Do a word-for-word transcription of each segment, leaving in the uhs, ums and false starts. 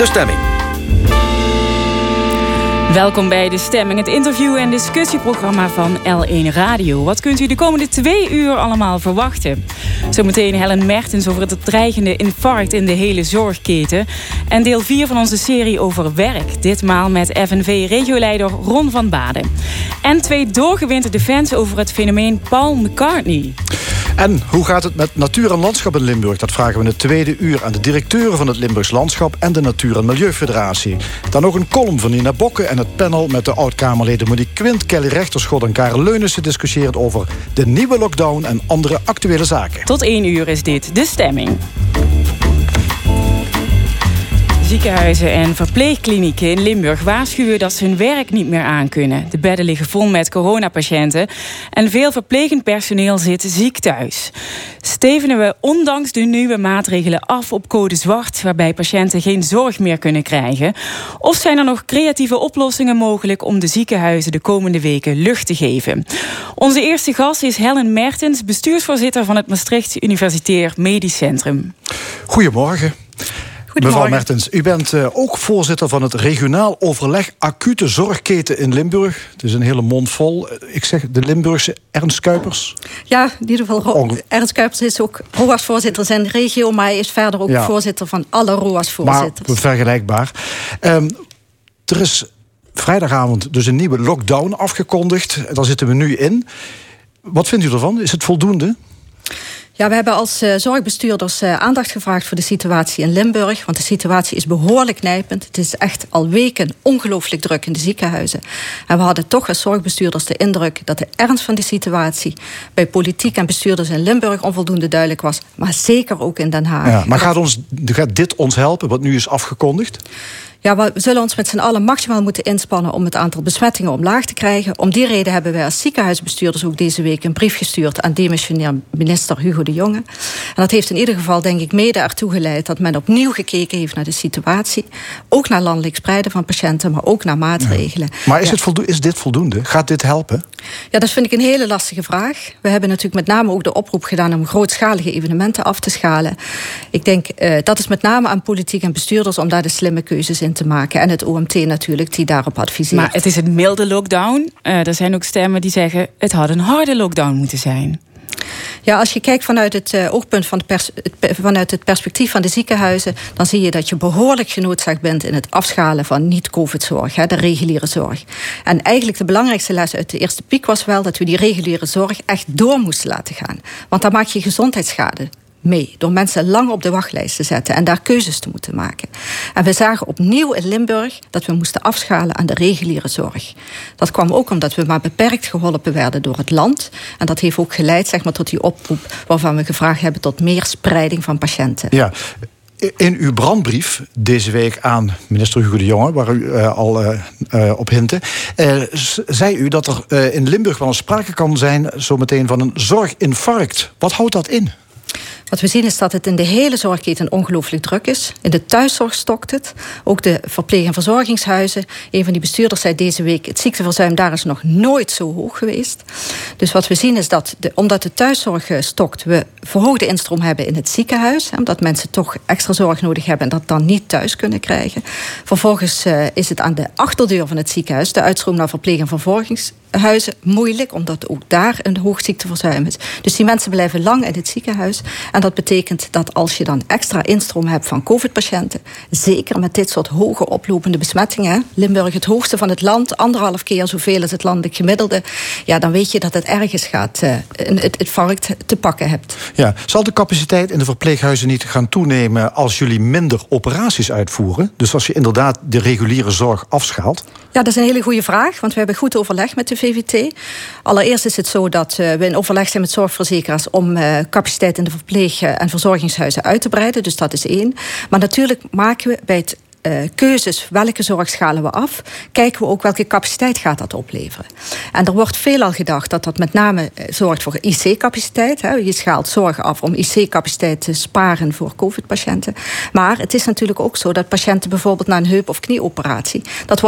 De Stemming. Welkom bij De Stemming, het interview- en discussieprogramma van L één Radio. Wat kunt u de komende twee uur allemaal verwachten? Zometeen Helen Mertens over het dreigende infarct in de hele zorgketen. En deel vier van onze serie over werk. Ditmaal met F N V-regioleider Ron van Baden. En twee doorgewinterde fans over het fenomeen Paul McCartney. En hoe gaat het met natuur en landschap in Limburg? Dat vragen we in het tweede uur aan de directeuren van het Limburgs Landschap en de Natuur- en Milieufederatie. Dan nog een column van Nina Bokke en het panel met de oud-Kamerleden Monique Quint, Kelly Rechterschot en Karel Leunissen discussiëren over de nieuwe lockdown en andere actuele zaken. Tot één uur is dit De Stemming. Ziekenhuizen en verpleegklinieken in Limburg waarschuwen dat ze hun werk niet meer aankunnen. De bedden liggen vol met coronapatiënten en veel verplegend personeel zit ziek thuis. Stevenen we ondanks de nieuwe maatregelen af op code zwart, waarbij patiënten geen zorg meer kunnen krijgen? Of zijn er nog creatieve oplossingen mogelijk om de ziekenhuizen de komende weken lucht te geven? Onze eerste gast is Helen Mertens, bestuursvoorzitter van het Maastricht Universitair Medisch Centrum. Goedemorgen. Mevrouw Mertens, u bent uh, ook voorzitter van het regionaal overleg acute zorgketen in Limburg. Het is een hele mond vol. Ik zeg de Limburgse Ernst Kuipers. Ja, in ieder geval Onge- Ernst Kuipers is ook R O A S-voorzitter in de regio, maar hij is verder ook ja. voorzitter van alle R O A S-voorzitters. Maar vergelijkbaar. Um, er is vrijdagavond dus een nieuwe lockdown afgekondigd. Daar zitten we nu in. Wat vindt u ervan? Is het voldoende? Ja, we hebben als uh, zorgbestuurders uh, aandacht gevraagd voor de situatie in Limburg. Want de situatie is behoorlijk nijpend. Het is echt al weken ongelooflijk druk in de ziekenhuizen. En we hadden toch als zorgbestuurders de indruk dat de ernst van de situatie bij politiek en bestuurders in Limburg onvoldoende duidelijk was. Maar zeker ook in Den Haag. Ja, maar gaat, ons, gaat dit ons helpen, wat nu is afgekondigd? Ja, we zullen ons met z'n allen maximaal moeten inspannen om het aantal besmettingen omlaag te krijgen. Om die reden hebben wij als ziekenhuisbestuurders ook deze week een brief gestuurd aan demissionair minister Hugo de Jonge. En dat heeft in ieder geval, denk ik, mede ertoe geleid dat men opnieuw gekeken heeft naar de situatie. Ook naar landelijk spreiden van patiënten, maar ook naar maatregelen. Ja. Maar is, ja. het voldo- is dit voldoende? Gaat dit helpen? Ja, dat vind ik een hele lastige vraag. We hebben natuurlijk met name ook de oproep gedaan om grootschalige evenementen af te schalen. Ik denk, uh, dat is met name aan politiek en bestuurders om daar de slimme keuzes in te maken. En het O M T natuurlijk, die daarop adviseert. Maar het is een milde lockdown. Uh, er zijn ook stemmen die zeggen, het had een harde lockdown moeten zijn. Ja, als je kijkt vanuit het uh, oogpunt van de pers- het, vanuit het perspectief van de ziekenhuizen, dan zie je dat je behoorlijk genoodzaakt bent in het afschalen van niet-covid-zorg, hè, de reguliere zorg. En eigenlijk de belangrijkste les uit de eerste piek was wel dat we die reguliere zorg echt door moesten laten gaan. Want dan maak je gezondheidsschade mee, door mensen lang op de wachtlijst te zetten en daar keuzes te moeten maken. En we zagen opnieuw in Limburg dat we moesten afschalen aan de reguliere zorg. Dat kwam ook omdat we maar beperkt geholpen werden door het land. En dat heeft ook geleid, zeg maar, tot die oproep waarvan we gevraagd hebben tot meer spreiding van patiënten. Ja. In uw brandbrief deze week aan minister Hugo de Jonge, waar u uh, al uh, uh, op hintte, uh, zei u dat er uh, in Limburg wel eens sprake kan zijn zometeen van een zorginfarct. Wat houdt dat in? Wat we zien is dat het in de hele zorgketen ongelooflijk druk is. In de thuiszorg stokt het. Ook de verpleeg- en verzorgingshuizen. Een van die bestuurders zei deze week, het ziekteverzuim daar is nog nooit zo hoog geweest. Dus wat we zien is dat, de, omdat de thuiszorg stokt, we verhoogde instroom hebben in het ziekenhuis. Hè, omdat mensen toch extra zorg nodig hebben en dat dan niet thuis kunnen krijgen. Vervolgens uh, is het aan de achterdeur van het ziekenhuis, de uitstroom naar verpleeg- en verzorgingshuizen, moeilijk, omdat ook daar een hoog ziekteverzuim is. Dus die mensen blijven lang in het ziekenhuis. En dat betekent dat als je dan extra instroom hebt van covid-patiënten, zeker met dit soort hoge oplopende besmettingen, Limburg het hoogste van het land, anderhalf keer zoveel als het landelijk gemiddelde, ja, dan weet je dat het ergens gaat, uh, het, het varkt te pakken hebt. Ja, zal de capaciteit in de verpleeghuizen niet gaan toenemen als jullie minder operaties uitvoeren? Dus als je inderdaad de reguliere zorg afschaalt? Ja, dat is een hele goede vraag, want we hebben goed overleg met de V V T. Allereerst is het zo dat uh, we in overleg zijn met zorgverzekeraars om uh, capaciteit in de verpleeg- en verzorgingshuizen uit te breiden. Dus dat is één. Maar natuurlijk maken we bij het Uh, keuzes, welke zorg schalen we af, kijken we ook welke capaciteit gaat dat opleveren. En er wordt veelal gedacht dat dat met name uh, zorgt voor I C-capaciteit. Hè. Je schaalt zorg af om I C-capaciteit te sparen voor covid-patiënten. Maar het is natuurlijk ook zo dat patiënten bijvoorbeeld na een heup- of knieoperatie, dat worden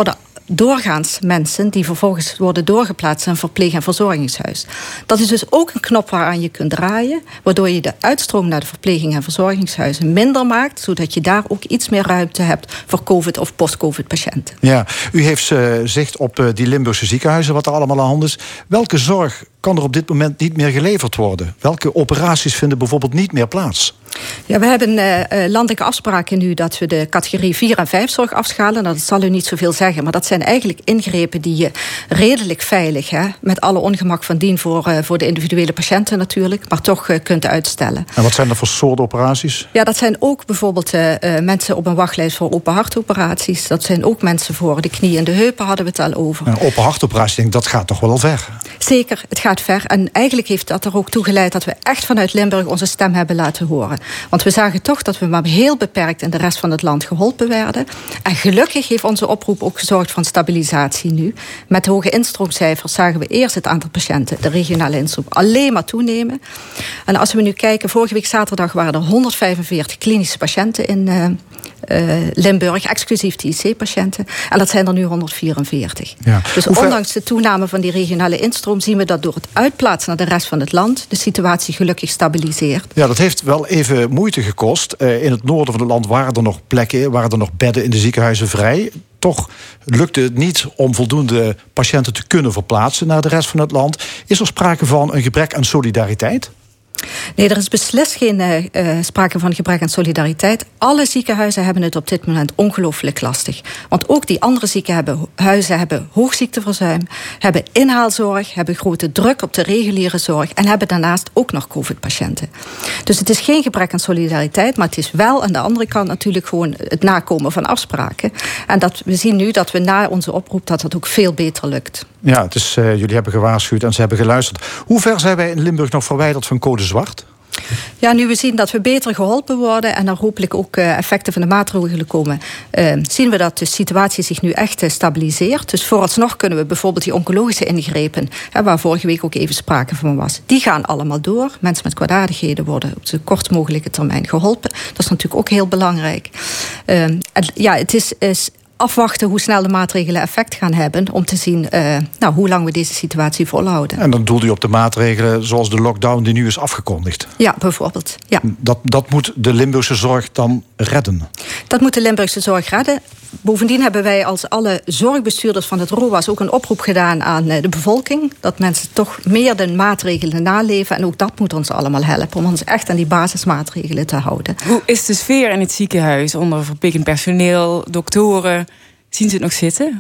doorgaans mensen die vervolgens worden doorgeplaatst in een verpleeg- en verzorgingshuis. Dat is dus ook een knop waaraan je kunt draaien, waardoor je de uitstroom naar de verpleging- en verzorgingshuizen minder maakt, zodat je daar ook iets meer ruimte hebt voor COVID- of post-COVID-patiënten. Ja, u heeft uh, zicht op uh, die Limburgse ziekenhuizen, wat er allemaal aan de hand is. Welke zorg kan er op dit moment niet meer geleverd worden? Welke operaties vinden bijvoorbeeld niet meer plaats? Ja, we hebben uh, landelijke afspraken nu dat we de categorie vier en vijf zorg afschalen. Nou, dat zal u niet zoveel zeggen, maar dat zijn eigenlijk ingrepen die je redelijk veilig, hè, met alle ongemak van dien voor, uh, voor de individuele patiënten natuurlijk, maar toch uh, kunt uitstellen. En wat zijn er voor soorten operaties? Ja, dat zijn ook bijvoorbeeld uh, mensen op een wachtlijst voor open hartoperaties. Dat zijn ook mensen voor de knie en de heupen, hadden we het al over. Een open hartoperatie, denk ik, dat gaat toch wel al ver? Zeker, het gaat ver. En eigenlijk heeft dat er ook toe geleid dat we echt vanuit Limburg onze stem hebben laten horen. Want we zagen toch dat we maar heel beperkt in de rest van het land geholpen werden. En gelukkig heeft onze oproep ook gezorgd voor stabilisatie nu. Met hoge instroomcijfers zagen we eerst het aantal patiënten, de regionale instroom, alleen maar toenemen. En als we nu kijken, vorige week zaterdag waren er honderdvijfenveertig klinische patiënten in uh, uh, Limburg, exclusief de I C-patiënten. En dat zijn er nu honderdvierenveertig. Ja. Dus Hoeveel... ondanks de toename van die regionale instroom zien we dat door het uitplaatsen naar de rest van het land de situatie gelukkig stabiliseert. Ja, dat heeft wel even moeite gekost. Uh, in het noorden van het land waren er nog plekken, waren er nog bedden in de ziekenhuizen vrij. Toch lukte het niet om voldoende patiënten te kunnen verplaatsen naar de rest van het land. Is er sprake van een gebrek aan solidariteit? Nee, er is beslist geen uh, sprake van gebrek aan solidariteit. Alle ziekenhuizen hebben het op dit moment ongelooflijk lastig. Want ook die andere ziekenhuizen hebben hoogziekteverzuim, hebben inhaalzorg, hebben grote druk op de reguliere zorg en hebben daarnaast ook nog COVID-patiënten. Dus het is geen gebrek aan solidariteit, maar het is wel aan de andere kant natuurlijk gewoon het nakomen van afspraken. En dat we zien nu dat we na onze oproep dat dat ook veel beter lukt. Ja, het is, uh, jullie hebben gewaarschuwd en ze hebben geluisterd. Hoe ver zijn wij in Limburg nog verwijderd van code zwart? Ja, nu we zien dat we beter geholpen worden en er hopelijk ook uh, effecten van de maatregelen komen, uh, zien we dat de situatie zich nu echt uh, stabiliseert. Dus vooralsnog kunnen we bijvoorbeeld die oncologische ingrepen, hè, waar vorige week ook even sprake van was, die gaan allemaal door. Mensen met kwaadaardigheden worden op zo kort mogelijke termijn geholpen. Dat is natuurlijk ook heel belangrijk. Uh, en, ja, het is... is afwachten hoe snel de maatregelen effect gaan hebben om te zien uh, nou, hoe lang we deze situatie volhouden. En dan doelt u op de maatregelen zoals de lockdown die nu is afgekondigd? Ja, bijvoorbeeld. Ja. Dat, dat moet de Limburgse zorg dan redden? Dat moet de Limburgse zorg redden. Bovendien hebben wij als alle zorgbestuurders van het R O A S ook een oproep gedaan aan de bevolking. Dat mensen toch meer de maatregelen naleven. En ook dat moet ons allemaal helpen om ons echt aan die basismaatregelen te houden. Hoe is de sfeer in het ziekenhuis onder verpleegend personeel, doktoren? Zien ze het nog zitten?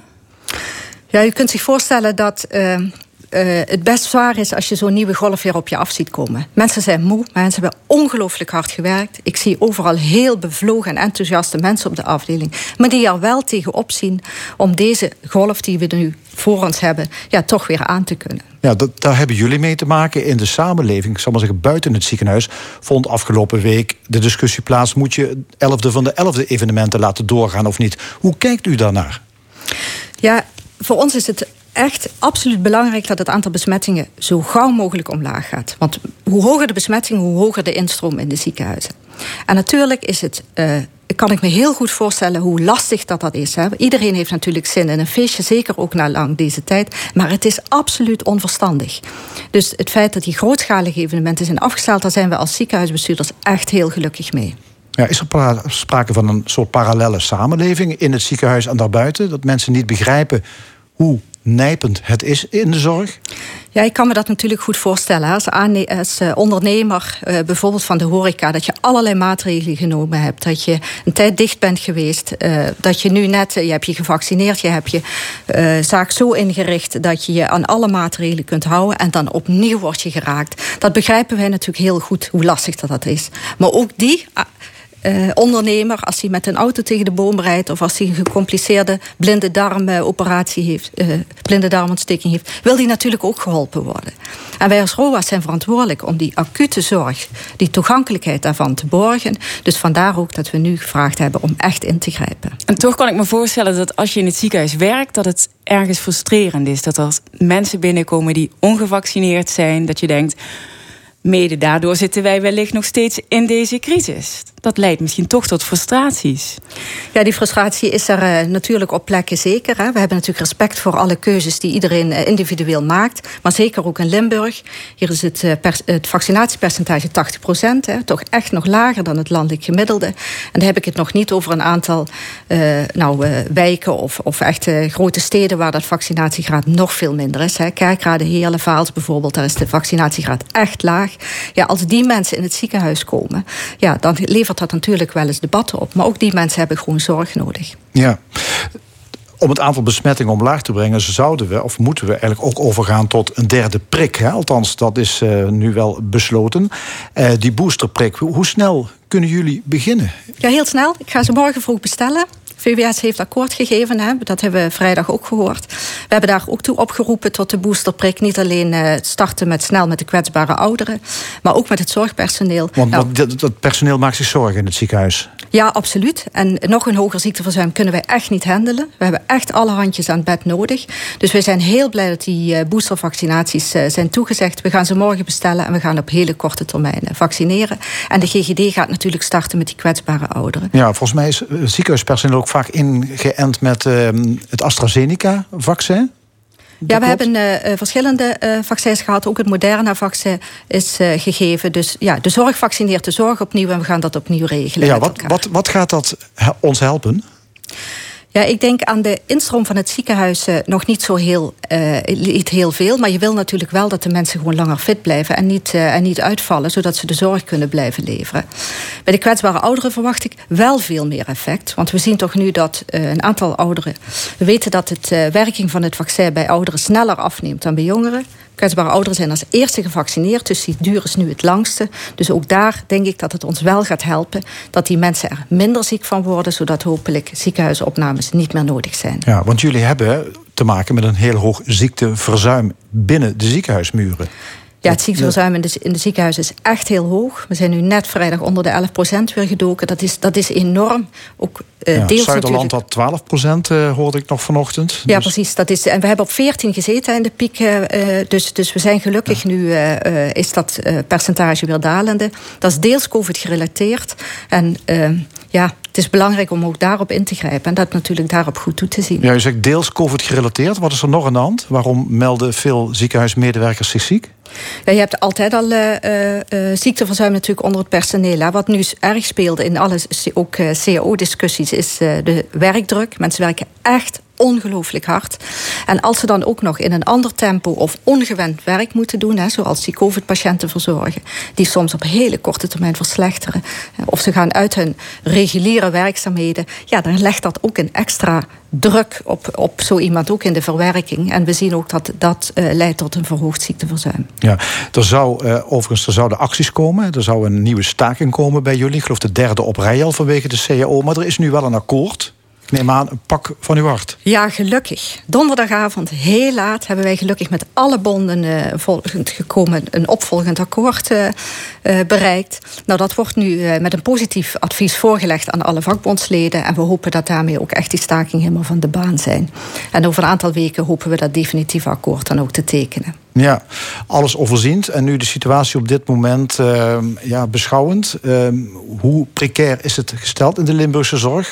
Ja, u kunt zich voorstellen dat Uh, Uh, het best zwaar is als je zo'n nieuwe golf weer op je af ziet komen. Mensen zijn moe, mensen hebben ongelooflijk hard gewerkt. Ik zie overal heel bevlogen en enthousiaste mensen op de afdeling, maar die er wel tegenop zien om deze golf die we nu voor ons hebben, ja, toch weer aan te kunnen. Ja, dat, daar hebben jullie mee te maken in de samenleving. Ik zal maar zeggen, buiten het ziekenhuis vond afgelopen week de discussie plaats: moet je elfde van de elfde evenementen laten doorgaan of niet? Hoe kijkt u daarnaar? Ja, voor ons is het echt absoluut belangrijk dat het aantal besmettingen zo gauw mogelijk omlaag gaat. Want hoe hoger de besmettingen, hoe hoger de instroom in de ziekenhuizen. En natuurlijk is het, uh, kan ik me heel goed voorstellen hoe lastig dat dat is. Hè. Iedereen heeft natuurlijk zin in een feestje, zeker ook na lang deze tijd. Maar het is absoluut onverstandig. Dus het feit dat die grootschalige evenementen zijn afgesteld, daar zijn we als ziekenhuisbestuurders echt heel gelukkig mee. Ja, is er pra- sprake van een soort parallelle samenleving in het ziekenhuis en daarbuiten? Dat mensen niet begrijpen hoe nijpend het is in de zorg? Ja, ik kan me dat natuurlijk goed voorstellen. Als, aane- als ondernemer, uh, bijvoorbeeld van de horeca, dat je allerlei maatregelen genomen hebt. Dat je een tijd dicht bent geweest. Uh, dat je nu net, uh, je hebt je gevaccineerd, je hebt je uh, zaak zo ingericht dat je je aan alle maatregelen kunt houden. En dan opnieuw word je geraakt. Dat begrijpen wij natuurlijk heel goed, hoe lastig dat, dat is. Maar ook die Uh, Uh, ondernemer, als hij met een auto tegen de boom rijdt of als hij een gecompliceerde blinde darmoperatie heeft, uh, blinde darmontsteking heeft, wil die natuurlijk ook geholpen worden. En wij als R O A S zijn verantwoordelijk om die acute zorg, die toegankelijkheid daarvan te borgen. Dus vandaar ook dat we nu gevraagd hebben om echt in te grijpen. En toch kan ik me voorstellen dat als je in het ziekenhuis werkt, dat het ergens frustrerend is. Dat er mensen binnenkomen die ongevaccineerd zijn, dat je denkt, Mede daardoor zitten wij wellicht nog steeds in deze crisis. Dat leidt misschien toch tot frustraties. Ja, die frustratie is er uh, natuurlijk op plekken zeker. Hè. We hebben natuurlijk respect voor alle keuzes die iedereen uh, individueel maakt. Maar zeker ook in Limburg. Hier is het, uh, per, het vaccinatiepercentage tachtig procent. Hè, toch echt nog lager dan het landelijk gemiddelde. En dan heb ik het nog niet over een aantal uh, nou, uh, wijken of, of echt uh, grote steden waar dat vaccinatiegraad nog veel minder is. Hè. Kerkrade, Heerlen, Vaals bijvoorbeeld, daar is de vaccinatiegraad echt laag. Ja, als die mensen in het ziekenhuis komen, ja, dan levert dat natuurlijk wel eens debatten op. Maar ook die mensen hebben gewoon zorg nodig. Ja. Om het aantal besmettingen omlaag te brengen, zouden we, of moeten we eigenlijk ook overgaan tot een derde prik. Hè? Althans, dat is uh, nu wel besloten. Uh, die boosterprik, hoe snel kunnen jullie beginnen? Ja, heel snel. Ik ga ze morgen vroeg bestellen. V W S heeft akkoord gegeven, hè? Dat hebben we vrijdag ook gehoord. We hebben daar ook toe opgeroepen tot de boosterprik. Niet alleen uh, starten met snel met de kwetsbare ouderen, maar ook met het zorgpersoneel. Want, nou, want dat, dat personeel maakt zich zorgen in het ziekenhuis. Ja, absoluut. En nog een hoger ziekteverzuim kunnen wij echt niet handelen. We hebben echt alle handjes aan het bed nodig. Dus wij zijn heel blij dat die boostervaccinaties zijn toegezegd. We gaan ze morgen bestellen en we gaan op hele korte termijn vaccineren. En de G G D gaat natuurlijk starten met die kwetsbare ouderen. Ja, volgens mij is ziekenhuispersoneel ook vaak ingeënt met uh, het AstraZeneca-vaccin. Ja, we hebben uh, verschillende uh, vaccins gehad. Ook het Moderna-vaccin is uh, gegeven. Dus ja, de zorg vaccineert de zorg opnieuw en we gaan dat opnieuw regelen. Ja, wat, wat, wat gaat dat ons helpen? Ja, ik denk aan de instroom van het ziekenhuis uh, nog niet zo heel, uh, niet heel veel. Maar je wil natuurlijk wel dat de mensen gewoon langer fit blijven en niet, uh, en niet uitvallen, zodat ze de zorg kunnen blijven leveren. Bij de kwetsbare ouderen verwacht ik wel veel meer effect. Want we zien toch nu dat uh, een aantal ouderen, we weten dat de uh, werking van het vaccin bij ouderen sneller afneemt dan bij jongeren. Kwetsbare ouderen zijn als eerste gevaccineerd, dus die duur is nu het langste. Dus ook daar denk ik dat het ons wel gaat helpen dat die mensen er minder ziek van worden, zodat hopelijk ziekenhuisopnames niet meer nodig zijn. Ja, want jullie hebben te maken met een heel hoog ziekteverzuim binnen de ziekenhuismuren. Ja, het ziekteverzuim in de, in de ziekenhuizen is echt heel hoog. We zijn nu net vrijdag onder de elf procent weer gedoken. Dat is, dat is enorm. Ook, uh, ja, deels Zuiderland had twaalf procent, uh, hoorde ik nog vanochtend. Ja, dus... precies. Dat is, en we hebben op veertien gezeten in de piek. Uh, dus, dus we zijn gelukkig ja. nu, uh, is dat uh, percentage weer dalende. Dat is deels COVID gerelateerd. En uh, ja, het is belangrijk om ook daarop in te grijpen. En dat natuurlijk daarop goed toe te zien. Ja, u zegt deels COVID gerelateerd. Wat is er nog aan de hand? Waarom melden veel ziekenhuismedewerkers zich ziek? Ja, je hebt altijd al uh, uh, ziekteverzuim natuurlijk onder het personeel. Hè. Wat nu erg speelde in alle ook uh, C A O-discussies is uh, de werkdruk. Mensen werken echt ongelooflijk hard. En als ze dan ook nog in een ander tempo of ongewend werk moeten doen, hè, zoals die COVID-patiënten verzorgen, die soms op hele korte termijn verslechteren, of ze gaan uit hun reguliere werkzaamheden, ja, dan legt dat ook een extra druk op, op zo iemand, ook in de verwerking. En we zien ook dat dat uh, leidt tot een verhoogd ziekteverzuim. Ja, er zou uh, overigens er zouden acties komen. Er zou een nieuwe staking komen bij jullie. Ik geloof de derde op rij al vanwege de C A O. Maar er is nu wel een akkoord. Ik neem aan, een pak van uw hart. Ja, gelukkig. Donderdagavond, heel laat, hebben wij gelukkig met alle bonden uh, volgend gekomen een opvolgend akkoord uh, uh, bereikt. Nou, dat wordt nu uh, met een positief advies voorgelegd aan alle vakbondsleden. En we hopen dat daarmee ook echt die staking helemaal van de baan zijn. En over een aantal weken hopen we dat definitieve akkoord dan ook te tekenen. Ja, alles overziend. En nu de situatie op dit moment uh, ja, beschouwend. Uh, hoe precair is het gesteld in de Limburgse zorg?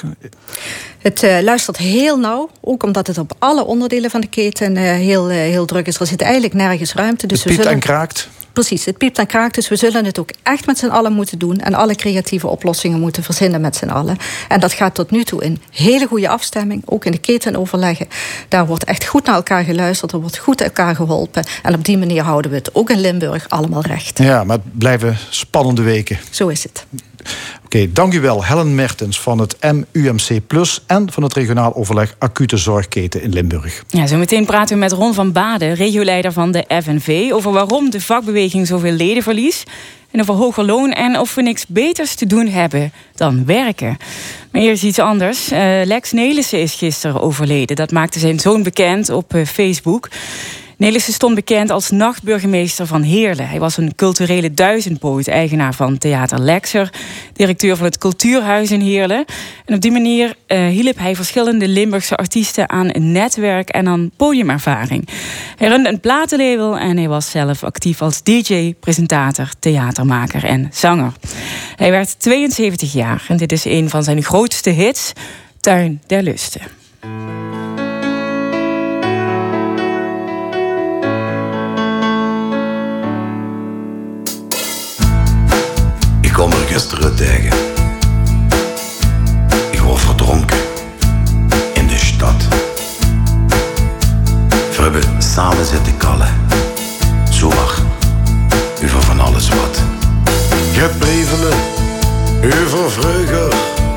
Het uh, luistert heel nauw, ook omdat het op alle onderdelen van de keten uh, heel, uh, heel druk is. Er zit eigenlijk nergens ruimte. Dus het piept we zullen... en kraakt. Precies, het piept en kraakt. Dus we zullen het ook echt met z'n allen moeten doen. En alle creatieve oplossingen moeten verzinnen met z'n allen. En dat gaat tot nu toe in hele goede afstemming. Ook in de ketenoverleggen. Daar wordt echt goed naar elkaar geluisterd. Er wordt goed elkaar geholpen. En op die manier houden we het ook in Limburg allemaal recht. Ja, maar het blijven spannende weken. Zo is het. Oké, okay, dank u wel. Helen Mertens van het M U M C Plus en van het regionaal overleg acute zorgketen in Limburg. Ja, zo meteen praten we met Ron van Baden, regioleider van de F N V, over waarom de vakbeweging zoveel leden verliest en over hoger loon en of we niks beters te doen hebben dan werken. Maar eerst iets anders. Uh, Lex Nelissen is gisteren overleden. Dat maakte zijn zoon bekend op uh, Facebook. Nelissen stond bekend als nachtburgemeester van Heerlen. Hij was een culturele duizendpoot, eigenaar van Theater Lexer, directeur van het Cultuurhuis in Heerlen. En op die manier uh, hielp hij verschillende Limburgse artiesten aan een netwerk en aan podiumervaring. Hij runde een platenlabel en hij was zelf actief als D J, presentator, theatermaker en zanger. Hij werd tweeënzeventig jaar en dit is een van zijn grootste hits, Tuin der Lusten. Ik kom er gisteren tegen. Ik word verdronken in de stad. We hebben samen zitten kallen. Zomaar over van alles wat. Ik heb brevelen over vroeger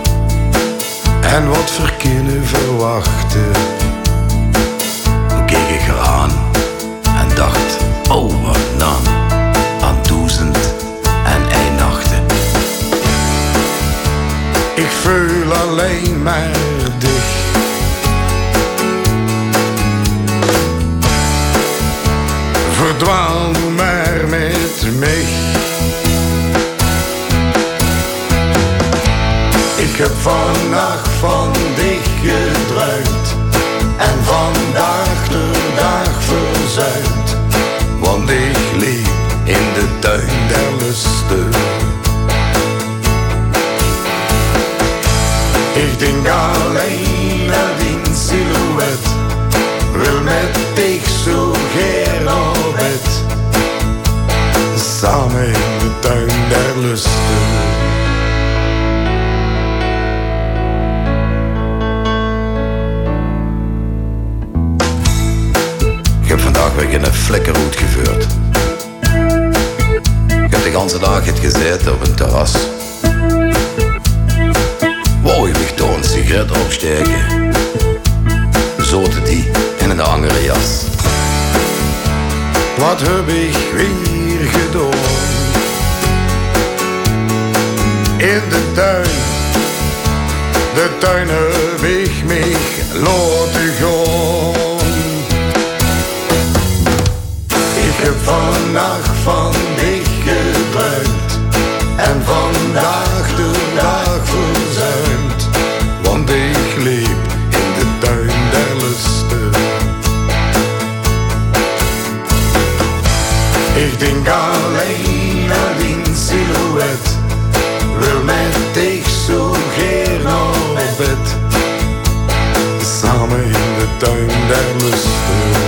en wat verkennen verwachten. Toen keek ik eraan en dacht, oh wat dan, aan duizend en één nachten. Ik voel alleen maar dich. Verdwaal nu maar met mij. Ik heb vannacht van dich gedruipt en vandaag de dag verzuimd, want ik liep in de tuin der lusten. Ik denk alleen aan die silhouet, wil met dich zo geer op bed, samen in de tuin der lusten. Ik heb vandaag weer in een flikkerhoed gevuurd. Ik heb de hele dag het gezeten op een terras. Wou ik toch een sigaret opsteken. Zotte die in een andere jas. Wat heb ik weer gedaan? In de tuin, de tuin heb ik mij laten gaan. Ik heb vannacht van dich gedruipt en vandaag de dag verzuimd, want ik liep in de tuin der lusten. Ik denk alleen aan die silhouet, wil met dich zo geer naar bed, samen in de tuin der lusten.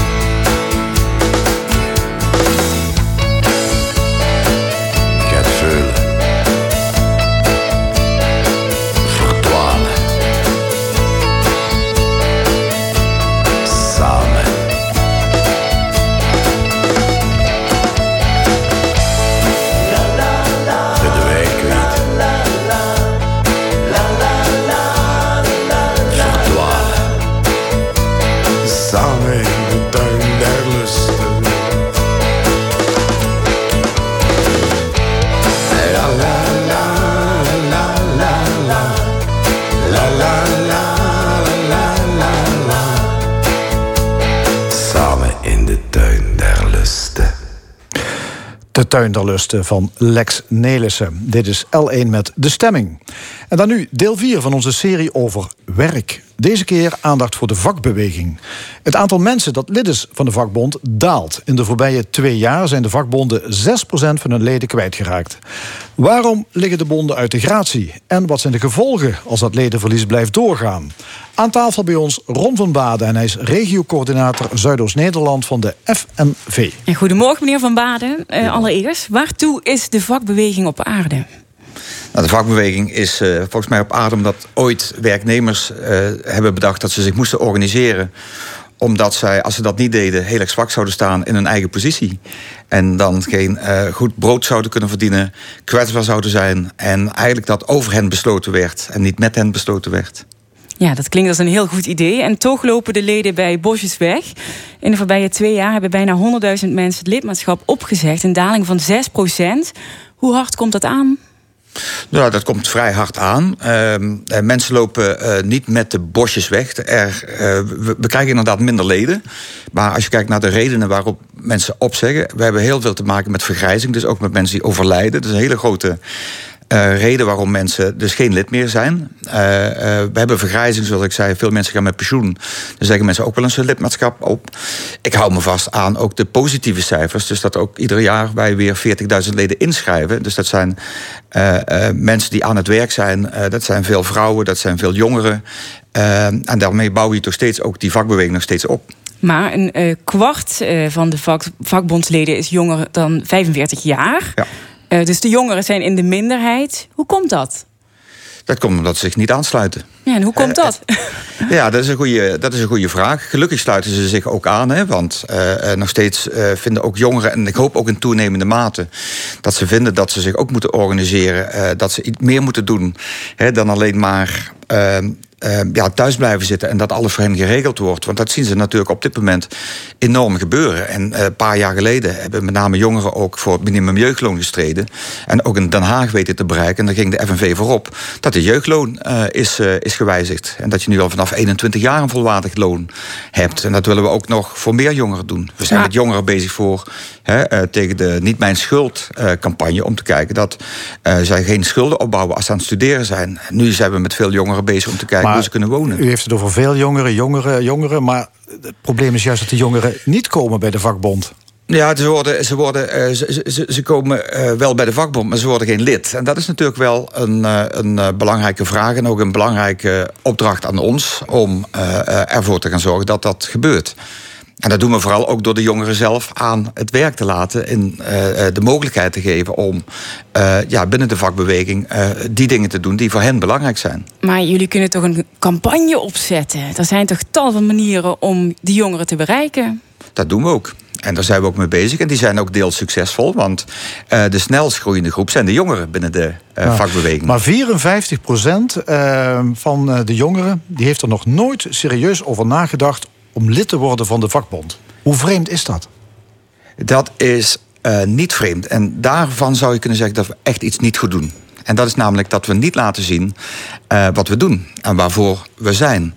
De Tuin der Lusten van Lex Nelissen. Dit is L één met De Stemming. En dan nu deel vier van onze serie over werk. Deze keer aandacht voor de vakbeweging. Het aantal mensen dat lid is van de vakbond daalt. In de voorbije twee jaar zijn de vakbonden zes procent van hun leden kwijtgeraakt. Waarom liggen de bonden uit de gratie? En wat zijn de gevolgen als dat ledenverlies blijft doorgaan? Aan tafel bij ons Ron van Baden en hij is regiocoördinator Zuidoost-Nederland van de F N V. En goedemorgen meneer Van Baden. Uh, allereerst, waartoe is de vakbeweging op aarde? Nou, de vakbeweging is uh, volgens mij op aarde omdat ooit werknemers uh, hebben bedacht dat ze zich moesten organiseren, omdat zij, als ze dat niet deden, heel erg zwak zouden staan in hun eigen positie. En dan geen uh, goed brood zouden kunnen verdienen, kwetsbaar zouden zijn. En eigenlijk dat over hen besloten werd en niet met hen besloten werd. Ja, dat klinkt als een heel goed idee. En toch lopen de leden bij Bosjes weg. In de voorbije twee jaar hebben bijna honderdduizend mensen het lidmaatschap opgezegd. Een daling van zes procent. Hoe hard komt dat aan? Nou, dat komt vrij hard aan. Uh, mensen lopen uh, niet met de bosjes weg. Er, uh, we, we krijgen inderdaad minder leden. Maar als je kijkt naar de redenen waarop mensen opzeggen... we hebben heel veel te maken met vergrijzing. Dus ook met mensen die overlijden. Dat is een hele grote... Uh, reden waarom mensen dus geen lid meer zijn. Uh, uh, we hebben vergrijzing, zoals ik zei. Veel mensen gaan met pensioen. Dan zeggen mensen ook wel eens hun lidmaatschap op. Ik hou me vast aan ook de positieve cijfers. Dus dat ook ieder jaar wij weer veertigduizend leden inschrijven. Dus dat zijn uh, uh, mensen die aan het werk zijn. Uh, dat zijn veel vrouwen, dat zijn veel jongeren. Uh, en daarmee bouw je toch steeds ook die vakbeweging nog steeds op. Maar een uh, kwart uh, van de vak, vakbondsleden is jonger dan vijfenveertig jaar. Ja. Uh, dus de jongeren zijn in de minderheid. Hoe komt dat? Dat komt omdat ze zich niet aansluiten. Ja, en hoe komt dat? Uh, ja, dat is een goede, dat is een goede vraag. Gelukkig sluiten ze zich ook aan. Hè, want uh, nog steeds uh, vinden ook jongeren... en ik hoop ook in toenemende mate... dat ze vinden dat ze zich ook moeten organiseren. Uh, dat ze iets meer moeten doen hè, dan alleen maar... Uh, Uh, ja, thuis blijven zitten en dat alles voor hen geregeld wordt. Want dat zien ze natuurlijk op dit moment enorm gebeuren. En uh, een paar jaar geleden hebben met name jongeren ook voor het minimum jeugdloon gestreden. En ook in Den Haag weten te bereiken. En daar ging de F N V voorop dat de jeugdloon uh, is, uh, is gewijzigd. En dat je nu al vanaf eenentwintig jaar een volwaardig loon hebt. En dat willen we ook nog voor meer jongeren doen. We zijn ja. met jongeren bezig voor hè, uh, tegen de Niet Mijn Schuld uh, campagne. Om te kijken dat uh, zij geen schulden opbouwen als ze aan het studeren zijn. Nu zijn we met veel jongeren bezig om te kijken... Maar hoe ze kunnen wonen. U heeft het over veel jongeren, jongeren, jongeren. Maar het probleem is juist dat de jongeren niet komen bij de vakbond. Ja, ze, worden, ze, worden, uh, ze, ze, ze komen uh, wel bij de vakbond, maar ze worden geen lid. En dat is natuurlijk wel een, uh, een uh, belangrijke vraag... en ook een belangrijke opdracht aan ons... om uh, uh, ervoor te gaan zorgen dat dat gebeurt. En dat doen we vooral ook door de jongeren zelf aan het werk te laten... en uh, de mogelijkheid te geven om uh, ja, binnen de vakbeweging... Uh, die dingen te doen die voor hen belangrijk zijn. Maar jullie kunnen toch een campagne opzetten? Er zijn toch tal van manieren om die jongeren te bereiken? Dat doen we ook. En daar zijn we ook mee bezig. En die zijn ook deels succesvol. Want uh, de snelst groeiende groep zijn de jongeren binnen de uh, ja, vakbeweging. Maar vierenvijftig procent uh, van uh, de jongeren... die heeft er nog nooit serieus over nagedacht... om lid te worden van de vakbond. Hoe vreemd is dat? Dat is uh, niet vreemd. En daarvan zou je kunnen zeggen dat we echt iets niet goed doen. En dat is namelijk dat we niet laten zien uh, wat we doen. En waarvoor we zijn.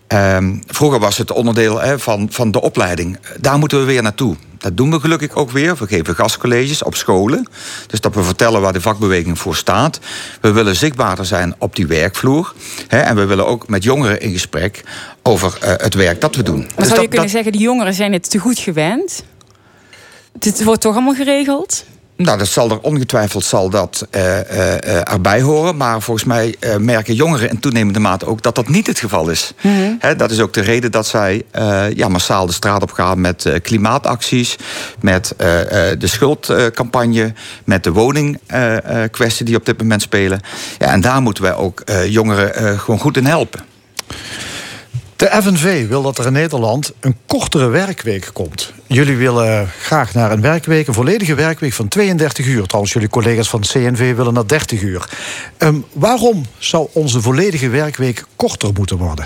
Um, vroeger was het onderdeel he, van, van de opleiding. Daar moeten we weer naartoe. Dat doen we gelukkig ook weer. We geven gastcolleges op scholen. Dus dat we vertellen waar de vakbeweging voor staat. We willen zichtbaarder zijn op die werkvloer. He, en we willen ook met jongeren in gesprek over uh, het werk dat we doen. Maar dus zou dat, je kunnen dat... zeggen, de jongeren zijn het te goed gewend? Dit wordt toch allemaal geregeld? Nou, dat zal er ongetwijfeld zal dat uh, uh, erbij horen. Maar volgens mij uh, merken jongeren in toenemende mate ook dat dat niet het geval is. Mm-hmm. He, dat is ook de reden dat zij uh, ja, massaal de straat op gaan met uh, klimaatacties, met uh, uh, de schuldcampagne, uh, met de woningkwestie uh, die op dit moment spelen. Ja, en daar moeten wij ook uh, jongeren uh, gewoon goed in helpen. De F N V wil dat er in Nederland een kortere werkweek komt. Jullie willen graag naar een werkweek, een volledige werkweek van tweeëndertig uur. Trouwens, jullie collega's van het C N V willen naar dertig uur. Um, waarom zou onze volledige werkweek korter moeten worden?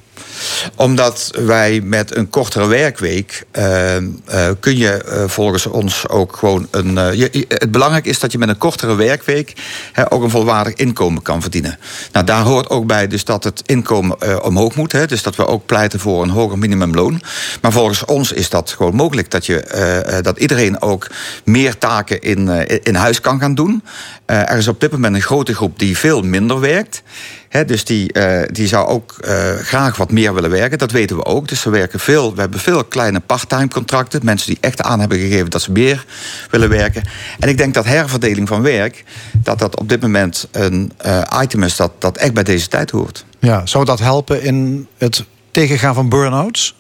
Omdat wij met een kortere werkweek uh, uh, kun je uh, volgens ons ook gewoon een... Uh, je, het belangrijk is dat je met een kortere werkweek he, ook een volwaardig inkomen kan verdienen. Nou, daar hoort ook bij dus dat het inkomen uh, omhoog moet. He, dus dat we ook pleiten voor een hoger minimumloon. Maar volgens ons is dat gewoon mogelijk dat, je, uh, dat iedereen ook meer taken in, uh, in huis kan gaan doen. Uh, er is op dit moment een grote groep die veel minder werkt. He, dus die, uh, die zou ook uh, graag wat meer willen werken. Dat weten we ook. Dus we werken veel. We hebben veel kleine parttime contracten. Mensen die echt aan hebben gegeven dat ze meer willen werken. En ik denk dat herverdeling van werk, dat dat op dit moment een uh, item is dat, dat echt bij deze tijd hoort. Ja, zou dat helpen in het tegengaan van burn-outs?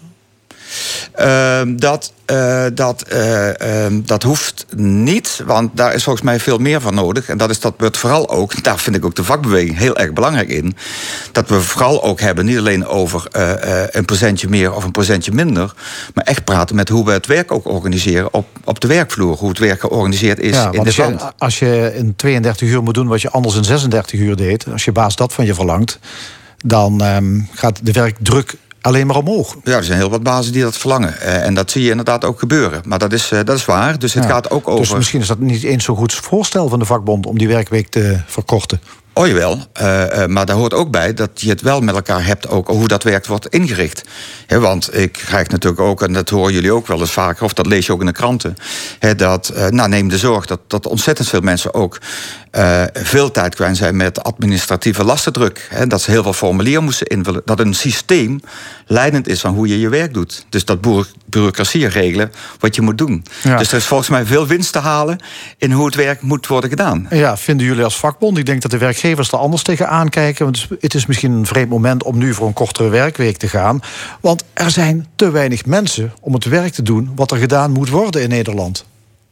Uh, dat, uh, dat, uh, uh, dat hoeft niet, want daar is volgens mij veel meer van nodig. En dat is dat we het vooral ook, daar vind ik ook de vakbeweging heel erg belangrijk in, dat we vooral ook hebben, niet alleen over uh, uh, een procentje meer of een procentje minder, maar echt praten met hoe we het werk ook organiseren op, op de werkvloer. Hoe het werk georganiseerd is ja, in dit als land. Je, als je in tweeëndertig uur moet doen wat je anders in zesendertig uur deed, als je baas dat van je verlangt, dan um, gaat de werkdruk alleen maar omhoog. Ja, er zijn heel wat bazen die dat verlangen. Uh, en dat zie je inderdaad ook gebeuren. Maar dat is, uh, dat is waar. Dus het ja, gaat ook over... Dus misschien is dat niet eens zo'n goed voorstel van de vakbond om die werkweek te verkorten. Oh jawel, uh, uh, maar daar hoort ook bij dat je het wel met elkaar hebt ook hoe dat werk wordt ingericht. He, want ik krijg natuurlijk ook, en dat horen jullie ook wel eens vaker, of dat lees je ook in de kranten, he, dat, uh, nou neem de zorg dat, dat ontzettend veel mensen ook uh, veel tijd kwijt zijn met administratieve lastendruk. He, dat ze heel veel formulieren moesten invullen. Dat een systeem leidend is van hoe je je werk doet. Dus dat bureaucratie regelen wat je moet doen. Ja. Dus er is volgens mij veel winst te halen in hoe het werk moet worden gedaan. Ja, vinden jullie als vakbond? Ik denk dat de werkgevers er anders tegenaan kijken. Want het is misschien een vreemd moment om nu voor een kortere werkweek te gaan. Want er zijn te weinig mensen om het werk te doen wat er gedaan moet worden in Nederland.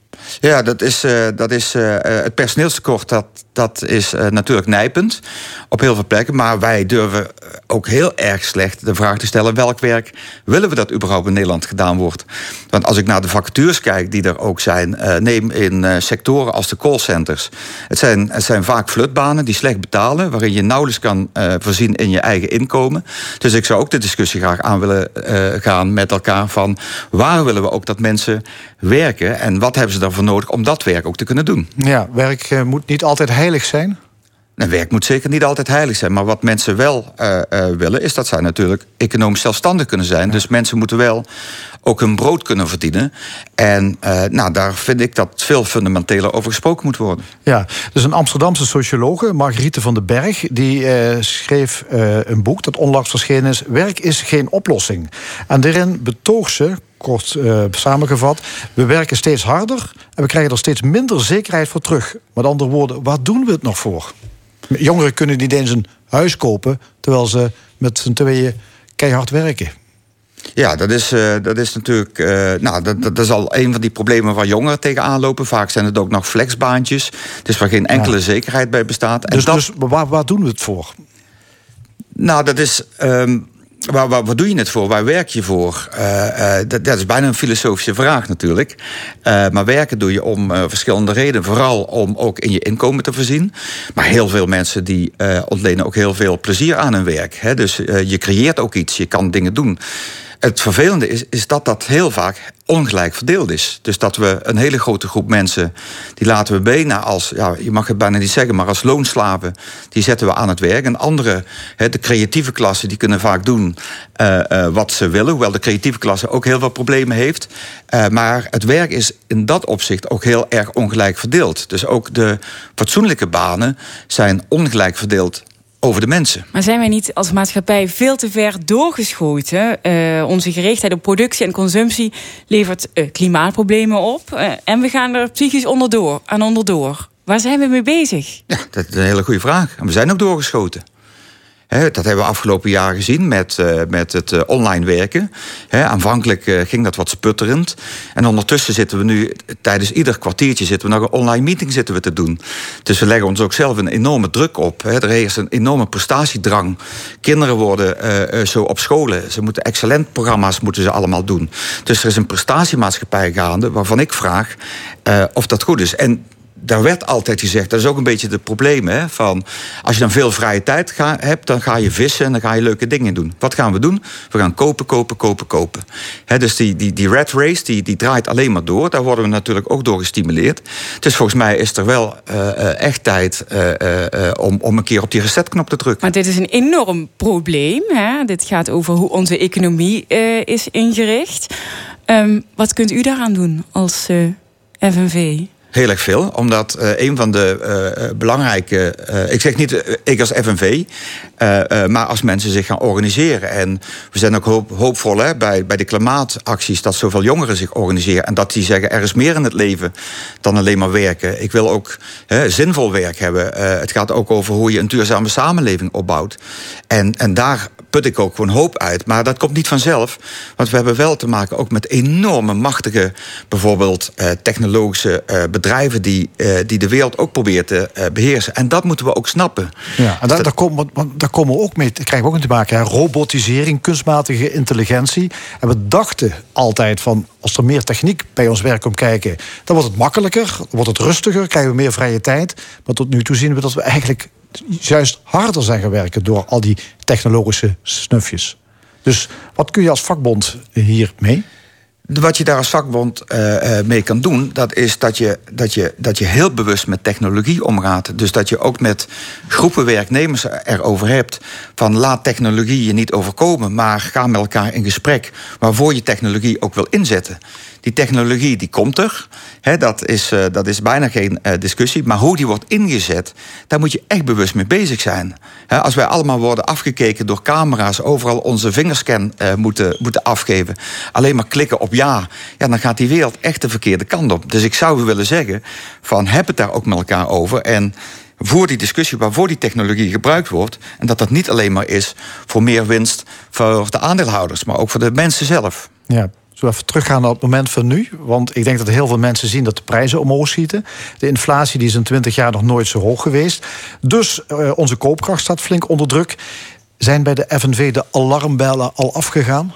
Ja, dat is, uh, dat is uh, het personeelstekort, dat, dat is uh, natuurlijk nijpend op heel veel plekken. Maar wij durven ook heel erg slecht de vraag te stellen: welk werk willen we dat überhaupt in Nederland gedaan wordt? Want als ik naar de vacatures kijk die er ook zijn, uh, neem in uh, sectoren als de callcenters. Het zijn, het zijn vaak flutbanen die slecht betalen, waarin je nauwelijks kan uh, voorzien in je eigen inkomen. Dus ik zou ook de discussie graag aan willen uh, gaan met elkaar van waar willen we ook dat mensen werken en wat hebben ze daarvoor nodig om dat werk ook te kunnen doen. Ja, werk uh, moet niet altijd heilig zijn? Nou, werk moet zeker niet altijd heilig zijn. Maar wat mensen wel uh, uh, willen, is dat zij natuurlijk economisch zelfstandig kunnen zijn. Ja. Dus mensen moeten wel ook hun brood kunnen verdienen. En uh, nou, daar vind ik dat veel fundamenteler over gesproken moet worden. Ja, dus een Amsterdamse sociologe, Margriete van den Berg, die uh, schreef uh, een boek dat onlangs verschenen is: Werk is geen oplossing. En daarin betoogt ze, kort uh, samengevat, we werken steeds harder en we krijgen er steeds minder zekerheid voor terug. Met andere woorden, waar doen we het nog voor? Jongeren kunnen niet eens een huis kopen terwijl ze met z'n tweeën keihard werken. Ja, dat is, uh, dat is natuurlijk. Uh, nou, dat, dat is al een van die problemen waar jongeren tegenaan lopen. Vaak zijn het ook nog flexbaantjes. Dus waar geen enkele ja. zekerheid bij bestaat. En dus dat... dus waar, waar doen we het voor? Nou, dat is. Um... Waar, waar, waar doe je het voor? Waar werk je voor? Uh, uh, dat, dat is bijna een filosofische vraag natuurlijk. Uh, maar werken doe je om uh, verschillende redenen. Vooral om ook in je inkomen te voorzien. Maar heel veel mensen die uh, ontlenen ook heel veel plezier aan hun werk. Hè? Dus uh, je creëert ook iets, je kan dingen doen. Het vervelende is, is dat dat heel vaak ongelijk verdeeld is. Dus dat we een hele grote groep mensen, die laten we bijna als, ja, je mag het bijna niet zeggen, maar als loonslaven, die zetten we aan het werk. En andere, de creatieve klasse, die kunnen vaak doen uh, uh, wat ze willen. Hoewel de creatieve klasse ook heel veel problemen heeft. Uh, maar het werk is in dat opzicht ook heel erg ongelijk verdeeld. Dus ook de fatsoenlijke banen zijn ongelijk verdeeld over de mensen. Maar zijn wij niet als maatschappij veel te ver doorgeschoten? Uh, onze gerichtheid op productie en consumptie levert uh, klimaatproblemen op. Uh, en we gaan er psychisch onderdoor, aan onderdoor. Waar zijn we mee bezig? Ja, dat is een hele goede vraag. En we zijn ook doorgeschoten. He, dat hebben we afgelopen jaar gezien met, uh, met het uh, online werken. He, aanvankelijk uh, ging dat wat sputterend. En ondertussen zitten we nu, tijdens ieder kwartiertje zitten we nog een online meeting zitten we te doen. Dus we leggen ons ook zelf een enorme druk op. He, er is een enorme prestatiedrang. Kinderen worden uh, uh, zo op scholen. Ze moeten excellent programma's moeten ze allemaal doen. Dus er is een prestatiemaatschappij gaande waarvan ik vraag uh, of dat goed is. En daar werd altijd gezegd, dat is ook een beetje het probleem, hè, van als je dan veel vrije tijd ga, hebt, dan ga je vissen en dan ga je leuke dingen doen. Wat gaan we doen? We gaan kopen, kopen, kopen, kopen. He, dus die, die, die rat race, die, die draait alleen maar door. Daar worden we natuurlijk ook door gestimuleerd. Dus volgens mij is er wel uh, echt tijd uh, uh, om, om een keer op die resetknop te drukken. Maar dit is een enorm probleem. Hè? Dit gaat over hoe onze economie uh, is ingericht. Um, wat kunt u daaraan doen als uh, F N V? Heel erg veel, omdat uh, een van de uh, belangrijke... Uh, ik zeg niet uh, ik als F N V, uh, uh, maar als mensen zich gaan organiseren. En we zijn ook hoop, hoopvol hè, bij, bij de klimaatacties dat zoveel jongeren zich organiseren. En dat die zeggen, er is meer in het leven dan alleen maar werken. Ik wil ook uh, zinvol werk hebben. Uh, het gaat ook over hoe je een duurzame samenleving opbouwt. En, en daar put ik ook gewoon hoop uit. Maar dat komt niet vanzelf. Want we hebben wel te maken ook met enorme machtige, bijvoorbeeld uh, technologische uh, bedrijven die, uh, die de wereld ook proberen te uh, beheersen. En dat moeten we ook snappen. Ja, en daar, daar, komen, daar komen we ook mee, daar krijgen we ook mee te maken. Hè? Robotisering, kunstmatige intelligentie. En we dachten altijd van, als er meer techniek bij ons werk komt kijken, dan wordt het makkelijker, dan wordt het rustiger, krijgen we meer vrije tijd. Maar tot nu toe zien we dat we eigenlijk juist harder zijn gaan werken door al die technologische snufjes. Dus wat kun je als vakbond hier mee? Wat je daar als vakbond uh, mee kan doen, dat is dat je, dat, je, dat je heel bewust met technologie omgaat. Dus dat je ook met groepen werknemers erover hebt van laat technologie je niet overkomen, maar ga met elkaar in gesprek waarvoor je technologie ook wil inzetten. Die technologie die komt er, he, dat, is, uh, dat is bijna geen uh, discussie, maar hoe die wordt ingezet, daar moet je echt bewust mee bezig zijn. He, als wij allemaal worden afgekeken door camera's, overal onze vingerscan uh, moeten, moeten afgeven, alleen maar klikken op ja, ja, dan gaat die wereld echt de verkeerde kant op. Dus ik zou willen zeggen, van heb het daar ook met elkaar over en voer die discussie waarvoor die technologie gebruikt wordt en dat dat niet alleen maar is voor meer winst voor de aandeelhouders, maar ook voor de mensen zelf. Ja. Zullen we even teruggaan naar het moment van nu? Want ik denk dat heel veel mensen zien dat de prijzen omhoog schieten. De inflatie die is in twintig jaar nog nooit zo hoog geweest. Dus uh, onze koopkracht staat flink onder druk. Zijn bij de F N V de alarmbellen al afgegaan?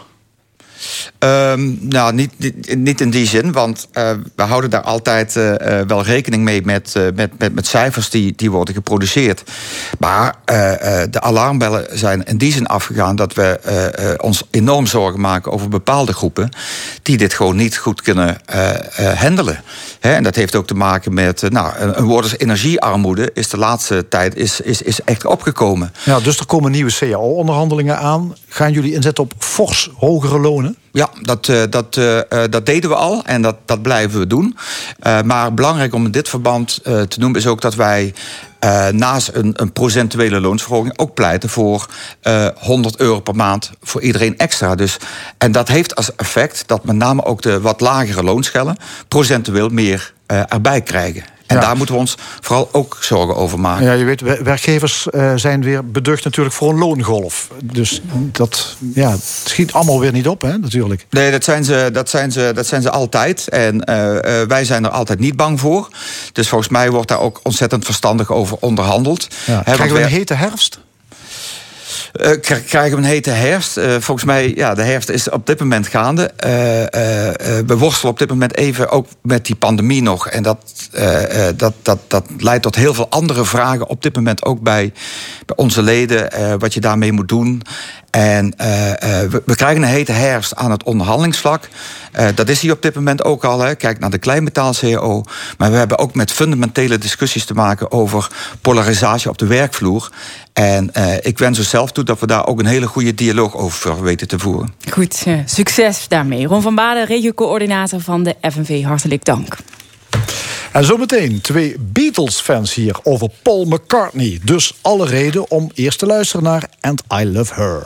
Um, nou, niet, niet, niet in die zin, want uh, we houden daar altijd uh, wel rekening mee met, uh, met, met, met cijfers die, die worden geproduceerd. Maar uh, uh, de alarmbellen zijn in die zin afgegaan dat we uh, uh, ons enorm zorgen maken over bepaalde groepen die dit gewoon niet goed kunnen uh, uh, handelen. He, en dat heeft ook te maken met, uh, nou, een woord als energiearmoede is de laatste tijd is, is, is echt opgekomen. Ja, dus er komen nieuwe C A O-onderhandelingen aan. Gaan jullie inzetten op fors hogere lonen? Ja, dat, uh, dat, uh, dat deden we al en dat, dat blijven we doen. Uh, maar belangrijk om in dit verband uh, te noemen is ook dat wij Uh, naast een, een procentuele loonsverhoging ook pleiten voor uh, honderd euro per maand voor iedereen extra. Dus, en dat heeft als effect dat met name ook de wat lagere loonschellen procentueel meer uh, erbij krijgen. En ja. daar moeten we ons vooral ook zorgen over maken. Ja, je weet, werkgevers uh, zijn weer beducht natuurlijk voor een loongolf. Dus dat ja, het schiet allemaal weer niet op, hè, natuurlijk. Nee, dat zijn ze, dat zijn ze, dat zijn ze altijd. En uh, uh, wij zijn er altijd niet bang voor. Dus volgens mij wordt daar ook ontzettend verstandig over onderhandeld. Ja. He, Krijgen we een hete herfst? Uh, krijgen we een hete herfst? Uh, volgens mij, ja, de herfst is op dit moment gaande. Uh, uh, uh, we worstelen op dit moment even ook met die pandemie nog. En dat, uh, uh, dat, dat, dat leidt tot heel veel andere vragen op dit moment ook bij, bij onze leden. Uh, wat je daarmee moet doen. En uh, uh, we, we krijgen een hete herfst aan het onderhandelingsvlak. Uh, dat is hier op dit moment ook al. Hè. Kijk naar de kleinmetaal C A O. Maar we hebben ook met fundamentele discussies te maken over polarisatie op de werkvloer. En uh, ik wens er zelf toe dat we daar ook een hele goede dialoog over weten te voeren. Goed, uh, succes daarmee. Ron van Baarle, regiocoördinator van de F N V, hartelijk dank. En zometeen twee Beatles-fans hier over Paul McCartney. Dus alle reden om eerst te luisteren naar And I Love Her.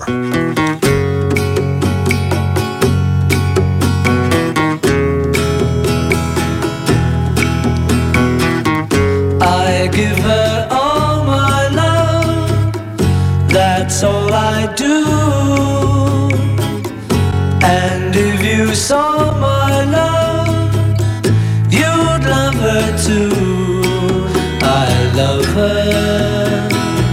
I give her all my love, that's all I do. And if you saw my love, you'd love her too. I love her.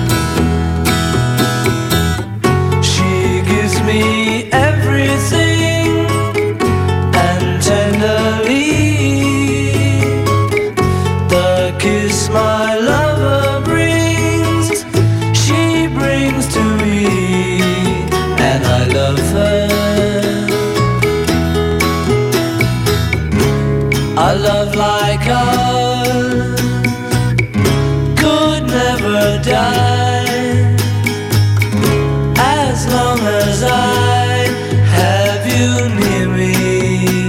She gives me everything, and tenderly the kiss my lover brings, she brings to me, and I love her. A love like ours could never die, as long as I have you near me.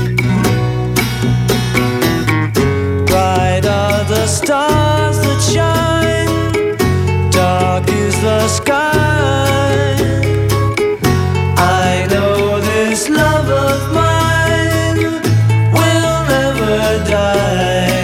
Bright are the stars that shine, dark is the sky. I know this love of mine die.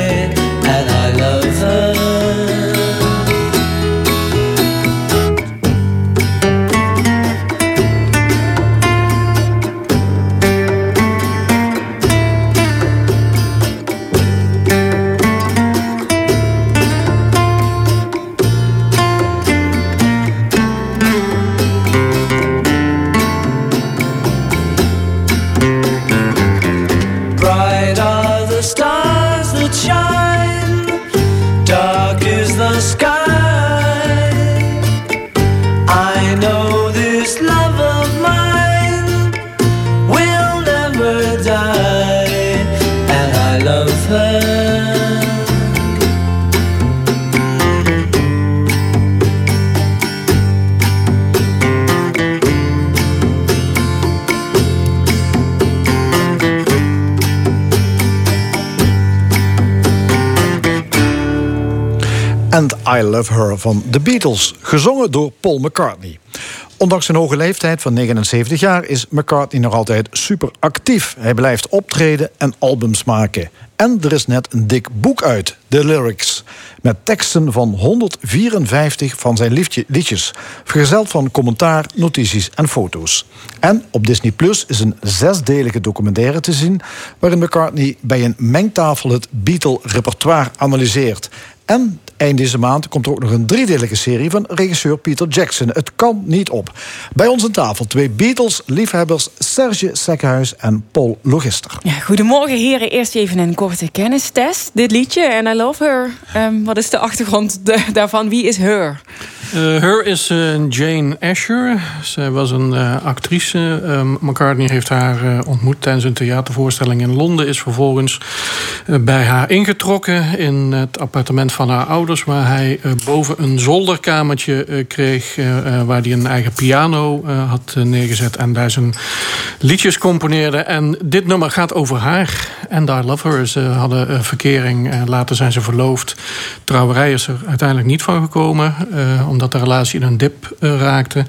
And I Love Her van The Beatles, gezongen door Paul McCartney. Ondanks zijn hoge leeftijd van negenenzeventig jaar is McCartney nog altijd super actief. Hij blijft optreden en albums maken. En er is net een dik boek uit, The Lyrics, met teksten van honderdvierenvijftig van zijn liedjes, vergezeld van commentaar, notities en foto's. En op Disney Plus is een zesdelige documentaire te zien, waarin McCartney bij een mengtafel het Beatle-repertoire analyseert. En eind deze maand komt er ook nog een driedelige serie van regisseur Peter Jackson. Het kan niet op. Bij ons aan tafel twee Beatles-liefhebbers, Serge Sekhuis en Paul Logister. Ja, goedemorgen heren. Eerst even een korte kennistest. Dit liedje, And I Love Her. Um, wat is de achtergrond de, daarvan? Wie is Her? Uh, Her is uh, Jane Asher. Zij was een uh, actrice. Um, McCartney heeft haar uh, ontmoet tijdens een theatervoorstelling in Londen. Is vervolgens uh, bij haar ingetrokken in het appartement van haar ouders, waar hij uh, boven een zolderkamertje uh, kreeg, uh, uh, waar hij een eigen piano uh, had uh, neergezet en daar zijn liedjes componeerde. En dit nummer gaat over haar. And I Love Her. Ze hadden uh, verkering. Uh, later zijn ze verloofd. Trouwerij is er uiteindelijk niet van gekomen, uh, omdat de relatie in een dip uh, raakte.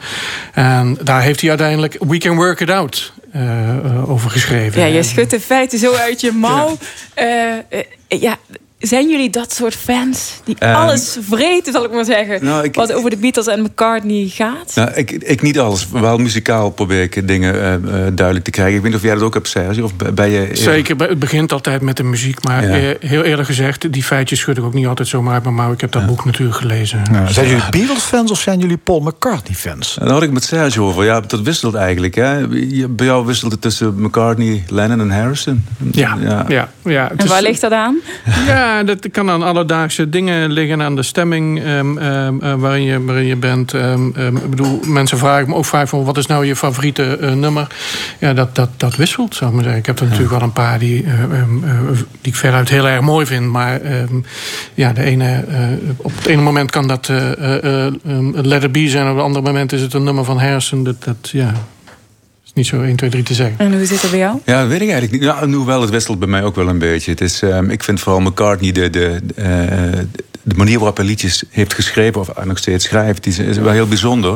En daar heeft hij uiteindelijk We Can Work It Out uh, uh, over geschreven. Ja, je schudt de feiten zo uit je mouw. Ja. Uh, uh, ja. Zijn jullie dat soort fans die um, alles vreten, zal ik maar zeggen, nou, ik, wat over de Beatles en McCartney gaat? Nou, ik, ik niet alles. Wel muzikaal probeer ik dingen uh, uh, duidelijk te krijgen. Ik weet niet of jij dat ook hebt, Serge? Of ben je... Zeker, het begint altijd met de muziek. Maar ja. heel eerlijk gezegd, die feitjes schud ik ook niet altijd zomaar uit mijn mouw. Ik heb dat ja. boek natuurlijk gelezen. Ja, zijn jullie Beatles-fans of zijn jullie Paul McCartney-fans? Daar had ik met Serge over. Ja, dat wisselt eigenlijk. Hè. Bij jou wisselt het tussen McCartney, Lennon en Harrison. Ja, ja. ja, ja. En waar is... ligt dat aan? Ja, dat kan aan alledaagse dingen liggen, aan de stemming um, um, uh, waarin, je, waarin je bent. Um, um, ik bedoel, mensen vragen me ook vaak van wat is nou je favoriete uh, nummer? Ja, dat, dat, dat wisselt, zou ik maar zeggen. Ik heb er ja. natuurlijk wel een paar die, uh, um, uh, die ik veruit heel erg mooi vind. Maar um, ja, de ene, uh, op het ene moment kan dat uh, uh, um, Let It Be zijn. Op het andere moment is het een nummer van Harrison. Dat, dat ja... Niet zo één, twee, drie te zeggen. En hoe zit het bij jou? Ja, dat weet ik eigenlijk niet. Ja, nu wel, het wisselt bij mij ook wel een beetje. Het is, um, ik vind vooral McCartney de, de, uh, de manier waarop hij liedjes heeft geschreven, of nog steeds schrijft, die is wel heel bijzonder.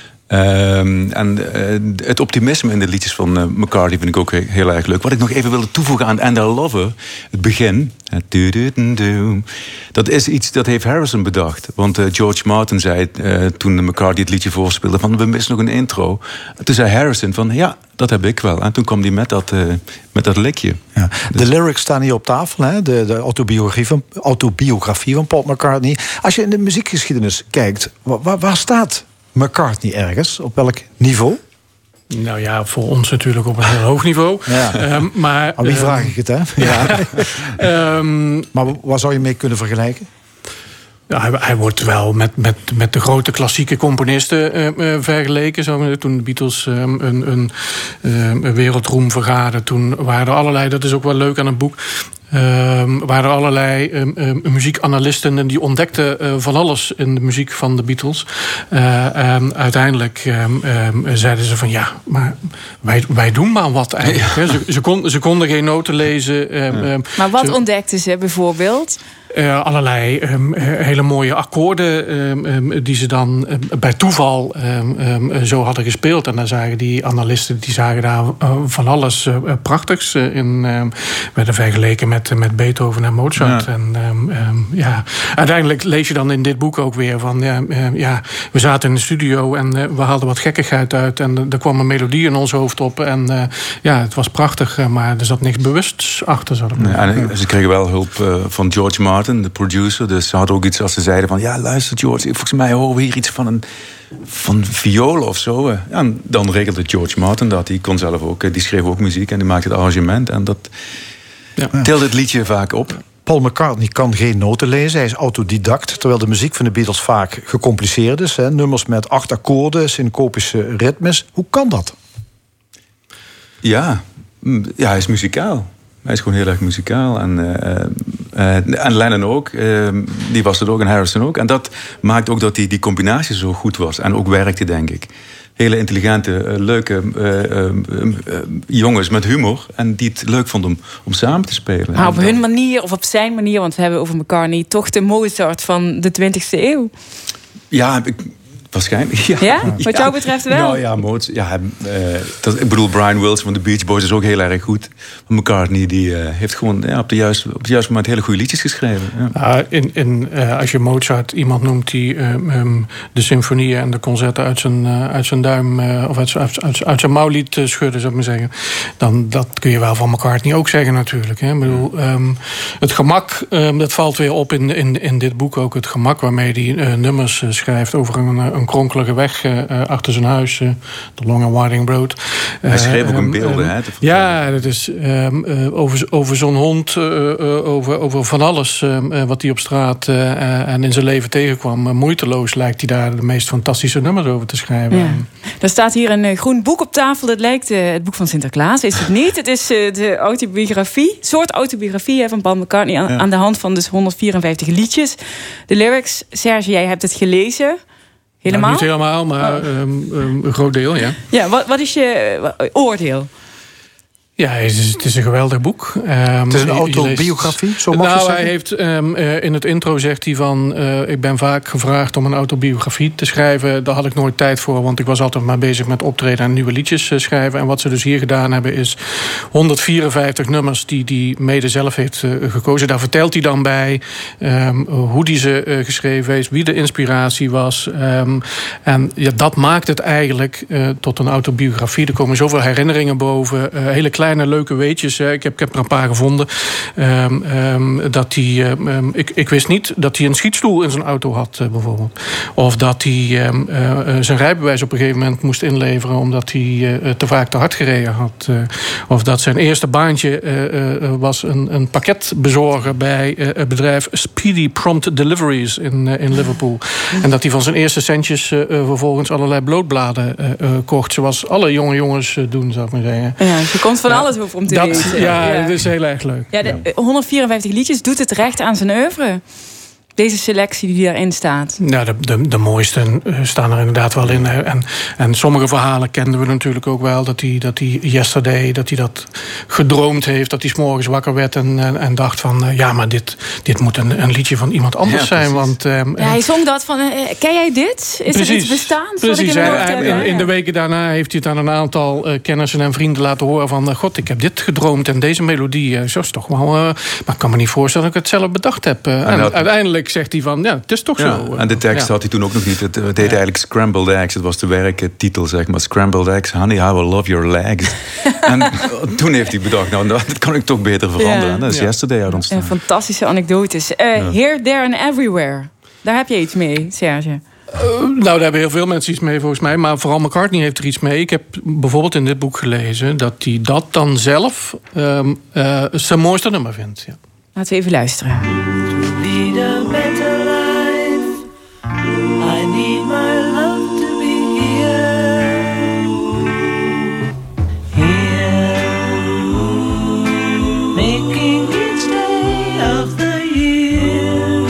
Um, en uh, het optimisme in de liedjes van uh, McCartney vind ik ook heel erg leuk. Wat ik nog even wilde toevoegen aan And I Love Her, het begin. Dat is iets dat heeft Harrison bedacht. Want uh, George Martin zei uh, toen McCartney het liedje voorspeelde van we missen nog een intro. En toen zei Harrison van ja, dat heb ik wel. En toen kwam hij met dat, uh, met dat likje. Ja. De lyrics staan hier op tafel, hè? De, de autobiografie, van, autobiografie van Paul McCartney. Als je in de muziekgeschiedenis kijkt, waar, waar staat McCartney ergens? Op welk niveau? Nou ja, voor ons natuurlijk op een heel hoog niveau. Ja. Um, maar, Aan wie um, vraag ik het, hè? Ja. um, maar waar zou je mee kunnen vergelijken? Ja, hij, hij wordt wel met, met, met de grote klassieke componisten uh, uh, vergeleken. Zo, toen de Beatles uh, een, een, uh, een wereldroem vergaarden, toen waren er allerlei, dat is ook wel leuk aan het boek, Um, waren er allerlei um, um, muziekanalisten en die ontdekten uh, van alles in de muziek van de Beatles. Uh, um, uiteindelijk um, um, zeiden ze van ja, maar wij, wij doen maar wat eigenlijk. Ja. Ze, ze, kon, ze konden geen noten lezen. Um, um, maar wat ze, ontdekten ze bijvoorbeeld? Uh, allerlei um, hele mooie akkoorden um, um, die ze dan um, bij toeval um, um, zo hadden gespeeld. En dan zagen die analisten die zagen daar uh, van alles uh, prachtigs uh, in. Um, werden vergeleken met, met Beethoven en Mozart. Ja. En um, um, ja, uiteindelijk lees je dan in dit boek ook weer van ja, uh, ja we zaten in de studio en uh, we haalden wat gekkigheid uit en uh, er kwam een melodie in ons hoofd op en uh, ja, het was prachtig, uh, maar er zat niks bewusts achter. Zo ja, en ze kregen wel hulp uh, van George Martin, de producer. Dus ze hadden ook iets als ze zeiden van ja, luister George, volgens mij horen we hier iets van een van violen of zo. Ja, en dan regelde George Martin dat. Die kon zelf ook, die schreef ook muziek en die maakte het arrangement en dat ja. tilde het liedje vaak op. Paul McCartney kan geen noten lezen, hij is autodidact, terwijl de muziek van de Beatles vaak gecompliceerd is. Hè? Nummers met acht akkoorden, syncopische ritmes. Hoe kan dat? Ja, ja hij is muzikaal. Hij is gewoon heel erg muzikaal. En, uh, uh, en Lennon ook. Uh, die was het ook en Harrison ook. En dat maakt ook dat die, die combinatie zo goed was. En ook werkte, denk ik. hele intelligente, uh, leuke uh, uh, uh, jongens met humor. En die het leuk vonden om, om samen te spelen. Maar op hun manier of op zijn manier, want we hebben over McCartney toch de Mozart van de twintigste eeuw. Ja, ik, waarschijnlijk. Ja, ja? Wat jou betreft wel? Nou ja, Mozart. Ja, uh, dat, ik bedoel, Brian Wilson van de Beach Boys is ook heel erg goed. McCartney die, uh, heeft gewoon ja, op, de juiste, op het juiste moment hele goede liedjes geschreven. Ja. Uh, in, in, uh, als je Mozart iemand noemt die uh, um, de symfonieën en de concerten uit zijn, uh, uit zijn duim uh, of uit, uit, uit, uit zijn mouw liet uh, schudden, zou ik maar zeggen, dan dat kun je wel van McCartney ook zeggen natuurlijk. Hè. Ik bedoel, um, het gemak, um, dat valt weer op in, in, in dit boek ook, het gemak waarmee hij uh, nummers uh, schrijft over een, een kronkelige weg uh, achter zijn huis, uh, de Long and Winding Road. Hij schreef ook een beelden, uh, hè? Ja, dat is um, uh, over, over zo'n hond, uh, uh, over, over van alles uh, wat hij op straat uh, en in zijn leven tegenkwam. Uh, moeiteloos lijkt hij daar de meest fantastische nummers over te schrijven. Ja. Er staat hier een uh, groen boek op tafel. Dat lijkt uh, het boek van Sinterklaas. Is het niet? Het is uh, de autobiografie, soort autobiografie hè, van Paul McCartney aan, ja. aan de hand van dus honderdvierenvijftig liedjes. De lyrics, Serge, jij hebt het gelezen. Helemaal? Nou, niet helemaal, maar oh. um, um, een groot deel, ja. Ja, wat, wat is je uh, oordeel? Ja, het is, het is een geweldig boek. Um, het is een autobiografie, zo mag nou, je hij heeft um, uh, in het intro zegt hij van uh, ik ben vaak gevraagd om een autobiografie te schrijven. Daar had ik nooit tijd voor, want ik was altijd maar bezig met optreden en nieuwe liedjes uh, schrijven. En wat ze dus hier gedaan hebben is honderdvierenvijftig nummers die hij mede zelf heeft uh, gekozen. Daar vertelt hij dan bij um, hoe hij ze uh, geschreven heeft, wie de inspiratie was. Um, en ja, dat maakt het eigenlijk uh, tot een autobiografie. Er komen zoveel herinneringen boven, uh, hele kleine Kleine leuke weetjes. Ik heb, ik heb er een paar gevonden. Um, um, dat hij, um, ik, ik wist niet dat hij een schietstoel in zijn auto had, uh, bijvoorbeeld. Of dat hij um, uh, zijn rijbewijs op een gegeven moment moest inleveren omdat hij uh, te vaak te hard gereden had. Uh, of dat zijn eerste baantje uh, uh, was een, een pakketbezorger bij uh, het bedrijf Speedy Prompt Deliveries in, uh, in Liverpool. Mm. En dat hij van zijn eerste centjes uh, vervolgens allerlei blootbladen uh, uh, kocht. Zoals alle jonge jongens uh, doen, zou ik maar zeggen. Ja, je komt van alles over om te dat, lezen. Ja, ja, dat is heel erg leuk. Ja, de ja. honderdvierenvijftig liedjes doet het recht aan zijn oeuvre. Deze selectie die daarin staat. Ja, de, de, de mooiste staan er inderdaad wel in. En, en sommige verhalen kenden we natuurlijk ook wel. Dat hij, dat hij Yesterday, dat hij dat gedroomd heeft. Dat hij 's morgens wakker werd en, en, en dacht van... Uh, ja, maar dit, dit moet een, een liedje van iemand anders ja, zijn. Want, um, ja, hij zong dat van... Uh, ken jij dit? Is precies, er iets bestaan? Precies. Hij, hij, in, in de weken daarna heeft hij het aan een aantal uh, kennissen en vrienden laten horen van... Uh, God, ik heb dit gedroomd en deze melodie. Uh, zo is toch wel... Uh, maar ik kan me niet voorstellen dat ik het zelf bedacht heb. Uh, en, en dat... uiteindelijk zegt hij van, ja, het is toch ja, zo. En de tekst ja. had hij toen ook nog niet. Het, het heette ja. eigenlijk Scrambled Eggs. Het was de werktitel, zeg maar. Scrambled Eggs, honey, I will love your legs. En toen heeft hij bedacht, nou, dat kan ik toch beter veranderen. Ja. Dat is ja. Yesterday uit ontstaan. Fantastische anekdotes. Uh, ja. Here, There and Everywhere. Daar heb je iets mee, Serge. Uh, nou, daar hebben heel veel mensen iets mee volgens mij. Maar vooral McCartney heeft er iets mee. Ik heb bijvoorbeeld in dit boek gelezen... dat hij dat dan zelf um, uh, zijn mooiste nummer vindt. Ja. Laten we even luisteren. Lead a better life. I need my love to be here. Here. Making each day of the year.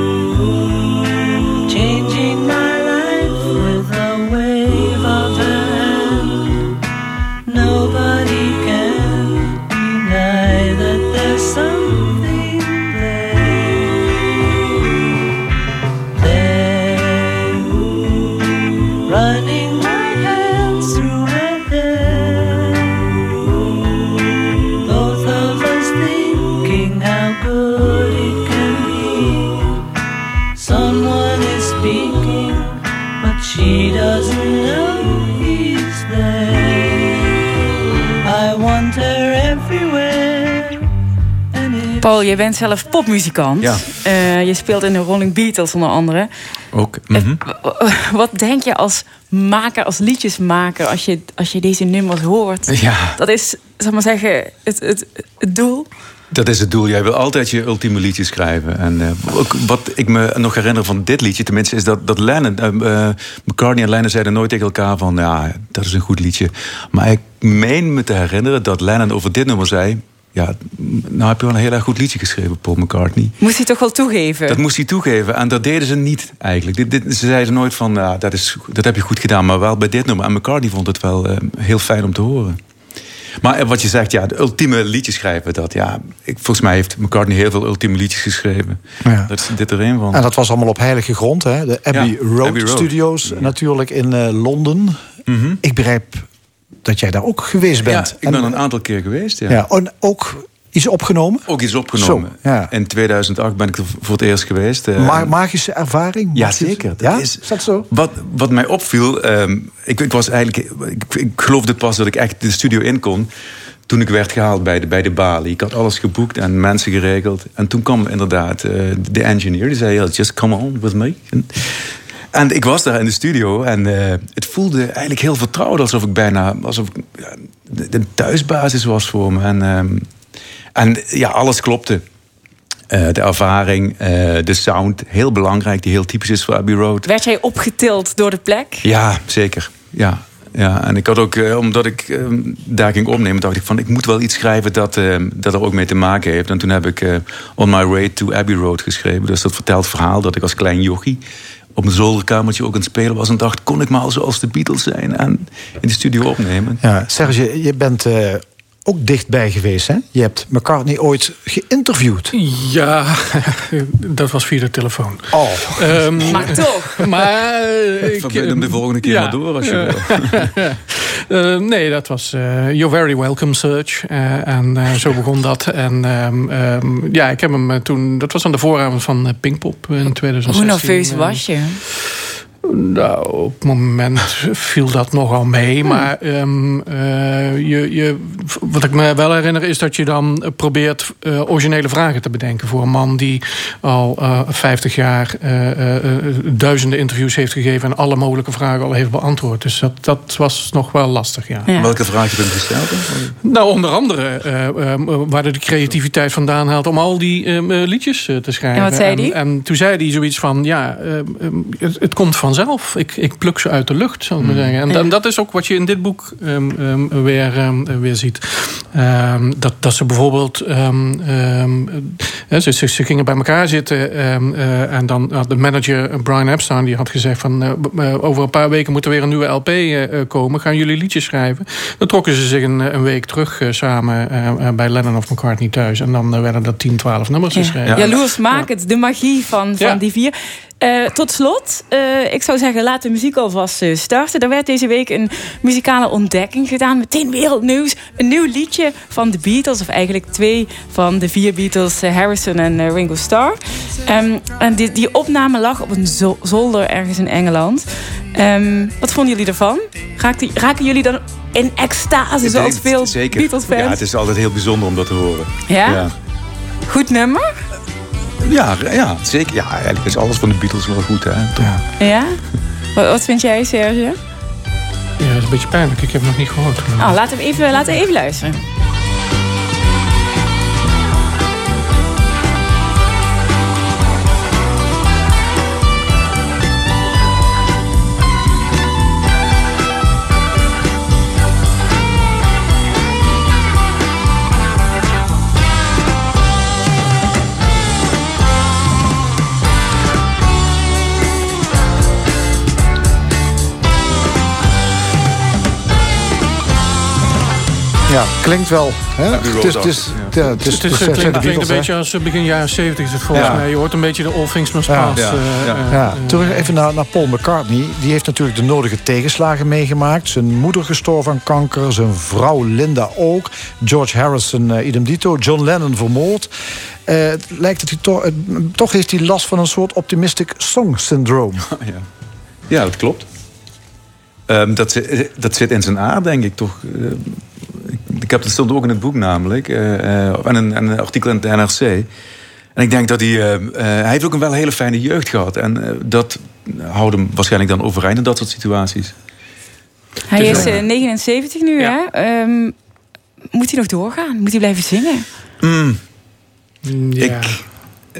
Changing my life with a wave of her hand. Nobody can deny that there's something running my hands through her hair. Both of us thinking how good it can be. Someone is speaking, but she doesn't know he's there. I want her everywhere. Paul, je bent zelf popmuzikant. Ja. Uh, je speelt in de Rolling Beatles onder andere. Ook. Mm-hmm. Uh, wat denk je als maker, als liedjesmaker... als je, als je deze nummers hoort? Ja. Dat is, zal maar zeggen, het, het, het doel? Dat is het doel. Jij wil altijd je ultieme liedje schrijven. En uh, ook wat ik me nog herinner van dit liedje... tenminste, is dat, dat Lennon... Uh, uh, McCartney en Lennon zeiden nooit tegen elkaar van... ja, dat is een goed liedje. Maar ik meen me te herinneren dat Lennon over dit nummer zei... ja, nou heb je wel een heel erg goed liedje geschreven, Paul McCartney. Moest hij toch wel toegeven? Dat moest hij toegeven. En dat deden ze niet eigenlijk. Dit, dit, ze zeiden nooit van, ja, dat, is, dat heb je goed gedaan. Maar wel bij dit nummer. En McCartney vond het wel uh, heel fijn om te horen. Maar wat je zegt, ja, de ultieme liedjes schrijven. Dat, ja, ik, volgens mij heeft McCartney heel veel ultieme liedjes geschreven. Ja. Dat is dit er een van. En dat was allemaal op heilige grond, hè? De Abbey, ja, Road, Abbey Road Studios, ja. Natuurlijk in uh, Londen. Mm-hmm. Ik begrijp dat jij daar ook geweest bent. Ja, ik ben en, een aantal keer geweest, ja. ja en ook iets opgenomen? Ook iets opgenomen. Zo, ja. In tweeduizend acht ben ik er voor het eerst geweest. Ma- magische ervaring? Ja, zeker. Dat ja? Is, is dat zo? Wat, wat mij opviel, um, ik, ik was eigenlijk, ik, ik geloofde pas dat ik echt de studio in kon toen ik werd gehaald bij de, bij de balie. Ik had alles geboekt en mensen geregeld. En toen kwam inderdaad uh, de engineer, die zei, just come on with me. En, en ik was daar in de studio en uh, het voelde eigenlijk heel vertrouwd, alsof ik bijna alsof ik, ja, de, de thuisbasis was voor me. En, um, en ja, alles klopte. Uh, de ervaring, uh, de sound, heel belangrijk, die heel typisch is voor Abbey Road. Werd jij opgetild door de plek? Ja, zeker. Ja. Ja, en ik had ook, uh, omdat ik uh, daar ging opnemen, dacht ik van, ik moet wel iets schrijven dat, uh, dat er ook mee te maken heeft. En toen heb ik uh, On My Way to Abbey Road geschreven. Dus dat vertelt het verhaal dat ik als klein jochie op een zolderkamertje ook aan het spelen was en dacht, kon ik maar zoals de Beatles zijn en in de studio opnemen. Ja, Serge, je bent uh, ook dichtbij geweest, hè? Je hebt McCartney ooit geïnterviewd. Ja, dat was via de telefoon. Oh. Um, maar toch. Maar ik verbind hem de volgende keer ja. maar door als je wil. uh, nee, dat was uh, You're Very Welcome, Serge. Uh, en uh, zo begon dat. En um, um, ja, ik heb hem uh, toen, dat was aan de vooravond van uh, Pinkpop in tweeduizend zestien. Hoe nerveus was je? Nou, op het moment viel dat nogal mee. Hmm. Maar um, uh, je, je, wat ik me wel herinner is dat je dan probeert uh, originele vragen te bedenken voor een man die al uh, vijftig jaar uh, uh, duizenden interviews heeft gegeven en alle mogelijke vragen al heeft beantwoord. Dus dat, dat was nog wel lastig, ja. ja. Welke vragen ben je gesteld? Nou, onder andere uh, uh, waar de creativiteit vandaan haalt om al die uh, liedjes uh, te schrijven. En wat zei hij? En, en toen zei hij zoiets van, ja, uh, het, het komt vanzelf. Ik, ik pluk ze uit de lucht, zal ik maar zeggen. En, en dat is ook wat je in dit boek um, um, weer, um, weer ziet. Um, dat, dat ze bijvoorbeeld... Um, um, ze, ze, ze gingen bij elkaar zitten. Um, uh, en dan had de manager Brian Epstein... die had gezegd van... Uh, uh, over een paar weken moet er weer een nieuwe L P uh, komen. Gaan jullie liedjes schrijven? Dan trokken ze zich een, een week terug uh, samen... Uh, bij Lennon of McCartney thuis. En dan uh, werden er tien, twaalf nummers geschreven. Ja. Jaloers makend, ja. De magie van, van ja. die vier... Uh, tot slot, uh, ik zou zeggen, laat de muziek alvast uh, starten. Er werd deze week een muzikale ontdekking gedaan. Meteen wereldnieuws. Een nieuw liedje van de Beatles. Of eigenlijk twee van de vier Beatles. Uh, Harrison en uh, Ringo Starr. Um, en die, die opname lag op een zo- zolder ergens in Engeland. Um, wat vonden jullie ervan? Raakten, raken jullie dan in extase zoals veel Beatles-fans? Ja, het is altijd heel bijzonder om dat te horen. Ja? Ja. Goed nummer? Ja, ja, zeker. Ja, eigenlijk is alles van de Beatles wel goed, hè? Ja? ja? Wat, wat vind jij, Serge? Ja, dat is een beetje pijnlijk. Ik heb het nog niet gehoord. Oh, laten we even, laten we even luisteren. Ja, klinkt wel. Hè? Ja, het is, het is, ja, het is, het is, het klinkt, het klinkt een beetje als begin jaren zeventig is het volgens ja. mij. Je hoort een beetje de All Things Must Pass. Ja. Ja. Ja. Uh, ja. Terug even naar, naar Paul McCartney. Die heeft natuurlijk de nodige tegenslagen meegemaakt. Zijn moeder gestorven aan kanker. Zijn vrouw Linda ook. George Harrison, uh, idem dito. John Lennon vermoord. Uh, het lijkt dat hij toch... Uh, toch heeft hij last van een soort optimistic song syndroom. Ja, ja dat klopt. Um, dat, zit, dat zit in zijn aard, denk ik toch. Uh, ik heb, dat stond ook in het boek namelijk. Uh, uh, en, een, en een artikel in het N R C. En ik denk dat hij... Uh, uh, hij heeft ook een wel hele fijne jeugd gehad. En uh, dat houdt hem waarschijnlijk dan overeind in dat soort situaties. Hij is uh, negenenzeventig nu, ja. hè? Um, moet hij nog doorgaan? Moet hij blijven zingen? Mm. Ja. Ik... Uh,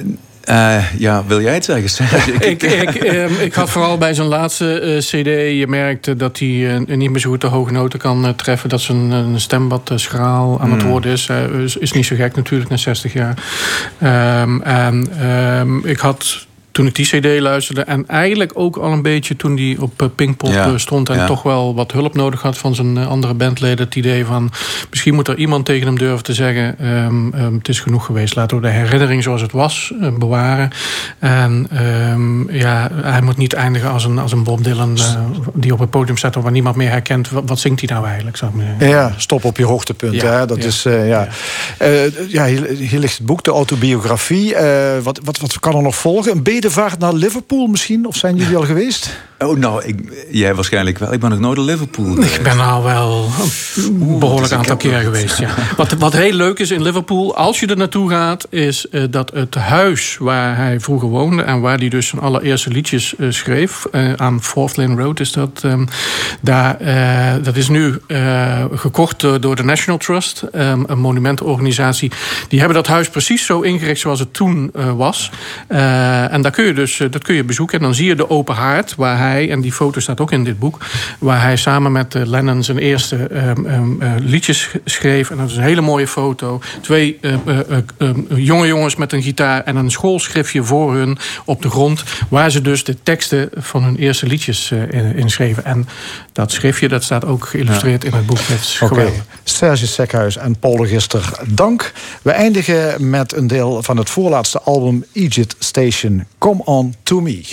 Uh, ja, wil jij het zeggen? ik, ik, eh, ik had vooral bij zijn laatste uh, cd... je merkte dat hij uh, niet meer zo goed de hoge noten kan uh, treffen. Dat zijn uh, stem wat uh, schraal aan mm. het worden is. Uh, is. Is niet zo gek natuurlijk na zestig jaar. Um, en um, ik had... Toen ik die cd luisterde en eigenlijk ook al een beetje toen die op Pinkpop ja, stond en ja. toch wel wat hulp nodig had van zijn andere bandleden. Het idee van misschien moet er iemand tegen hem durven te zeggen um, um, het is genoeg geweest. Laten we de herinnering zoals het was uh, bewaren. En um, ja, hij moet niet eindigen als een, als een Bob Dylan uh, die op het podium staat waar niemand meer herkent. Wat, wat zingt hij nou eigenlijk? Zou ik maar zeggen. Ja, stop op je hoogtepunt. Ja, hè? Dat ja. is uh, ja. Ja. Uh, ja, hier, hier ligt het boek, de autobiografie. Uh, wat, wat, wat kan er nog volgen? Een de vaart naar Liverpool misschien? Of zijn jullie al geweest? Oh, nou, ik, jij waarschijnlijk wel. Ik ben nog nooit in Liverpool geweest. Ik ben al wel een behoorlijk aantal keer geweest, ja. Wat, wat heel leuk is in Liverpool, als je er naartoe gaat, is uh, dat het huis waar hij vroeger woonde en waar hij dus zijn allereerste liedjes uh, schreef, uh, aan Fourth Lane Road is dat, um, daar, uh, dat is nu uh, gekocht door, door de National Trust, um, een monumentenorganisatie. Die hebben dat huis precies zo ingericht zoals het toen uh, was. Uh, en daar kun je dus, uh, dat kun je bezoeken. En dan zie je de open haard waar hij, en die foto staat ook in dit boek, waar hij samen met uh, Lennon zijn eerste um, um, uh, liedjes schreef. En dat is een hele mooie foto. Twee uh, uh, uh, uh, jonge jongens met een gitaar en een schoolschriftje voor hun op de grond, waar ze dus de teksten van hun eerste liedjes uh, in, in schreven. En dat schriftje, dat staat ook geïllustreerd ja. in het boek. Oké, okay. Serge Sekhuis en Paul Register, dank. We eindigen met een deel van het voorlaatste album Egypt Station, Come On To Me.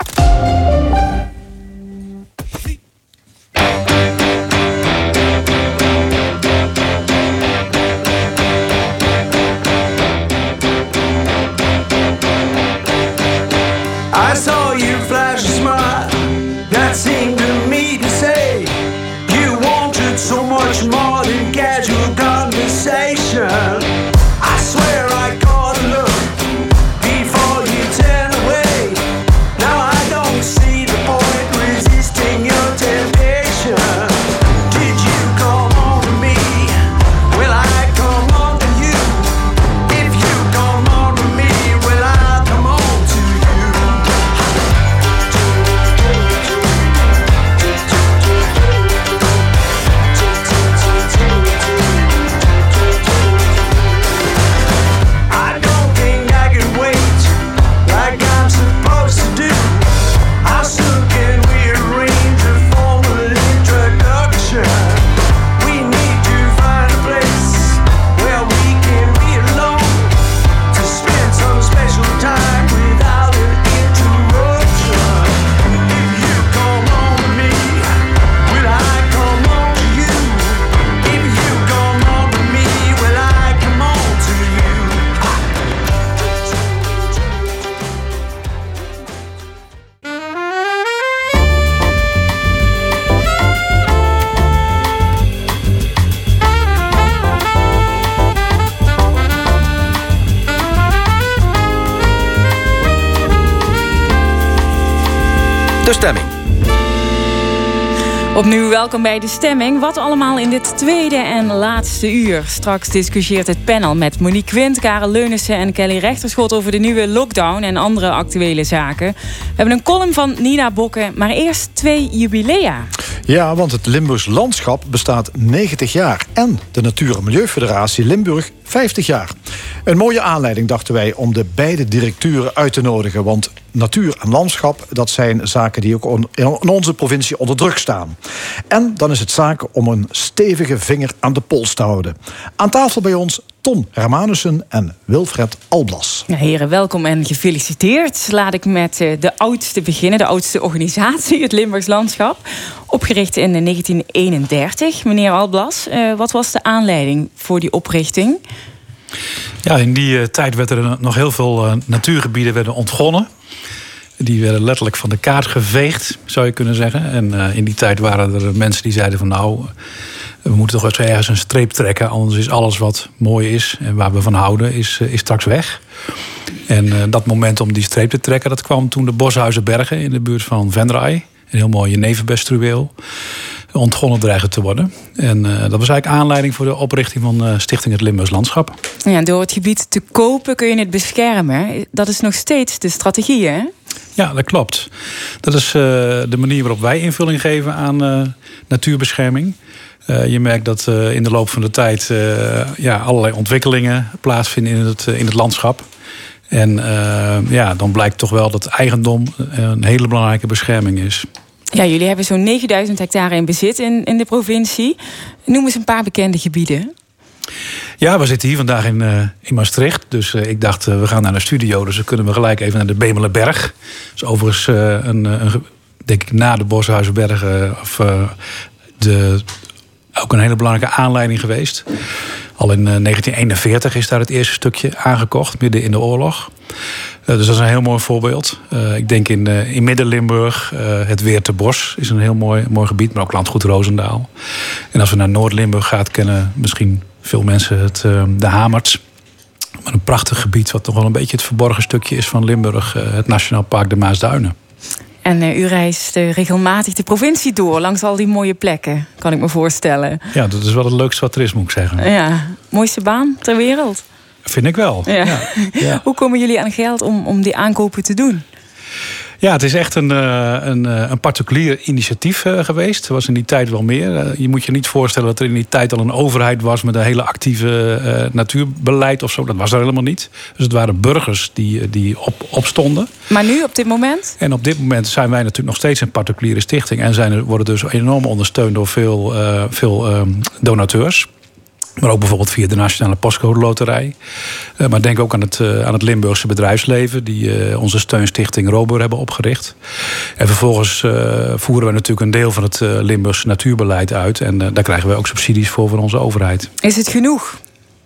I saw you flash a smile that seemed to me to say you wanted so much more than casual conversation. I swear I caught a look before you turn away. Now I don't see the point resisting your temptation. Did you come on to me? Will I come on to you? If you come on to me, will I come on to you? I don't think I can wait like I'm supposed to do. How soon can we arrange a formal introduction? We need to find a place where we can be alone to spend some special time without an interruption. If you come on to me, will I come on to you? If you come on to me, will I come on to you? De stemming. Opnieuw welkom bij De Stemming. Wat allemaal in dit tweede en laatste uur. Straks discussieert het panel met Monique Quint, Karel Leunissen en Kelly Rechterschot over de nieuwe lockdown en andere actuele zaken. We hebben een column van Nina Bokke, maar eerst twee jubilea. Ja, want het Limburgs landschap bestaat negentig jaar en de Natuur- en Milieufederatie Limburg vijftig jaar. Een mooie aanleiding, dachten wij, om de beide directeuren uit te nodigen. Want natuur en landschap, dat zijn zaken die ook in onze provincie onder druk staan. En dan is het zaak om een stevige vinger aan de pols te houden. Aan tafel bij ons Ton Hermanussen en Wilfred Alblas. Ja, heren, welkom en gefeliciteerd. Laat ik met de oudste beginnen, de oudste organisatie, het Limburgs Landschap. Opgericht in negentien eenendertig. Meneer Alblas, wat was de aanleiding voor die oprichting? Ja, in die uh, tijd werden er nog heel veel uh, natuurgebieden werden ontgonnen. Die werden letterlijk van de kaart geveegd, zou je kunnen zeggen. En uh, in die tijd waren er mensen die zeiden van nou, we moeten toch eens ergens een streep trekken. Anders is alles wat mooi is en waar we van houden, is, uh, is straks weg. En uh, dat moment om die streep te trekken, dat kwam toen de Boshuizenbergen in de buurt van Venray. Een heel mooi nevenbestruweel. ontgonnen dreigen te worden. En uh, dat was eigenlijk aanleiding voor de oprichting van uh, Stichting Het Limburgs Landschap. Ja, door het gebied te kopen kun je het beschermen. Dat is nog steeds de strategie, hè? Ja, dat klopt. Dat is uh, de manier waarop wij invulling geven aan uh, natuurbescherming. Uh, je merkt dat uh, in de loop van de tijd uh, ja, allerlei ontwikkelingen plaatsvinden in het, uh, in het landschap. En uh, ja, dan blijkt toch wel dat eigendom een hele belangrijke bescherming is. Ja, jullie hebben zo'n negenduizend hectare in bezit in, in de provincie. Noem eens een paar bekende gebieden. Ja, we zitten hier vandaag in, uh, in Maastricht. Dus uh, ik dacht, uh, we gaan naar de studio. Dus dan kunnen we gelijk even naar de Bemelerberg. Dat is overigens uh, een, een, denk ik, na de Boshuizenbergen of uh, de, ook een hele belangrijke aanleiding geweest. Al in uh, negentien eenenveertig is daar het eerste stukje aangekocht, midden in de oorlog. Uh, dus dat is een heel mooi voorbeeld. Uh, ik denk in, uh, in Midden-Limburg, uh, het Weerterbos is een heel mooi, mooi gebied, maar ook Landgoed Roosendaal. En als we naar Noord-Limburg gaan, kennen misschien veel mensen het, uh, de Hamerts. Maar een prachtig gebied, wat toch wel een beetje het verborgen stukje is van Limburg, uh, het Nationaal Park de Maasduinen. En uh, u reist uh, regelmatig de provincie door, langs al die mooie plekken, kan ik me voorstellen. Ja, dat is wel het leukste wat er is, moet ik zeggen. Ja, mooiste baan ter wereld. Vind ik wel. Ja. Ja. Ja. Hoe komen jullie aan geld om, om die aankopen te doen? Ja, het is echt een, een, een particulier initiatief geweest. Er was in die tijd wel meer. Je moet je niet voorstellen dat er in die tijd al een overheid was met een hele actieve uh, natuurbeleid of zo. Dat was er helemaal niet. Dus het waren burgers die, die op, opstonden. Maar nu, op dit moment? En op dit moment zijn wij natuurlijk nog steeds een particuliere stichting. En zijn er, worden dus enorm ondersteund door veel, uh, veel um, donateurs. Maar ook bijvoorbeeld via de Nationale Postcode Loterij. Uh, maar denk ook aan het, uh, aan het Limburgse bedrijfsleven, die uh, onze steunstichting Robur hebben opgericht. En vervolgens uh, voeren we natuurlijk een deel van het uh, Limburgse natuurbeleid uit. En uh, daar krijgen we ook subsidies voor van onze overheid. Is het genoeg?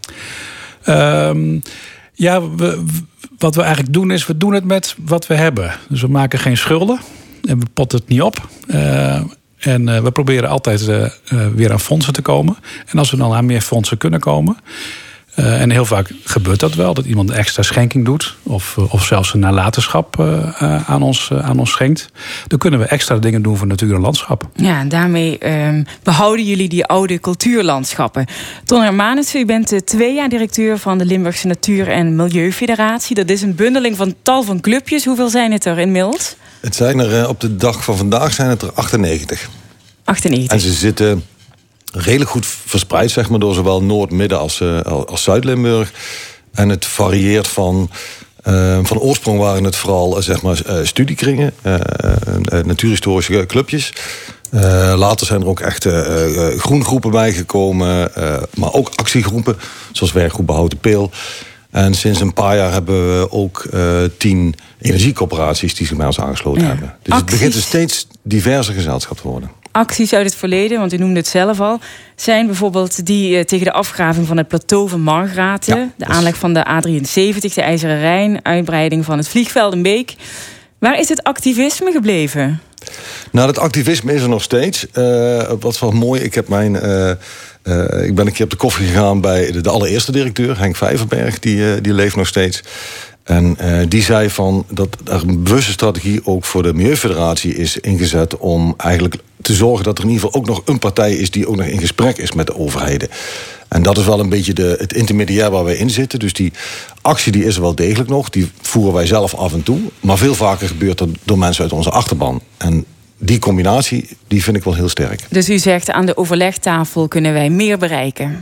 Um, ja, we, wat we eigenlijk doen is, we doen het met wat we hebben. Dus we maken geen schulden en we potten het niet op. Uh, En uh, we proberen altijd uh, uh, weer aan fondsen te komen. En als we dan aan meer fondsen kunnen komen. Uh, en heel vaak gebeurt dat wel. Dat iemand een extra schenking doet. Of, uh, of zelfs een nalatenschap uh, uh, aan, ons, uh, aan ons schenkt. Dan kunnen we extra dingen doen voor natuur en landschap. Ja, en daarmee um, behouden jullie die oude cultuurlandschappen. Ton Hermanussen, u bent uh, twee jaar directeur van de Limburgse Natuur- en Milieufederatie. Dat is een bundeling van tal van clubjes. Hoeveel zijn het er inmiddels? Het zijn er op de dag van vandaag zijn het er achtennegentig. achtennegentig. En ze zitten redelijk goed verspreid, zeg maar, door zowel Noord-, Midden- als, uh, als Zuid-Limburg. En het varieert van... Uh, van oorsprong waren het vooral uh, zeg maar, uh, studiekringen, uh, uh, natuurhistorische clubjes. Uh, later zijn er ook echt uh, uh, groengroepen bijgekomen, uh, maar ook actiegroepen, zoals werkgroep Behoud de Peel. En sinds een paar jaar hebben we ook uh, tien energiecoöperaties die zich bij ons aangesloten ja. hebben. Dus acties. Het begint een steeds diverser gezelschap te worden. Acties uit het verleden, want u noemde het zelf al, zijn bijvoorbeeld die uh, tegen de afgraving van het plateau van Margraten, ja, de aanleg van de A drieënzeventig, de IJzeren Rijn, uitbreiding van het vliegveld in Beek. Waar is het activisme gebleven? Nou, dat activisme is er nog steeds. Uh, wat wel mooi, ik heb mijn... Uh, Uh, ik ben een keer op de koffie gegaan bij de, de allereerste directeur, Henk Vijverberg, die, uh, die leeft nog steeds. En uh, die zei van dat er een bewuste strategie ook voor de Milieufederatie is ingezet om eigenlijk te zorgen dat er in ieder geval ook nog een partij is die ook nog in gesprek is met de overheden. En dat is wel een beetje de, het intermediair waar wij in zitten. Dus die actie die is er wel degelijk nog, die voeren wij zelf af en toe. Maar veel vaker gebeurt dat door mensen uit onze achterban. En die combinatie, die vind ik wel heel sterk. Dus u zegt, aan de overlegtafel kunnen wij meer bereiken?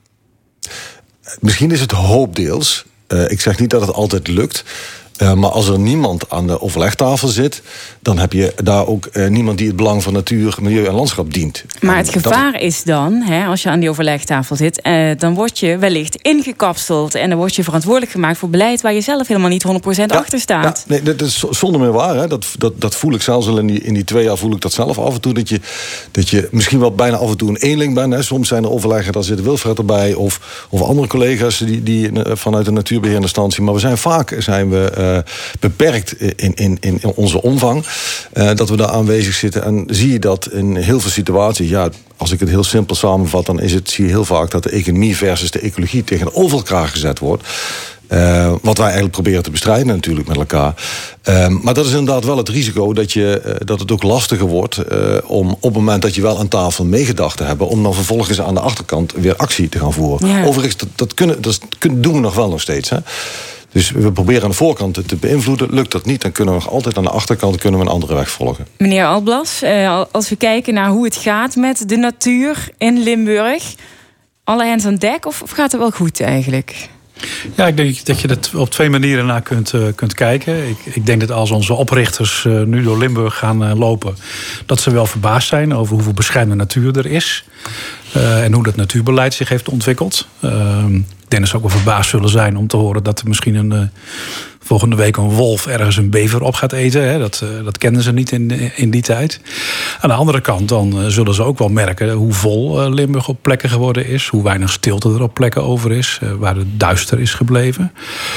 Misschien is het hoopdeels. Uh, ik zeg niet dat het altijd lukt. Uh, maar als er niemand aan de overlegtafel zit, dan heb je daar ook uh, niemand die het belang van natuur, milieu en landschap dient. Maar het gevaar dat... is dan, hè, als je aan die overlegtafel zit, uh, dan word je wellicht ingekapseld en dan word je verantwoordelijk gemaakt voor beleid waar je zelf helemaal niet honderd procent ja, achter staat. Ja, nee, dat is zonder meer waar. Hè. Dat, dat, dat voel ik zelfs al in die, in die twee jaar voel ik dat zelf af en toe. Dat je, dat je misschien wel bijna af en toe een eenling bent. Hè. Soms zijn er overleggen, daar zit Wilfred erbij of, of andere collega's die, die vanuit de natuurbeheerinstantie. Maar we zijn vaak zijn we uh, beperkt in, in, in onze omvang. Uh, dat we daar aanwezig zitten. En zie je dat in heel veel situaties. Ja, als ik het heel simpel samenvat, dan is het, zie je heel vaak dat de economie versus de ecologie tegenover elkaar gezet wordt. Uh, wat wij eigenlijk proberen te bestrijden natuurlijk met elkaar. Uh, maar dat is inderdaad wel het risico dat, je, uh, dat het ook lastiger wordt... Uh, om op het moment dat je wel aan tafel meegedacht te hebben... om dan vervolgens aan de achterkant weer actie te gaan voeren. Ja. Overigens, dat, dat, kunnen, dat doen we nog wel nog steeds. Hè? Dus we proberen aan de voorkant te beïnvloeden. Lukt dat niet, dan kunnen we nog altijd aan de achterkant... kunnen we een andere weg volgen. Meneer Alblas, uh, als we kijken naar hoe het gaat met de natuur in Limburg... alle hands aan dek of, of gaat het wel goed eigenlijk? Ja, ik denk dat je dat op twee manieren naar kunt, uh, kunt kijken. Ik, ik denk dat als onze oprichters uh, nu door Limburg gaan uh, lopen... dat ze wel verbaasd zijn over hoeveel beschermde natuur er is. Uh, en hoe dat natuurbeleid zich heeft ontwikkeld. Uh, ik denk dat ze ook wel verbaasd zullen zijn om te horen... dat er misschien een, uh, volgende week een wolf ergens een bever op gaat eten. Hè. Dat, uh, dat kenden ze niet in, in die tijd. Aan de andere kant dan uh, zullen ze ook wel merken... hoe vol uh, Limburg op plekken geworden is. Hoe weinig stilte er op plekken over is. Uh, waar het duister is gebleven.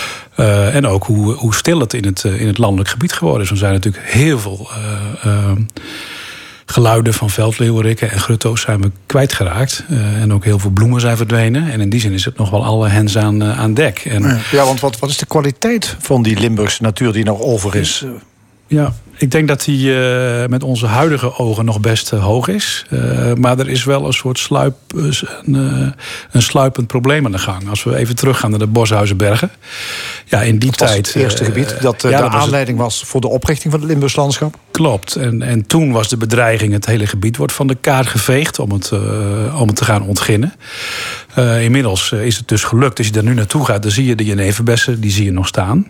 Uh, en ook hoe, hoe stil het in, het uh, in het landelijk gebied geworden is. Er zijn natuurlijk heel veel... Uh, uh, geluiden van veldleeuwerikken en grutto's zijn we kwijtgeraakt. Uh, en ook heel veel bloemen zijn verdwenen. En in die zin is het nog wel alle hens aan, uh, aan dek. En, ja, want wat, wat is de kwaliteit van die Limburgse natuur die nog over is? Ja, ik denk dat die uh, met onze huidige ogen nog best uh, hoog is. Uh, maar er is wel een soort sluip, uh, een, uh, een sluipend probleem aan de gang. Als we even teruggaan naar de Boshuizenbergen. Ja, in die dat tijd. Was het eerste uh, gebied dat uh, ja, de dat aanleiding was, het... was voor de oprichting van het Limburgs landschap. Klopt. En, en toen was de bedreiging: het hele gebied wordt van de kaart geveegd om het, uh, om het te gaan ontginnen. Uh, inmiddels uh, is het dus gelukt. Als je daar nu naartoe gaat, dan zie je de jeneverbessen, die zie je nog staan.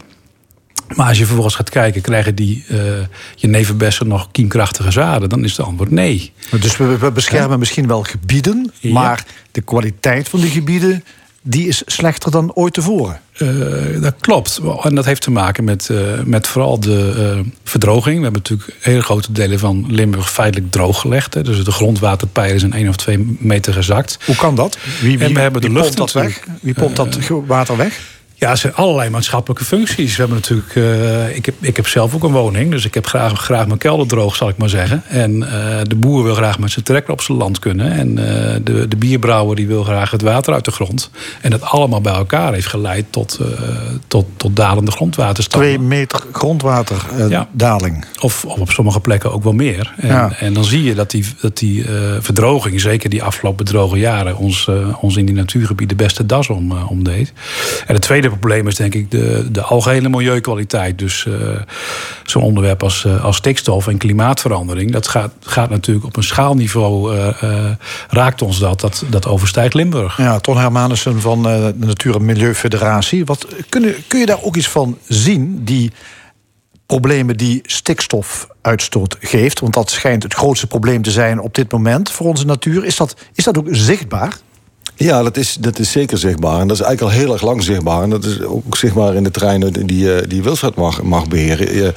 Maar als je vervolgens gaat kijken, krijgen die uh, jeneverbessen nog kiemkrachtige zaden? Dan is het antwoord nee. Dus we, we beschermen ja. misschien wel gebieden, ja. maar de kwaliteit van die gebieden... die is slechter dan ooit tevoren. Uh, dat klopt. En dat heeft te maken met, uh, met vooral de uh, verdroging. We hebben natuurlijk hele grote delen van Limburg feitelijk drooggelegd. Hè. Dus de grondwaterpeilen zijn één of twee meter gezakt. Hoe kan dat? Wie, wie, en we hebben wie de lucht pompt dat weg? Wie pompt dat uh, water weg? Ja, er zijn allerlei maatschappelijke functies. We hebben natuurlijk, uh, ik, heb, ik heb zelf ook een woning, dus ik heb graag, graag mijn kelder droog, zal ik maar zeggen. En uh, de boer wil graag met zijn trekker op zijn land kunnen. En uh, de, de bierbrouwer die wil graag het water uit de grond. En dat allemaal bij elkaar heeft geleid tot, uh, tot, tot dalende grondwaterstanden. Twee meter grondwaterdaling. Uh, ja. Of, of op sommige plekken ook wel meer. En, ja. en dan zie je dat die, dat die uh, verdroging, zeker die afgelopen droge jaren, ons, uh, ons in die natuurgebieden de beste das om, uh, omdeed. En het tweede probleem is denk ik de, de algehele milieukwaliteit. Dus uh, zo'n onderwerp als, uh, als stikstof en klimaatverandering... dat gaat, gaat natuurlijk op een schaalniveau... Uh, uh, raakt ons dat, dat, dat overstijgt Limburg. Ja, Ton Hermanussen van uh, de Natuur- en Milieufederatie. Wat, kun, kun je daar ook iets van zien, die problemen die stikstofuitstoot geeft? Want dat schijnt het grootste probleem te zijn op dit moment voor onze natuur. Is dat, is dat ook zichtbaar? Ja, dat is, dat is zeker zichtbaar. En dat is eigenlijk al heel erg lang zichtbaar. En dat is ook zichtbaar in de terreinen die, die Wilfred mag, mag beheren.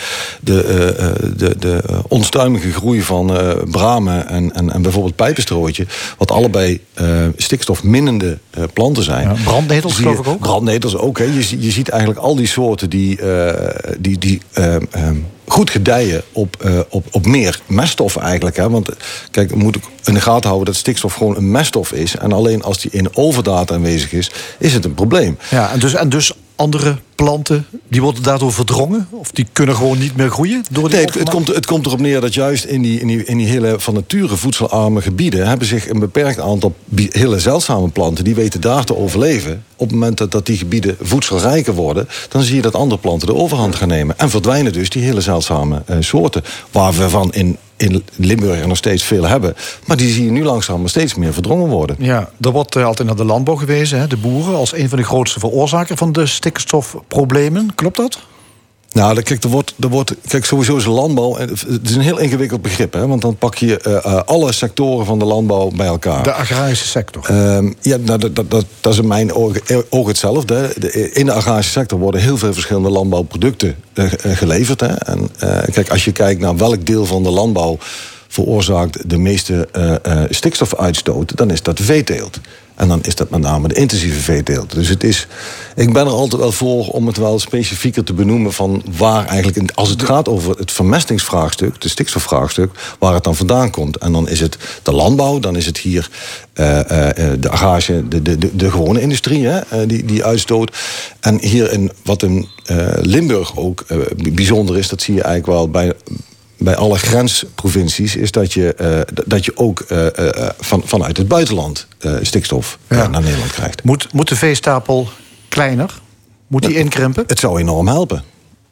De, de, de onstuimige groei van uh, bramen en, en, en bijvoorbeeld pijpenstrooitje... wat allebei uh, stikstofminnende uh, planten zijn. Ja, brandnetels geloof ik ook? Brandnetels ook. Hè. Je, je ziet eigenlijk al die soorten die... Uh, die, die uh, um, goed gedijen op, uh, op, op meer meststof eigenlijk. Hè? Want kijk, we moeten in de gaten houden dat stikstof gewoon een meststof is. En alleen als die in overdaad aanwezig is, is het een probleem. Ja, en dus, en dus andere planten, die worden daardoor verdrongen? Of die kunnen gewoon niet meer groeien? Door die nee, het, het, komt, het komt erop neer dat juist in die, in die, in die hele van nature voedselarme gebieden... hebben zich een beperkt aantal hele zeldzame planten... die weten daar te overleven. Op het moment dat, dat die gebieden voedselrijker worden... dan zie je dat andere planten de overhand gaan nemen. En verdwijnen dus die hele zeldzame uh, soorten... waar we van in... in Limburg er nog steeds veel hebben. Maar die zie je nu langzaam maar steeds meer verdrongen worden. Ja, er wordt uh, altijd naar de landbouw gewezen, hè, de boeren... als een van de grootste veroorzakers van de stikstofproblemen. Klopt dat? Nou, kijk, er wordt, er wordt, kijk, sowieso is landbouw... Het is een heel ingewikkeld begrip, hè, want dan pak je uh, alle sectoren van de landbouw bij elkaar. De agrarische sector. Uh, ja, nou, dat, dat, dat, dat is in mijn ogen ook hetzelfde. De, in de agrarische sector worden heel veel verschillende landbouwproducten uh, geleverd. Hè. En uh, kijk, als je kijkt naar welk deel van de landbouw veroorzaakt de meeste uh, uh, stikstofuitstoot, dan is dat veeteelt. En dan is dat met name de intensieve veeteelt. Dus het is, ik ben er altijd wel voor om het wel specifieker te benoemen van waar eigenlijk, als het gaat over het vermestingsvraagstuk, het stikstofvraagstuk, waar het dan vandaan komt. En dan is het de landbouw, dan is het hier uh, uh, de agrage, de, de, de, de gewone industrie, hè, uh, die, die uitstoot. En hier in wat in uh, Limburg ook uh, bijzonder is, dat zie je eigenlijk wel bij, bij alle grensprovincies, is dat je, uh, dat je ook uh, uh, van, vanuit het buitenland uh, stikstof uh, ja. naar Nederland krijgt. Moet, moet de veestapel kleiner? Moet die inkrimpen? Het zou enorm helpen.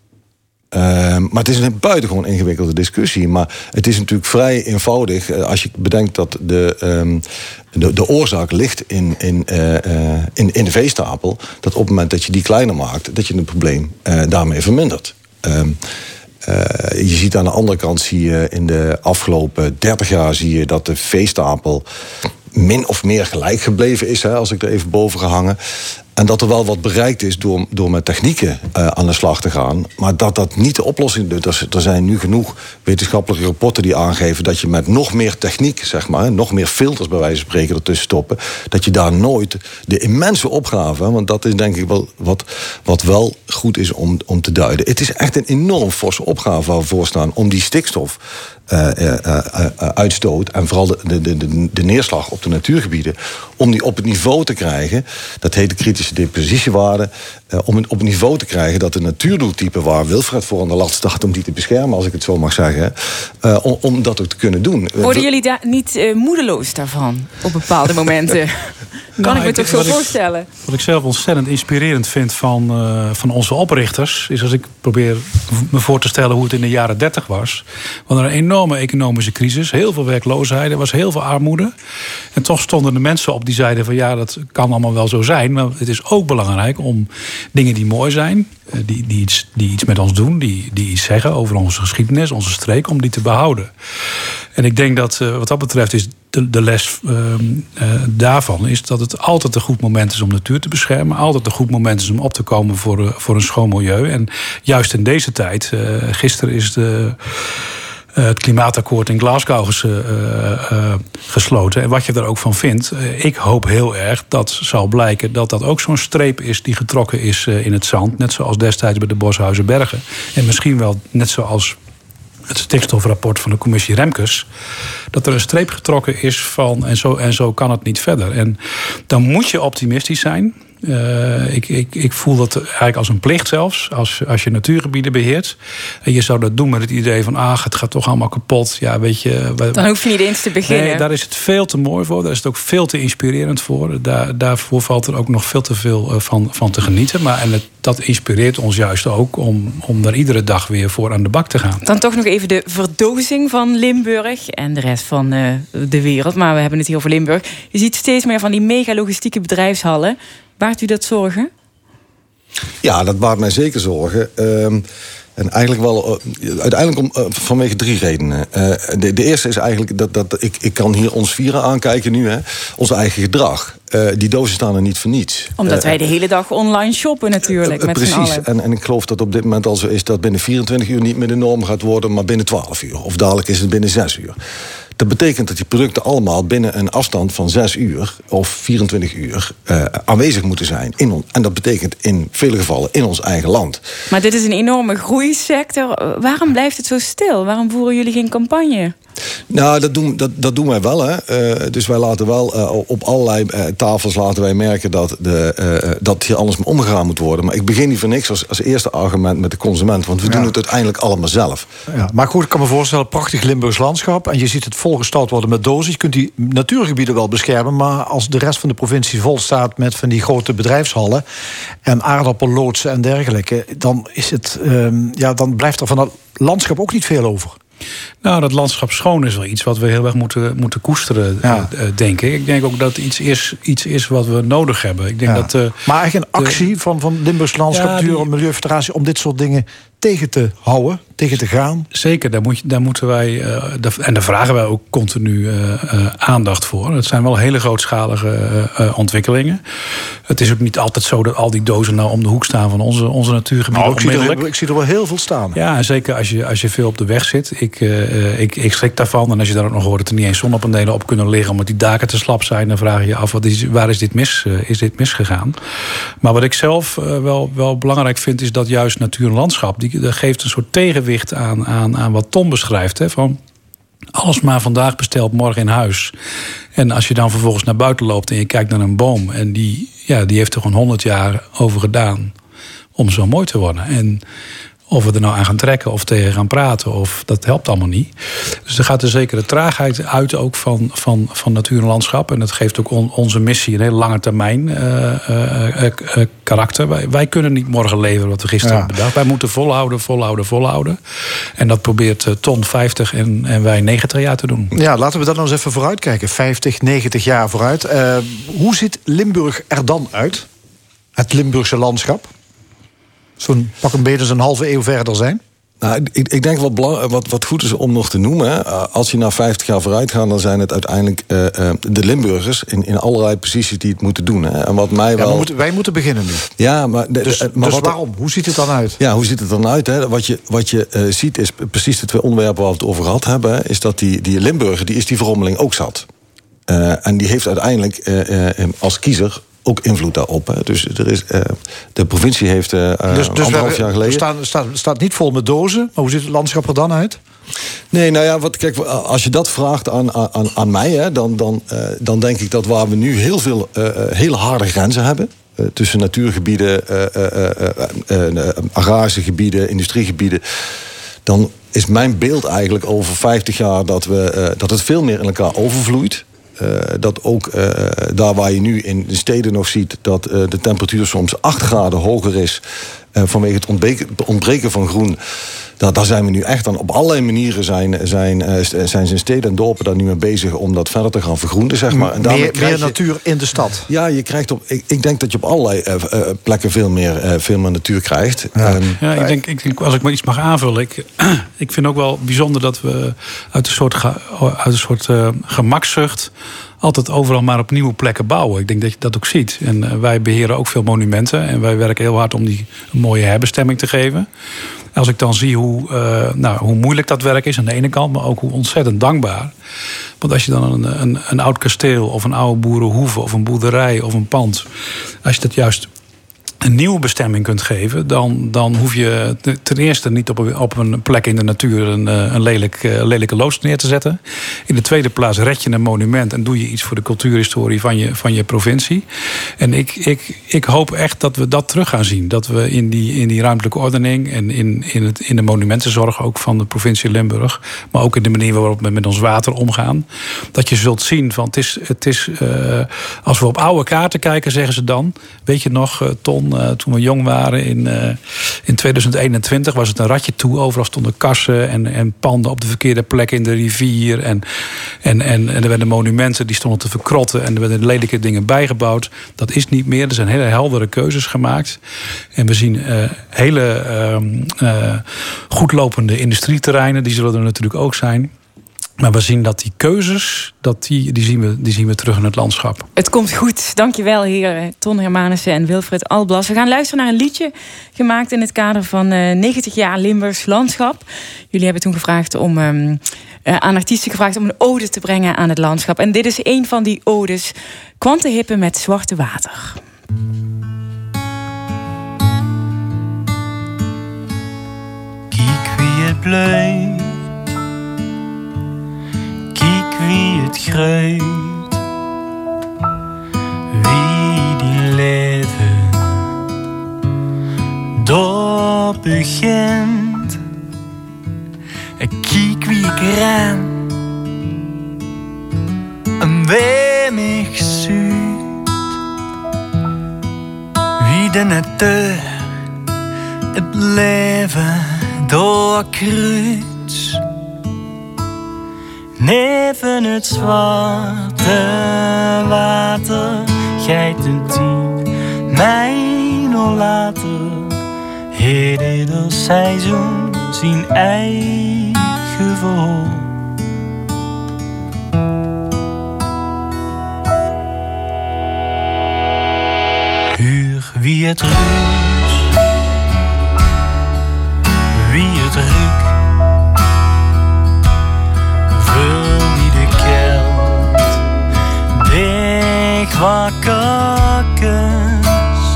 Uh, maar het is een buitengewoon ingewikkelde discussie. Maar het is natuurlijk vrij eenvoudig uh, als je bedenkt dat de, um, de, de oorzaak ligt in, in, uh, uh, in, in de veestapel. Dat op het moment dat je die kleiner maakt, dat je het probleem uh, daarmee vermindert. Um, uh, je ziet aan de andere kant, zie je in de afgelopen dertig jaar zie je dat de veestapel min of meer gelijk gebleven is, hè, als ik er even boven ga hangen. En dat er wel wat bereikt is door, door met technieken uh, aan de slag te gaan. Maar dat dat niet de oplossing is. Er, er zijn nu genoeg wetenschappelijke rapporten die aangeven dat je met nog meer techniek, zeg maar, nog meer filters bij wijze van spreken ertussen stoppen, dat je daar nooit de immense opgave, want dat is denk ik wel wat, wat wel goed is om, om te duiden. Het is echt een enorm forse opgave waar we voor staan om die stikstof Uh, uh, uh, uh, uitstoot en vooral de, de, de, de neerslag op de natuurgebieden, om die op het niveau te krijgen, dat heet de kritische depositiewaarde, uh, om het op het niveau te krijgen dat de natuurdoeltypen waar Wilfred voor aan de lat staat om die te beschermen, als ik het zo mag zeggen, uh, om, om dat ook te kunnen doen. Worden jullie daar niet uh, moedeloos daarvan op bepaalde momenten? Kan nou, ik me ik, toch zo voorstellen? Ik, wat ik zelf ontzettend inspirerend vind van, uh, van onze oprichters, is als ik probeer me voor te stellen hoe het in de jaren dertig was. We hadden een enorme economische crisis, heel veel werkloosheid, er was heel veel armoede. En toch stonden de mensen op die zeiden van ja, dat kan allemaal wel zo zijn, maar het is ook belangrijk om dingen die mooi zijn, die, die, iets, die iets met ons doen, die, die iets zeggen over onze geschiedenis, onze streek, om die te behouden. En ik denk dat uh, wat dat betreft is de, de les uh, uh, daarvan is dat het altijd een goed moment is om natuur te beschermen. Altijd een goed moment is om op te komen voor, uh, voor een schoon milieu. En juist in deze tijd, uh, gisteren is de, uh, het klimaatakkoord in Glasgow ges, uh, uh, gesloten. En wat je er ook van vindt, uh, ik hoop heel erg dat zal blijken dat dat ook zo'n streep is die getrokken is uh, in het zand. Net zoals destijds bij de Boshuizenbergen. En misschien wel net zoals het stikstofrapport van de commissie Remkes, dat er een streep getrokken is van en zo, en zo kan het niet verder. En dan moet je optimistisch zijn. Uh, ik, ik, ik voel dat eigenlijk als een plicht zelfs, als, als je natuurgebieden beheert. En je zou dat doen met het idee van, ach, het gaat toch allemaal kapot. Ja, weet je, dan hoef je niet eens te beginnen. Nee, daar is het veel te mooi voor. Daar is het ook veel te inspirerend voor. Daar, daarvoor valt er ook nog veel te veel van, van te genieten. Maar en het, dat inspireert ons juist ook om, om daar iedere dag weer voor aan de bak te gaan. Dan toch nog even de verdozing van Limburg en de rest van uh, de wereld. Maar we hebben het hier over Limburg. Je ziet steeds meer van die mega logistieke bedrijfshallen. Baart u dat zorgen? Ja, dat baart mij zeker zorgen. Uh, en eigenlijk wel uh, uiteindelijk om, uh, vanwege drie redenen. Uh, de, de eerste is eigenlijk dat, dat ik, ik kan hier ons vieren aankijken nu, hè, ons eigen gedrag. Uh, die dozen staan er niet voor niets. Omdat wij de hele dag online shoppen natuurlijk. Uh, met precies, en, en ik geloof dat op dit moment al zo is dat binnen vierentwintig uur niet meer de norm gaat worden, maar binnen twaalf uur. Of dadelijk is het binnen zes uur. Dat betekent dat die producten allemaal binnen een afstand van zes uur of vierentwintig uur uh, aanwezig moeten zijn. In on- en dat betekent in vele gevallen in ons eigen land. Maar dit is een enorme groeisector. Waarom blijft het zo stil? Waarom voeren jullie geen campagne? Nou, dat doen, dat, dat doen wij wel. Hè. Uh, dus wij laten wel uh, op allerlei uh, tafels laten wij merken dat, de, uh, dat hier anders mee omgegaan moet worden. Maar ik begin niet voor niks als, als eerste argument met de consument. Want we ja. doen het uiteindelijk allemaal zelf. Ja, maar goed, ik kan me voorstellen, prachtig Limburgs landschap. En je ziet het volgestouwd worden met dozen. Je kunt die natuurgebieden wel beschermen. Maar als de rest van de provincie vol staat met van die grote bedrijfshallen en aardappelloodsen en dergelijke, dan, is het, um, ja, dan blijft er van dat landschap ook niet veel over. Nou, dat landschap schoon is wel iets wat we heel erg moeten, moeten koesteren, ja. uh, denk ik. Ik denk ook dat het iets is, iets is wat we nodig hebben. Ik denk ja. dat, uh, maar eigenlijk een actie de, van, van Limburgs Landschap, ja, Natuur- en Milieufederatie om dit soort dingen tegen te houden, tegen te gaan. Zeker, daar, moet je, daar moeten wij, uh, daar, en daar vragen wij ook continu uh, uh, aandacht voor. Het zijn wel hele grootschalige uh, ontwikkelingen. Het is ook niet altijd zo dat al die dozen nou om de hoek staan van onze, onze natuurgebieden. Nou, ik, zie er, ik zie er wel heel veel staan. Ja, en zeker als je, als je veel op de weg zit. Ik, uh, ik, ik schrik daarvan. En als je dan ook nog hoort dat er niet eens zonnepanelen op kunnen liggen omdat die daken te slap zijn, dan vraag je je af, wat is, waar is dit, mis, uh, is dit misgegaan? Maar wat ik zelf uh, wel, wel belangrijk vind, is dat juist natuur en landschap, die, dat geeft een soort tegenwicht aan, aan, aan wat Ton beschrijft. Hè, van alles maar vandaag besteld, morgen in huis. En als je dan vervolgens naar buiten loopt en je kijkt naar een boom, en die, ja, die heeft er gewoon honderd jaar over gedaan om zo mooi te worden. En of we er nou aan gaan trekken of tegen gaan praten, of dat helpt allemaal niet. Dus er gaat een zekere traagheid uit ook van, van, van natuur en landschap. En dat geeft ook on, onze missie een hele lange termijn uh, uh, uh, uh, karakter. Wij, wij kunnen niet morgen leveren wat we gisteren ja. hebben bedacht. Wij moeten volhouden, volhouden, volhouden. En dat probeert uh, Ton vijftig en, en wij negentig jaar te doen. Ja, laten we dat nou eens even vooruitkijken. vijftig, negentig jaar vooruit. Uh, hoe ziet Limburg er dan uit? Het Limburgse landschap? Zo'n pak een beetje een halve eeuw verder zijn? Nou, ik, ik denk wat, belang, wat, wat goed is om nog te noemen. Hè. Als je naar vijftig jaar vooruit gaat, dan zijn het uiteindelijk uh, uh, de Limburgers in, in allerlei posities die het moeten doen. Hè. En wat mij wel... ja, moeten, wij moeten beginnen nu. Ja, maar, de, dus maar dus wat, waarom? Hoe ziet het dan uit? Ja, hoe ziet het dan uit? Hè? Wat je, wat je uh, ziet is precies de twee onderwerpen waar we het over gehad hebben. Hè, is dat die, die Limburger, die is die verrommeling ook zat. Uh, en die heeft uiteindelijk uh, uh, als kiezer ook invloed daarop. Hè. Dus er is, uh, de provincie heeft uh, dus, dus anderhalf jaar geleden... Het staat, staat, staat niet vol met dozen, maar hoe ziet het landschap er dan uit? Nee, nou ja, wat, kijk, als je dat vraagt aan, aan, aan mij, hè, dan, dan, uh, dan denk ik dat waar we nu heel veel uh, hele harde grenzen hebben, uh, tussen natuurgebieden, uh, uh, uh, uh, uh, agrarische gebieden, industriegebieden, dan is mijn beeld eigenlijk over vijftig jaar dat, we, uh, dat het veel meer in elkaar overvloeit. Uh, dat ook uh, daar waar je nu in de steden nog ziet dat uh, de temperatuur soms acht graden hoger is uh, vanwege het ontbreken, ontbreken van groen. Daar, daar zijn we nu echt aan. Op allerlei manieren zijn, zijn, uh, zijn ze in steden en dorpen daar nu mee bezig om dat verder te gaan vergroenen, zeg maar. En meer meer je, natuur in de stad. Ja, je krijgt op. Ik, ik denk dat je op allerlei uh, uh, plekken veel meer, uh, veel meer natuur krijgt. Ja, um, ja ik, denk, ik denk, als ik maar iets mag aanvullen, ik, ik vind ook wel bijzonder dat we uit een soort, uit een soort uh, gemakzucht altijd overal maar op nieuwe plekken bouwen. Ik denk dat je dat ook ziet. En uh, wij beheren ook veel monumenten. En wij werken heel hard om die een mooie herbestemming te geven. Als ik dan zie hoe, uh, nou, hoe moeilijk dat werk is aan de ene kant, maar ook hoe ontzettend dankbaar. Want als je dan een, een, een oud kasteel of een oude boerenhoeve of een boerderij of een pand, als je dat juist een nieuwe bestemming kunt geven, dan, dan hoef je ten eerste niet op een, op een plek in de natuur een, een lelijk, lelijke loods neer te zetten. In de tweede plaats red je een monument en doe je iets voor de cultuurhistorie van je, van je provincie. En ik, ik, ik hoop echt dat we dat terug gaan zien. Dat we in die, in die ruimtelijke ordening en in, in, het, in de monumentenzorg ook van de provincie Limburg, maar ook in de manier waarop we met ons water omgaan, dat je zult zien van het is, het is uh, als we op oude kaarten kijken, zeggen ze dan, weet je nog, uh, Ton, Uh, toen we jong waren in, uh, in tweeduizend eenentwintig was het een ratje toe. Overal stonden kassen en, en panden op de verkeerde plek in de rivier. En, en, en, en er werden monumenten die stonden te verkrotten. En er werden lelijke dingen bijgebouwd. Dat is niet meer. Er zijn hele heldere keuzes gemaakt. En we zien uh, hele uh, uh, goedlopende industrieterreinen. Die zullen er natuurlijk ook zijn. Maar we zien dat die keuzes, dat die, die, zien we, die zien we terug in het landschap. Het komt goed. Dankjewel, heren Ton Hermanissen en Wilfred Alblas. We gaan luisteren naar een liedje gemaakt in het kader van uh, negentig jaar Limburgs landschap. Jullie hebben toen gevraagd om um, uh, aan artiesten gevraagd om een ode te brengen aan het landschap. En dit is een van die odes. Kwantenhippe met Zwarte Water. Kijk wie het blijft. Wie het gruit, wie die leven door begint. En kijk wie ik ren en wie mich zoekt. Wie de natuur het leven doorkruist. Neven het zwarte water, geit een diep, mijn al later. Ieder seizoen zijn eigen verhaal. Huur wie het rukt, wie het rukt. Vul wie de kelt, dicht wat kakens.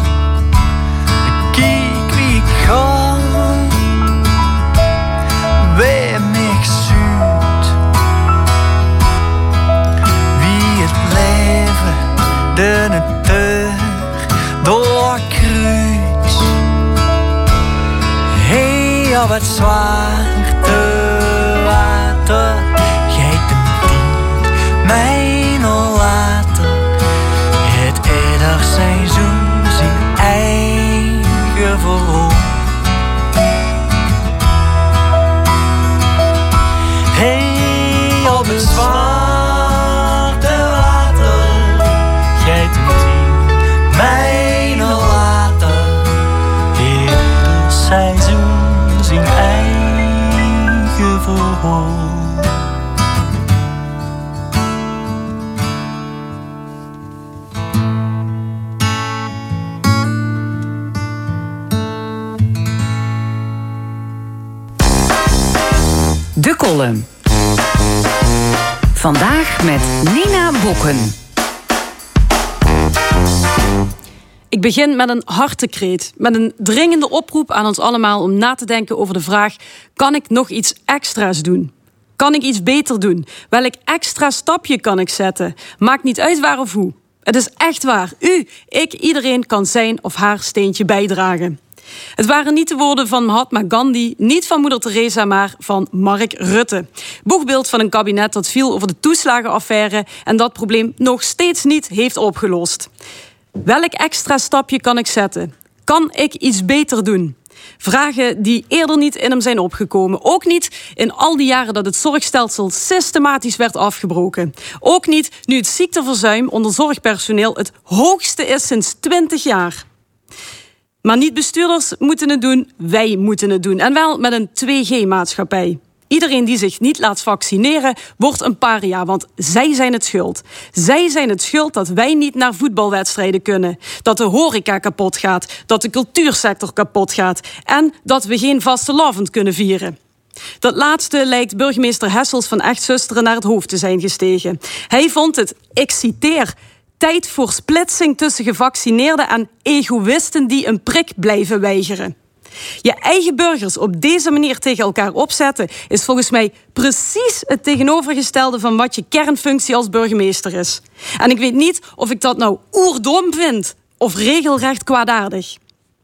Kijk wie ik ga, wie mich zoet. Wie het leven, de natuur doorkruist. Hey, op het zwarte water, geit hem dient mijn later. Het ieder seizoen zijn eigen verhaal. Hey, op het zwarte water, geit hem dient mijn later. Ieder seizoen zijn eigen verhaal. De column. Vandaag met Nina Bokken. Ik begin met een hartekreet, met een dringende oproep aan ons allemaal om na te denken over de vraag: kan ik nog iets extra's doen? Kan ik iets beter doen? Welk extra stapje kan ik zetten? Maakt niet uit waar of hoe. Het is echt waar. U, ik, iedereen kan zijn of haar steentje bijdragen. Het waren niet de woorden van Mahatma Gandhi, niet van moeder Teresa, maar van Mark Rutte. Boegbeeld van een kabinet dat viel over de toeslagenaffaire en dat probleem nog steeds niet heeft opgelost. Welk extra stapje kan ik zetten? Kan ik iets beter doen? Vragen die eerder niet in hem zijn opgekomen. Ook niet in al die jaren dat het zorgstelsel systematisch werd afgebroken. Ook niet nu het ziekteverzuim onder zorgpersoneel het hoogste is sinds twintig jaar. Maar niet bestuurders moeten het doen, wij moeten het doen. En wel met een twee G maatschappij. Iedereen die zich niet laat vaccineren, wordt een paria, want zij zijn het schuld. Zij zijn het schuld dat wij niet naar voetbalwedstrijden kunnen. Dat de horeca kapot gaat, dat de cultuursector kapot gaat en dat we geen vastelavond kunnen vieren. Dat laatste lijkt burgemeester Hessels van Echtzusteren naar het hoofd te zijn gestegen. Hij vond het, ik citeer, tijd voor splitsing tussen gevaccineerden en egoïsten die een prik blijven weigeren. Je eigen burgers op deze manier tegen elkaar opzetten is volgens mij precies het tegenovergestelde van wat je kernfunctie als burgemeester is. En ik weet niet of ik dat nou oerdom vind of regelrecht kwaadaardig.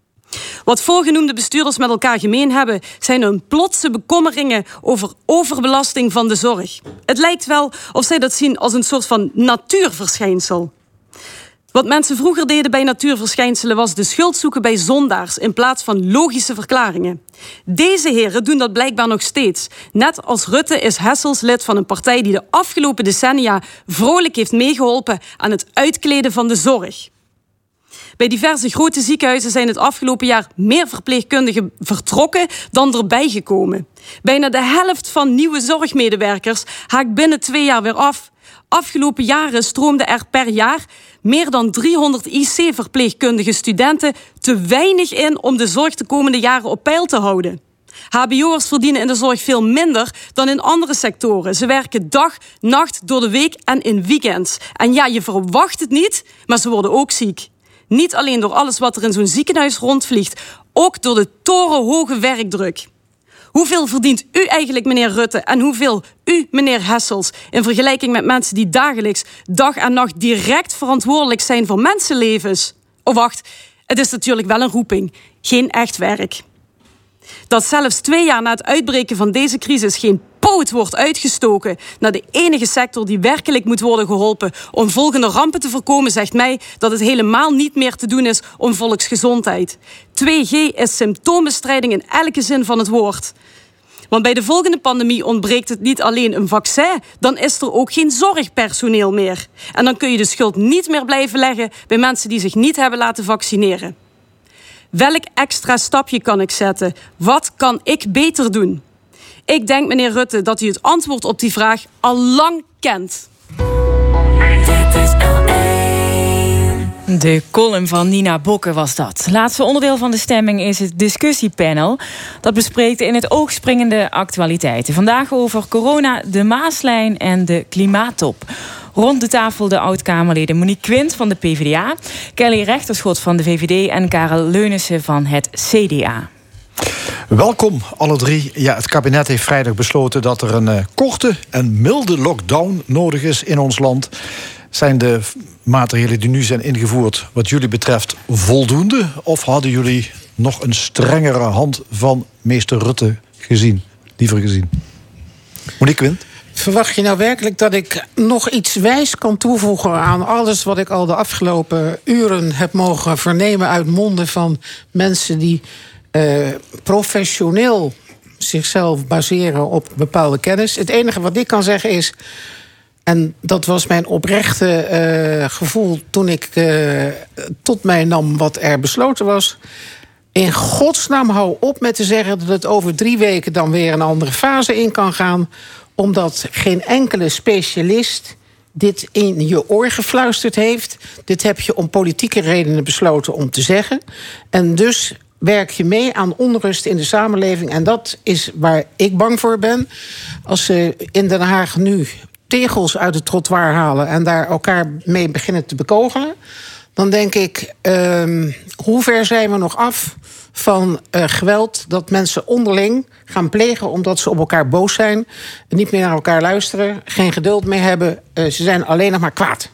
Wat voorgenoemde bestuurders met elkaar gemeen hebben, zijn hun plotse bekommeringen over overbelasting van de zorg. Het lijkt wel of zij dat zien als een soort van natuurverschijnsel. Wat mensen vroeger deden bij natuurverschijnselen was de schuld zoeken bij zondaars in plaats van logische verklaringen. Deze heren doen dat blijkbaar nog steeds. Net als Rutte is Hessels lid van een partij die de afgelopen decennia vrolijk heeft meegeholpen aan het uitkleden van de zorg. Bij diverse grote ziekenhuizen zijn het afgelopen jaar meer verpleegkundigen vertrokken dan erbij gekomen. Bijna de helft van nieuwe zorgmedewerkers haakt binnen twee jaar weer af. Afgelopen jaren stroomden er per jaar meer dan driehonderd I C-verpleegkundige studenten te weinig in om de zorg de komende jaren op peil te houden. H B O'ers verdienen in de zorg veel minder dan in andere sectoren. Ze werken dag, nacht, door de week en in weekends. En ja, je verwacht het niet, maar ze worden ook ziek. Niet alleen door alles wat er in zo'n ziekenhuis rondvliegt, ook door de torenhoge werkdruk. Hoeveel verdient u eigenlijk, meneer Rutte, en hoeveel u, meneer Hessels, in vergelijking met mensen die dagelijks, dag en nacht direct verantwoordelijk zijn voor mensenlevens? Oh, wacht, het is natuurlijk wel een roeping, geen echt werk. Dat zelfs twee jaar na het uitbreken van deze crisis geen poot wordt uitgestoken naar de enige sector die werkelijk moet worden geholpen om volgende rampen te voorkomen, zegt mij dat het helemaal niet meer te doen is om volksgezondheid. twee G is symptoombestrijding in elke zin van het woord. Want bij de volgende pandemie ontbreekt het niet alleen een vaccin, dan is er ook geen zorgpersoneel meer. En dan kun je de schuld niet meer blijven leggen bij mensen die zich niet hebben laten vaccineren. Welk extra stapje kan ik zetten? Wat kan ik beter doen? Ik denk, meneer Rutte, dat u het antwoord op die vraag al lang kent. Dit is L één. De column van Nina Bokke was dat. Laatste onderdeel van de stemming is het discussiepanel. Dat bespreekt in het oog springende actualiteiten. Vandaag over corona, de Maaslijn en de klimaattop. Rond de tafel de oud-Kamerleden Monique Quint van de PvdA... Kelly Rechterschot van de V V D en Karel Leunissen van het C D A. Welkom, alle drie. Ja, het kabinet heeft vrijdag besloten dat er een uh, korte en milde lockdown nodig is in ons land. Zijn de maatregelen die nu zijn ingevoerd wat jullie betreft voldoende? Of hadden jullie nog een strengere hand van meester Rutte gezien, liever gezien? Monique Quint? Verwacht je nou werkelijk dat ik nog iets wijs kan toevoegen aan alles wat ik al de afgelopen uren heb mogen vernemen uit monden van mensen die uh, professioneel zichzelf baseren op bepaalde kennis? Het enige wat ik kan zeggen is, en dat was mijn oprechte uh, gevoel toen ik uh, tot mij nam wat er besloten was, in godsnaam hou op met te zeggen dat het over drie weken dan weer een andere fase in kan gaan, omdat geen enkele specialist dit in je oor gefluisterd heeft. Dit heb je om politieke redenen besloten om te zeggen. En dus werk je mee aan onrust in de samenleving. En dat is waar ik bang voor ben. Als ze in Den Haag nu tegels uit het trottoir halen en daar elkaar mee beginnen te bekogelen, dan denk ik, um, hoe ver zijn we nog af van uh, geweld dat mensen onderling gaan plegen omdat ze op elkaar boos zijn, niet meer naar elkaar luisteren, geen geduld meer hebben, uh, ze zijn alleen nog maar kwaad.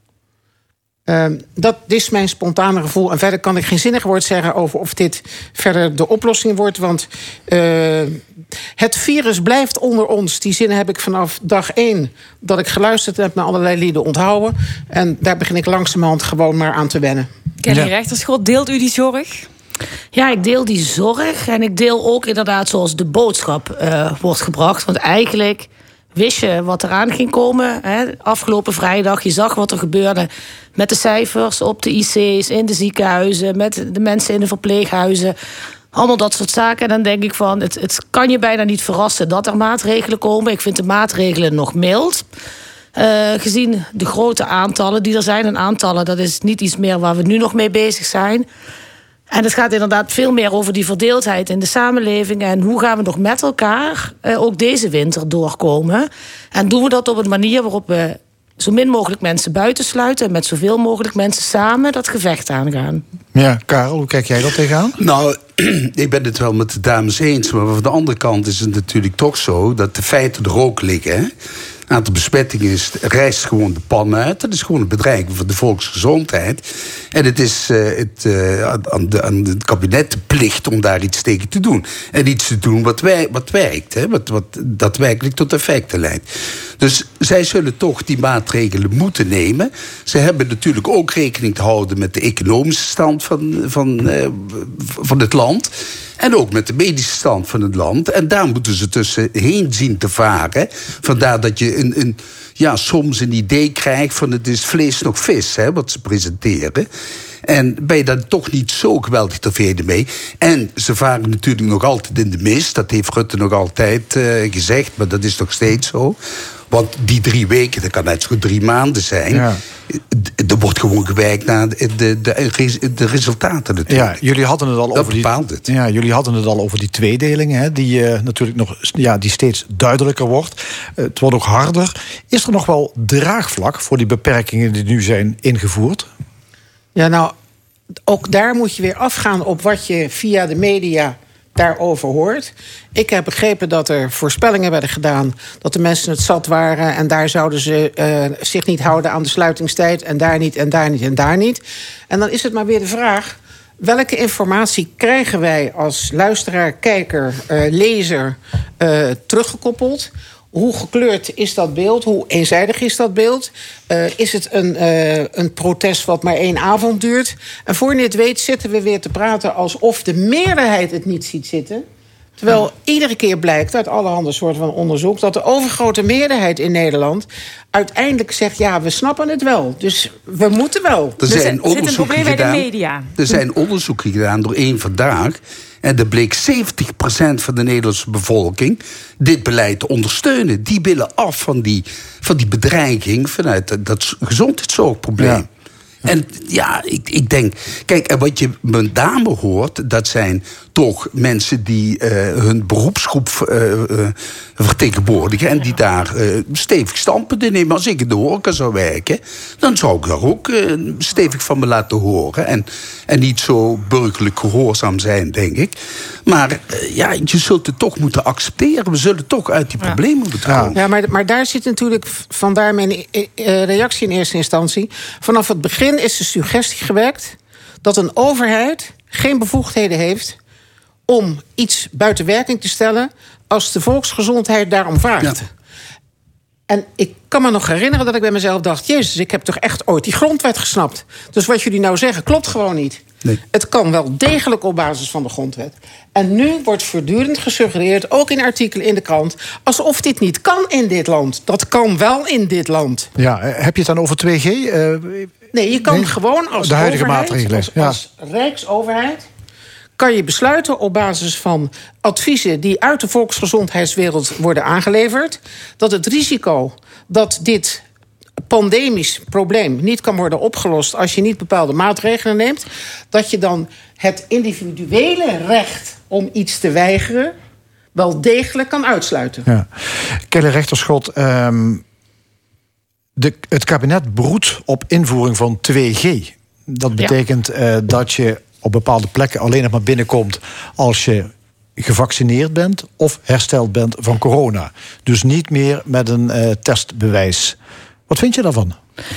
Uh, dat is mijn spontane gevoel. En verder kan ik geen zinnig woord zeggen over of dit verder de oplossing wordt. Want uh, het virus blijft onder ons. Die zin heb ik vanaf dag één dat ik geluisterd heb naar allerlei lieden onthouden. En daar begin ik langzamerhand gewoon maar aan te wennen. Kelly ja. Rechterschot, deelt u die zorg? Ja, ik deel die zorg. En ik deel ook inderdaad zoals de boodschap uh, wordt gebracht. Want eigenlijk wist je wat eraan ging komen. Hè? Afgelopen vrijdag, je zag wat er gebeurde met de cijfers op de I C's, in de ziekenhuizen, met de mensen in de verpleeghuizen. Allemaal dat soort zaken. En dan denk ik van, het, het kan je bijna niet verrassen dat er maatregelen komen. Ik vind de maatregelen nog mild. Uh, gezien de grote aantallen die er zijn. En aantallen, dat is niet iets meer waar we nu nog mee bezig zijn. En het gaat inderdaad veel meer over die verdeeldheid in de samenleving. En hoe gaan we nog met elkaar uh, ook deze winter doorkomen. En doen we dat op een manier waarop we zo min mogelijk mensen buitensluiten en met zoveel mogelijk mensen samen dat gevecht aangaan. Ja, Karel, hoe kijk jij dat tegenaan? Nou, ik ben het wel met de dames eens. Maar van de andere kant is het natuurlijk toch zo dat de feiten er ook liggen. Hè? Een aantal besmettingen is, rijst gewoon de pan uit. Dat is gewoon een bedreiging voor de volksgezondheid. En het is uh, het, uh, aan, de, aan het kabinet de plicht om daar iets tegen te doen. En iets te doen wat, wij, wat werkt. Hè? Wat, wat daadwerkelijk tot effecten leidt. Dus zij zullen toch die maatregelen moeten nemen. Ze hebben natuurlijk ook rekening te houden met de economische stand van, van, uh, van het land. En ook met de medische stand van het land. En daar moeten ze tussenheen zien te varen. Vandaar dat je een, een, ja, soms een idee krijgt van het is vlees nog vis, hè, wat ze presenteren. En ben je daar toch niet zo geweldig tevreden mee. En ze varen natuurlijk nog altijd in de mist. Dat heeft Rutte nog altijd uh, gezegd, maar dat is nog steeds zo. Want die drie weken, dat kan net zo goed drie maanden zijn. Ja. Er wordt gewoon gewerkt naar de, de, de, de resultaten natuurlijk. Ja, jullie hadden het al dat over die, het. Ja, jullie hadden het al over die tweedeling, hè, die uh, natuurlijk nog, ja, die steeds duidelijker wordt. Uh, het wordt ook harder. Is er nog wel draagvlak voor die beperkingen die nu zijn ingevoerd? Ja, nou, ook daar moet je weer afgaan op wat je via de media daarover hoort. Ik heb begrepen dat er voorspellingen werden gedaan dat de mensen het zat waren en daar zouden ze uh, zich niet houden aan de sluitingstijd en daar niet en daar niet en daar niet. En dan is het maar weer de vraag, welke informatie krijgen wij als luisteraar, kijker, uh, lezer uh, teruggekoppeld? Hoe gekleurd is dat beeld? Hoe eenzijdig is dat beeld? Uh, is het een, uh, een protest wat maar één avond duurt? En voor je het weet zitten we weer te praten alsof de meerderheid het niet ziet zitten. Terwijl iedere keer blijkt uit allerhande soorten van onderzoek dat de overgrote meerderheid in Nederland uiteindelijk zegt, ja, we snappen het wel. Dus we moeten wel. Er zijn er zit een probleem bij de gedaan, media. Er zijn onderzoeken gedaan door één Vandaag. En er bleek zeventig procent van de Nederlandse bevolking dit beleid te ondersteunen. Die willen af van die, van die bedreiging vanuit dat gezondheidszorgprobleem. Ja. En ja, ik, ik denk... Kijk, en wat je met name hoort... dat zijn toch mensen die uh, hun beroepsgroep uh, uh, vertegenwoordigen... en die daar uh, stevig standpunten nemen. Als ik in de horeca zou werken... dan zou ik daar ook uh, stevig van me laten horen. En, en niet zo burgerlijk gehoorzaam zijn, denk ik. Maar uh, ja, je zult het toch moeten accepteren. We zullen toch uit die problemen moeten komen. Ja, maar, maar daar zit natuurlijk... vandaar mijn uh, reactie in eerste instantie... vanaf het begin is de suggestie gewekt... dat een overheid geen bevoegdheden heeft... om iets buiten werking te stellen... als de volksgezondheid daarom vraagt. Ja. En ik kan me nog herinneren dat ik bij mezelf dacht... Jezus, ik heb toch echt ooit die grondwet gesnapt. Dus wat jullie nou zeggen, klopt gewoon niet. Nee. Het kan wel degelijk op basis van de grondwet. En nu wordt voortdurend gesuggereerd, ook in artikelen in de krant... alsof dit niet kan in dit land. Dat kan wel in dit land. Ja, heb je het dan over twee G? Uh, nee, je kan nee, gewoon als de huidige overheid, maatregelen. Als, ja. als rijksoverheid... kan je besluiten op basis van adviezen... die uit de volksgezondheidswereld worden aangeleverd... dat het risico dat dit pandemisch probleem niet kan worden opgelost... als je niet bepaalde maatregelen neemt... dat je dan het individuele recht om iets te weigeren... wel degelijk kan uitsluiten. Ja. Kelly Rechterschot, um, de, het kabinet broedt op invoering van twee G. Dat betekent ja. uh, dat je... op bepaalde plekken alleen nog maar binnenkomt... als je gevaccineerd bent of hersteld bent van corona. Dus niet meer met een uh, testbewijs. Wat vind je daarvan?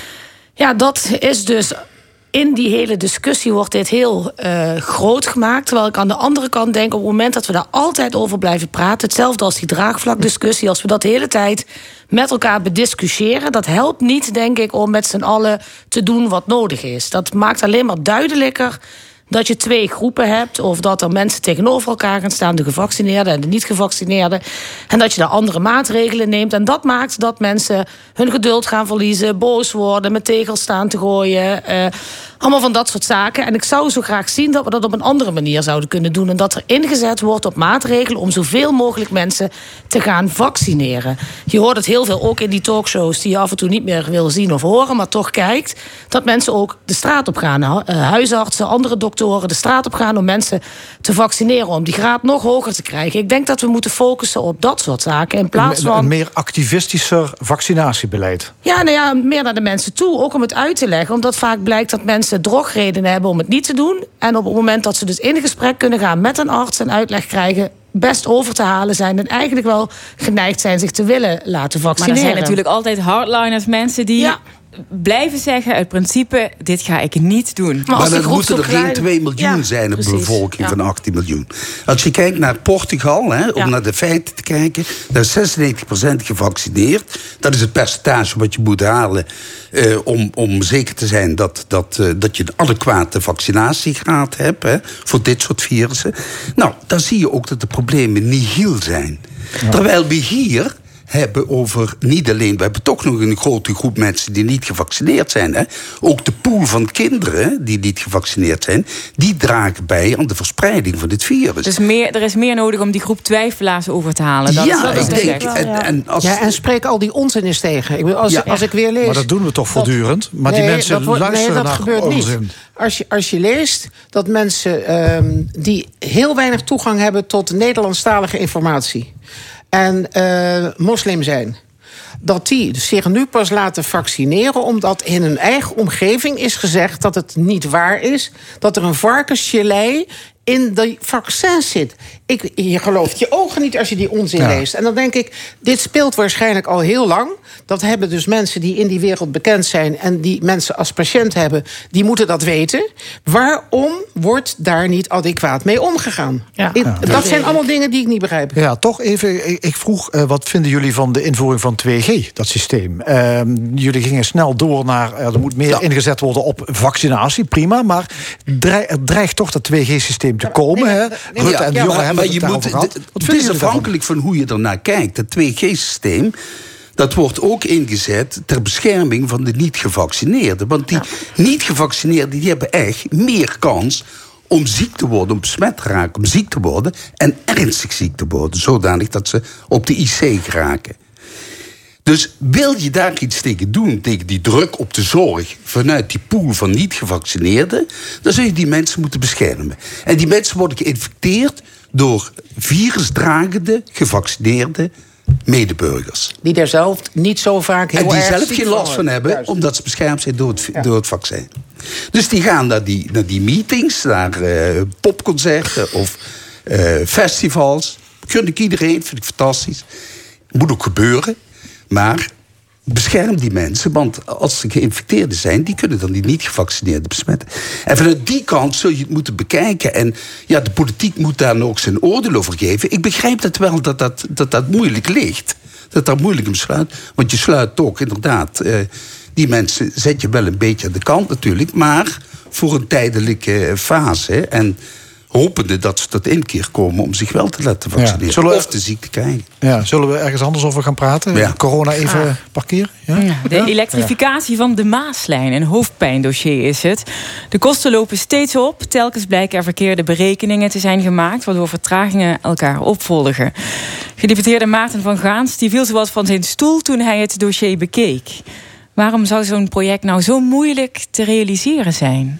Ja, dat is dus... in die hele discussie wordt dit heel uh, groot gemaakt. Terwijl ik aan de andere kant denk... op het moment dat we daar altijd over blijven praten... hetzelfde als die draagvlakdiscussie... als we dat de hele tijd met elkaar bediscussiëren... dat helpt niet, denk ik, om met z'n allen te doen wat nodig is. Dat maakt alleen maar duidelijker... dat je twee groepen hebt... of dat er mensen tegenover elkaar gaan staan... de gevaccineerden en de niet-gevaccineerden... en dat je daar andere maatregelen neemt. En dat maakt dat mensen hun geduld gaan verliezen... boos worden, met tegels staan te gooien... Uh, allemaal van dat soort zaken. En ik zou zo graag zien dat we dat op een andere manier zouden kunnen doen... en dat er ingezet wordt op maatregelen... om zoveel mogelijk mensen te gaan vaccineren. Je hoort het heel veel ook in die talkshows... die je af en toe niet meer wil zien of horen... maar toch kijkt dat mensen ook de straat op gaan. Uh, huisartsen, andere doktoren de straat op gaan... om mensen te vaccineren, om die graad nog hoger te krijgen. Ik denk dat we moeten focussen op dat soort zaken... in plaats van... Een, een meer activistischer vaccinatiebeleid. Ja, nou ja, meer naar de mensen toe, ook om het uit te leggen... omdat vaak blijkt dat mensen drogredenen hebben om het niet te doen... en op het moment dat ze dus in gesprek kunnen gaan met een arts... en uitleg krijgen, best over te halen zijn... en eigenlijk wel geneigd zijn zich te willen laten vaccineren. Maar er zijn natuurlijk altijd hardliners, mensen die... Ja. blijven zeggen uit principe, dit ga ik niet doen. Maar, maar dan moeten er geen twee miljoen ja, zijn op de bevolking ja. van achttien miljoen. Als je kijkt naar Portugal, hè, om ja. naar de feiten te kijken... daar is zesennegentig procent gevaccineerd. Dat is het percentage wat je moet halen... Uh, om, om zeker te zijn dat, dat, uh, dat je een adequate vaccinatiegraad hebt... Hè, voor dit soort virussen. Nou, dan zie je ook dat de problemen nihil zijn. Ja. Terwijl we hier... hebben over niet alleen... we hebben toch nog een grote groep mensen die niet gevaccineerd zijn. Hè? Ook de pool van kinderen die niet gevaccineerd zijn... die dragen bij aan de verspreiding van dit virus. Dus meer, er is meer nodig om die groep twijfelaars over te halen. Dat ja, is ik denk... En, en, als... ja, en spreek al die onzin eens tegen. Ik bedoel, als, ja. als ik weer lees... Maar dat doen we toch voortdurend? Maar nee, die mensen wordt, luisteren nee, dat naar gebeurt onzin. Niet. Als je, als je leest dat mensen um, die heel weinig toegang hebben... tot Nederlandstalige informatie... en uh, moslim zijn... dat die zich nu pas laten vaccineren... omdat in hun eigen omgeving is gezegd dat het niet waar is... dat er een varkensgelei in de vaccins zit. Ik, je gelooft je ogen niet als je die onzin ja. leest. En dan denk ik, dit speelt waarschijnlijk al heel lang. Dat hebben dus mensen die in die wereld bekend zijn... en die mensen als patiënt hebben, die moeten dat weten. Waarom wordt daar niet adequaat mee omgegaan? Ja. Ik, ja. Dat zijn allemaal dingen die ik niet begrijp. Ja, toch even, ik vroeg, uh, wat vinden jullie van de invoering van twee G, dat systeem? Uh, jullie gingen snel door naar, uh, er moet meer ja. ingezet worden op vaccinatie, prima. Maar er dreigt toch dat twee G-systeem te komen. Nee, hè? nee, Rutte ja, en de ja, jongen maar, hebben maar het je daarover moet, gehad. Het is afhankelijk van hoe je ernaar kijkt. Het twee G-systeem... dat wordt ook ingezet ter bescherming van de niet-gevaccineerden. Want die ja. niet-gevaccineerden die hebben echt meer kans... om ziek te worden, om besmet te raken, om ziek te worden... en ernstig ziek te worden, zodanig dat ze op de I C geraken. Dus wil je daar iets tegen doen, tegen die druk op de zorg vanuit die pool van niet-gevaccineerden, dan zul je die mensen moeten beschermen. En die mensen worden geïnfecteerd door virusdragende, gevaccineerde medeburgers. Die daar zelf niet zo vaak heel erg En die erg zelf geen last van hebben, Juist. omdat ze beschermd zijn door het, ja. door het vaccin. Dus die gaan naar die, naar die meetings, naar uh, popconcerten of uh, festivals. Gun ik iedereen, vind ik fantastisch. Moet ook gebeuren. Maar bescherm die mensen, want als ze geïnfecteerden zijn, die kunnen dan die niet-gevaccineerden besmetten. En vanuit die kant zul je het moeten bekijken. En ja, de politiek moet daar ook zijn oordeel over geven. Ik begrijp dat wel, dat dat, dat, dat moeilijk ligt. Dat dat moeilijk besluit. Want je sluit toch inderdaad, uh, die mensen zet je wel een beetje aan de kant natuurlijk, maar voor een tijdelijke fase. En hopende dat ze tot inkeer komen om zich wel te laten vaccineren. Ja. We, of de ziekte krijgen. Ja, zullen we ergens anders over gaan praten? Ja. Corona even ah. parkeren? Ja? Ja, de elektrificatie ja. van de Maaslijn. Een hoofdpijndossier is het. De kosten lopen steeds op. Telkens blijken er verkeerde berekeningen te zijn gemaakt, waardoor vertragingen elkaar opvolgen. Gedeputeerde Maarten van Gaans die viel zowat van zijn stoel toen hij het dossier bekeek. Waarom zou zo'n project nou zo moeilijk te realiseren zijn?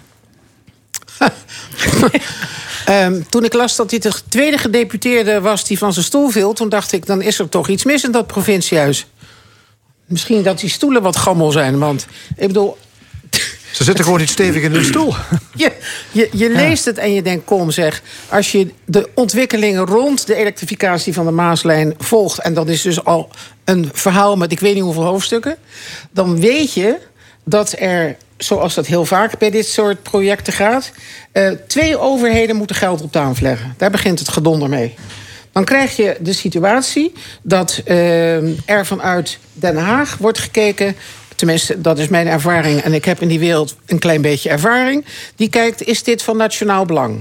Um, toen ik las dat hij de tweede gedeputeerde was die van zijn stoel viel, toen dacht ik, dan is er toch iets mis in dat provinciehuis. Misschien dat die stoelen wat gammel zijn, want ik bedoel, ze zitten gewoon niet stevig in hun stoel. Je, je, je leest ja. het en je denkt, kom zeg, als je de ontwikkelingen rond de elektrificatie van de Maaslijn volgt, en dat is dus al een verhaal met ik weet niet hoeveel hoofdstukken, dan weet je dat er, zoals dat heel vaak bij dit soort projecten gaat, Uh, twee overheden moeten geld op tafel leggen. Daar begint het gedonder mee. Dan krijg je de situatie dat uh, er vanuit Den Haag wordt gekeken, tenminste, dat is mijn ervaring, en ik heb in die wereld een klein beetje ervaring, die kijkt, is dit van nationaal belang?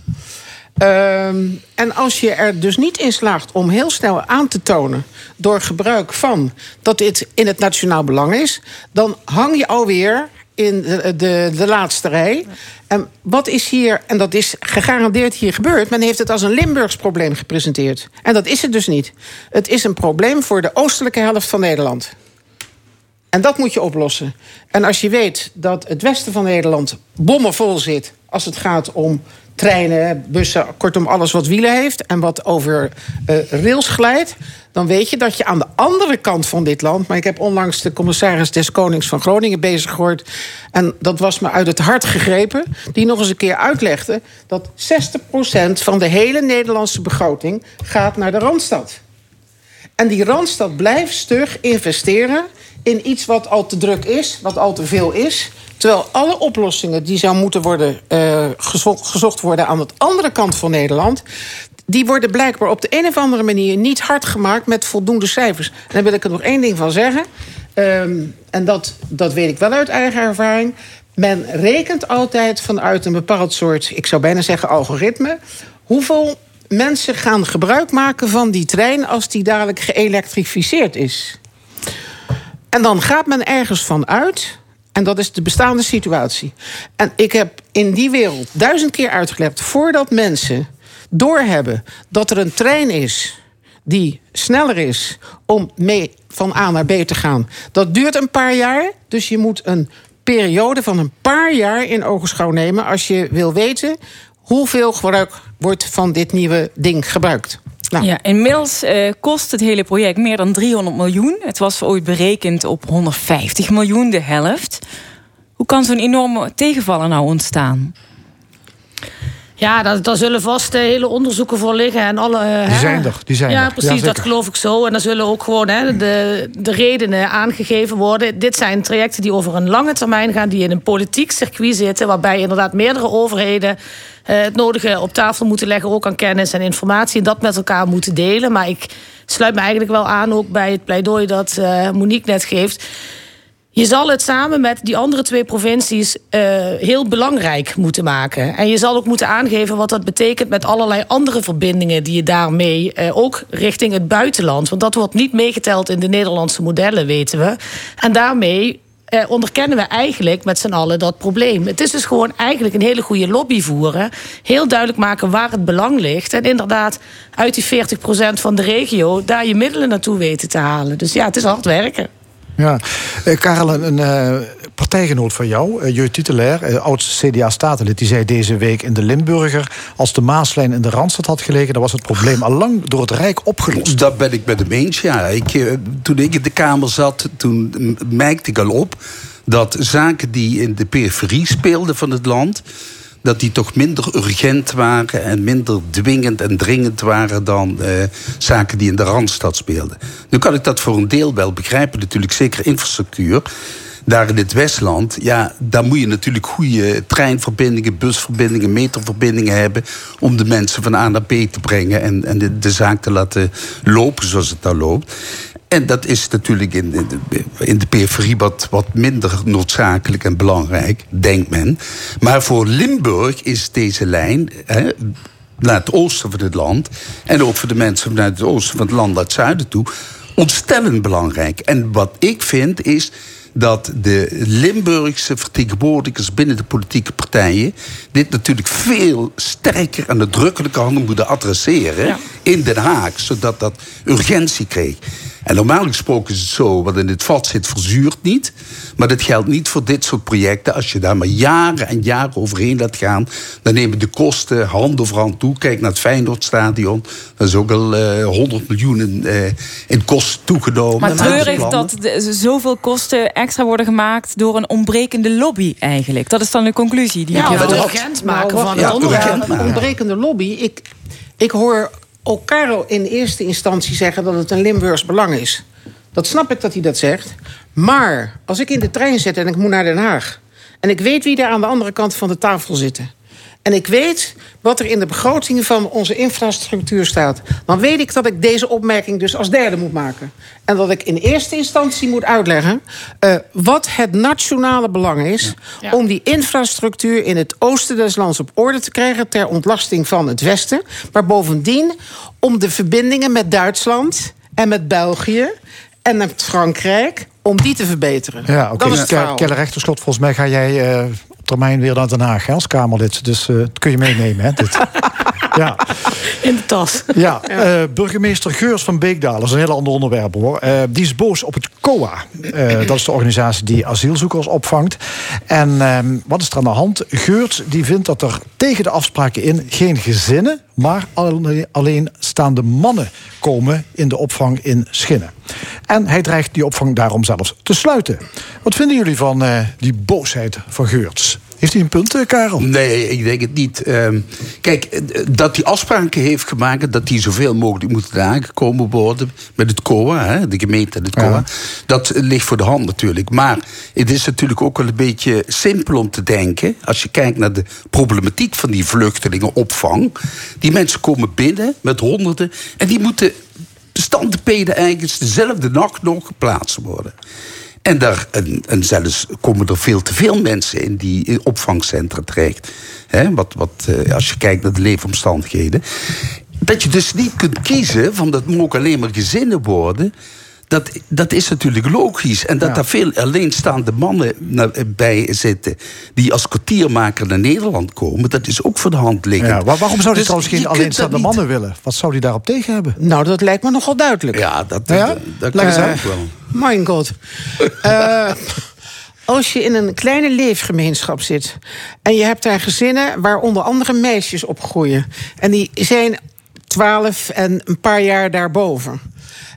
Uh, en als je er dus niet in slaagt om heel snel aan te tonen, door gebruik van, dat dit in het nationaal belang is, dan hang je alweer in de, de, de laatste rij. En wat is hier, en dat is gegarandeerd hier gebeurd, men heeft het als een Limburgs probleem gepresenteerd. En dat is het dus niet. Het is een probleem voor de oostelijke helft van Nederland. En dat moet je oplossen. En als je weet dat het westen van Nederland bommenvol zit als het gaat om treinen, bussen, kortom alles wat wielen heeft en wat over uh, rails glijdt, dan weet je dat je aan de andere kant van dit land, maar ik heb onlangs de commissaris des Konings van Groningen bezig gehoord, en dat was me uit het hart gegrepen, die nog eens een keer uitlegde dat zestig procent van de hele Nederlandse begroting gaat naar de Randstad. En die Randstad blijft stug investeren in iets wat al te druk is, wat al te veel is, terwijl alle oplossingen die zou moeten worden uh, gezocht, gezocht worden aan de andere kant van Nederland, die worden blijkbaar op de een of andere manier niet hard gemaakt met voldoende cijfers. En daar wil ik er nog één ding van zeggen. Um, en dat, dat weet ik wel uit eigen ervaring. Men rekent altijd vanuit een bepaald soort, ik zou bijna zeggen algoritme, hoeveel mensen gaan gebruik maken van die trein als die dadelijk geëlektrificeerd is. En dan gaat men ergens van uit, en dat is de bestaande situatie. En ik heb in die wereld duizend keer uitgelegd, voordat mensen doorhebben dat er een trein is die sneller is om mee van A naar B te gaan. Dat duurt een paar jaar, dus je moet een periode van een paar jaar in ogenschouw nemen als je wil weten hoeveel gebruik wordt van dit nieuwe ding gebruikt. Nou. Ja, inmiddels uh, kost het hele project meer dan driehonderd miljoen. Het was ooit berekend op honderdvijftig miljoen, de helft. Hoe kan zo'n enorme tegenvaller nou ontstaan? Ja, daar, daar zullen vast uh, hele onderzoeken voor liggen. En alle, uh, die zijn er, die zijn ja, er. precies, ja, dat geloof ik zo. En dan zullen ook gewoon hè, de, de redenen aangegeven worden. Dit zijn trajecten die over een lange termijn gaan, die in een politiek circuit zitten, waarbij inderdaad meerdere overheden uh, het nodige op tafel moeten leggen, ook aan kennis en informatie, en dat met elkaar moeten delen. Maar ik sluit me eigenlijk wel aan ook bij het pleidooi dat uh, Monique net geeft. Je zal het samen met die andere twee provincies uh, heel belangrijk moeten maken. En je zal ook moeten aangeven wat dat betekent met allerlei andere verbindingen die je daarmee uh, ook richting het buitenland. Want dat wordt niet meegeteld in de Nederlandse modellen, weten we. En daarmee eh, onderkennen we eigenlijk met z'n allen dat probleem. Het is dus gewoon eigenlijk een hele goede lobby voeren. Heel duidelijk maken waar het belang ligt. En inderdaad uit die veertig procent van de regio daar je middelen naartoe weten te halen. Dus ja, het is hard werken. Ja, uh, Karel, een uh, partijgenoot van jou, uh, Jeu Titelaar, uh, oud C D A-statenlid, die zei deze week in de Limburger: als de Maaslijn in de Randstad had gelegen, dan was het probleem al lang door het Rijk opgelost. Dat ben ik met hem eens, ja. Ik, uh, toen ik in de Kamer zat, toen merkte ik al op dat zaken die in de periferie speelden van het land, dat die toch minder urgent waren en minder dwingend en dringend waren dan uh, zaken die in de Randstad speelden. Nu kan ik dat voor een deel wel begrijpen, natuurlijk zeker infrastructuur. Daar in het Westland, ja, daar moet je natuurlijk goede treinverbindingen, busverbindingen, metroverbindingen hebben om de mensen van A naar B te brengen en, en de, de zaak te laten lopen zoals het daar loopt. En dat is natuurlijk in de, in de periferie wat, wat minder noodzakelijk en belangrijk, denkt men. Maar voor Limburg is deze lijn, hè, naar het oosten van het land, en ook voor de mensen vanuit het oosten van het land naar het zuiden toe, ontstellend belangrijk. En wat ik vind is dat de Limburgse vertegenwoordigers binnen de politieke partijen dit natuurlijk veel sterker en nadrukkelijker hadden moeten adresseren, ja, in Den Haag, zodat dat urgentie kreeg. En normaal gesproken is het zo, wat in het vat zit verzuurt niet. Maar dat geldt niet voor dit soort projecten. Als je daar maar jaren en jaren overheen laat gaan, dan nemen de kosten hand over hand toe. Kijk naar het Feyenoordstadion. Dat is ook al uh, honderd miljoen in, uh, in kosten toegenomen. Maar treurig dat de, zoveel kosten extra worden gemaakt door een ontbrekende lobby eigenlijk. Dat is dan de conclusie die ja, je het urgent maken nou, van ja, het onderwerp. Een ontbrekende lobby. Ik, ik hoor ook Karel in eerste instantie zeggen dat het een Limburgs belang is. Dat snap ik dat hij dat zegt. Maar als ik in de trein zit en ik moet naar Den Haag, en ik weet wie daar aan de andere kant van de tafel zitten, en ik weet wat er in de begroting van onze infrastructuur staat, dan weet ik dat ik deze opmerking dus als derde moet maken. En dat ik in eerste instantie moet uitleggen uh, wat het nationale belang is, ja, om die infrastructuur in het oosten des lands op orde te krijgen ter ontlasting van het westen. Maar bovendien om de verbindingen met Duitsland en met België en met Frankrijk, om die te verbeteren. Ja, oké. Okay. Dus Kelle Rechterschot, volgens mij ga jij uh, op termijn weer naar Den Haag, hè, als Kamerlid. Dus uh, dat kun je meenemen, hè, dit. Ja. In de tas. Ja, uh, burgemeester Geurs van Beekdalen, dat is een heel ander onderwerp hoor. Uh, die is boos op het C O A. Uh, dat is de organisatie die asielzoekers opvangt. En uh, wat is er aan de hand? Geurs die vindt dat er tegen de afspraken in geen gezinnen, maar alleenstaande mannen komen in de opvang in Schinnen. En hij dreigt die opvang daarom zelfs te sluiten. Wat vinden jullie van uh, die boosheid van Geurts? Heeft hij een punt, Karel? Nee, ik denk het niet. Um, kijk, dat hij afspraken heeft gemaakt, dat die zoveel mogelijk moeten aangekomen worden met het C O A, hè, de gemeente en het C O A. Ja. Dat ligt voor de hand natuurlijk. Maar het is natuurlijk ook wel een beetje simpel om te denken, als je kijkt naar de problematiek van die vluchtelingenopvang. Die mensen komen binnen met honderden en die moeten standpeden eigenlijk dezelfde nacht nog geplaatst worden. En, daar, en, en zelfs komen er veel te veel mensen in die opvangcentra terecht. He, wat, wat, als je kijkt naar de leefomstandigheden. Dat je dus niet kunt kiezen van dat mogen alleen maar gezinnen worden. Dat, dat is natuurlijk logisch. En dat ja. daar veel alleenstaande mannen bij zitten die als kwartiermaker naar Nederland komen, dat is ook voor de hand liggend. Ja, waarom zou hij dus trouwens geen alleenstaande niet... mannen willen? Wat zou hij daarop tegen hebben? Nou, dat lijkt me nogal duidelijk. Ja, dat, ja? dat, dat, dat uh, ook wel. Mijn god. uh, Als je in een kleine leefgemeenschap zit en je hebt daar gezinnen waar onder andere meisjes opgroeien, en die zijn twaalf en een paar jaar daarboven.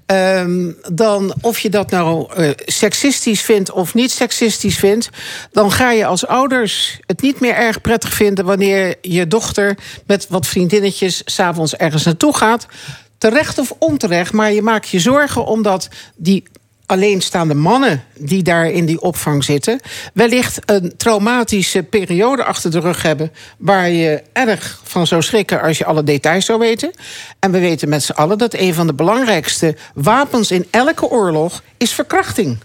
Um, dan of je dat nou uh, seksistisch vindt of niet seksistisch vindt, dan ga je als ouders het niet meer erg prettig vinden wanneer je dochter met wat vriendinnetjes 's avonds ergens naartoe gaat. Terecht of onterecht, maar je maakt je zorgen omdat die alleenstaande mannen die daar in die opvang zitten wellicht een traumatische periode achter de rug hebben waar je erg van zou schrikken als je alle details zou weten. En we weten met z'n allen dat een van de belangrijkste wapens in elke oorlog is verkrachting.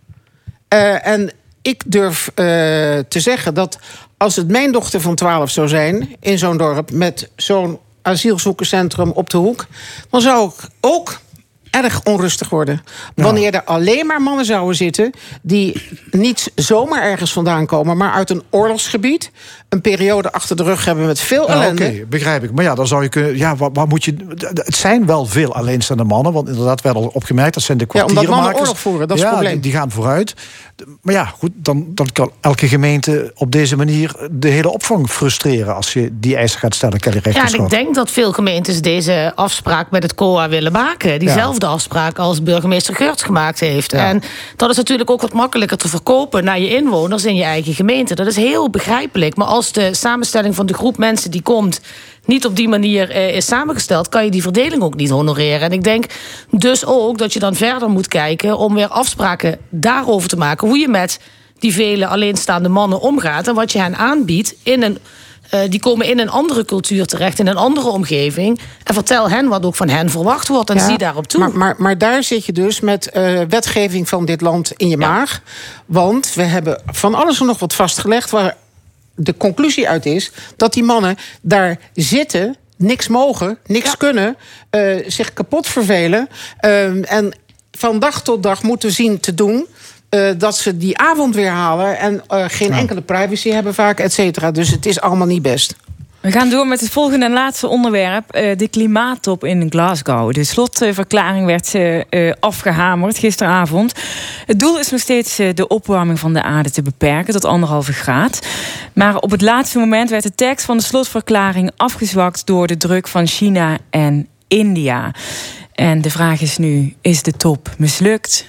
Uh, en ik durf uh, te zeggen dat als het mijn dochter van twaalf zou zijn in zo'n dorp met zo'n asielzoekerscentrum op de hoek, dan zou ik ook erg onrustig worden. Wanneer er alleen maar mannen zouden zitten die niet zomaar ergens vandaan komen, maar uit een oorlogsgebied, een periode achter de rug hebben met veel Ja, ellende. Oké, begrijp ik. Maar ja, dan zou je kunnen. Ja, waar, waar moet je. Het zijn wel veel alleenstaande mannen, want inderdaad werd al opgemerkt, dat zijn de Ja, omdat kwartiermakers. mannen oorlog voeren, dat is ja, het probleem. Die, die gaan vooruit. Maar ja, goed, dan, dan kan elke gemeente op deze manier de hele opvang frustreren als je die eisen gaat stellen. Kelly Ja, en Rechterschot. ik denk dat veel gemeentes deze afspraak met het C O A willen maken. Diezelfde afspraak als burgemeester Geurts gemaakt heeft. Ja. En dat is natuurlijk ook wat makkelijker te verkopen naar je inwoners in je eigen gemeente. Dat is heel begrijpelijk. Maar als de samenstelling van de groep mensen die komt niet op die manier eh, is samengesteld, kan je die verdeling ook niet honoreren. En ik denk dus ook dat je dan verder moet kijken om weer afspraken daarover te maken. Hoe je met die vele alleenstaande mannen omgaat en wat je hen aanbiedt in een Uh, die komen in een andere cultuur terecht, in een andere omgeving. En vertel hen wat ook van hen verwacht wordt en Ja, zie daarop toe. Maar, maar, maar daar zit je dus met uh, wetgeving van dit land in je maag. Want we hebben van alles en nog wat vastgelegd waar de conclusie uit is dat die mannen daar zitten, niks mogen, niks kunnen, uh, zich kapot vervelen uh, en van dag tot dag moeten zien te doen Uh, dat ze die avond weer halen en uh, geen enkele privacy hebben vaak, et cetera. Dus het is allemaal niet best. We gaan door met het volgende en laatste onderwerp. Uh, de klimaattop in Glasgow. De slotverklaring werd uh, uh, afgehamerd gisteravond. Het doel is nog steeds uh, de opwarming van de aarde te beperken tot anderhalve graad. Maar op het laatste moment werd de tekst van de slotverklaring afgezwakt door de druk van China en India. En de vraag is nu, is de top mislukt?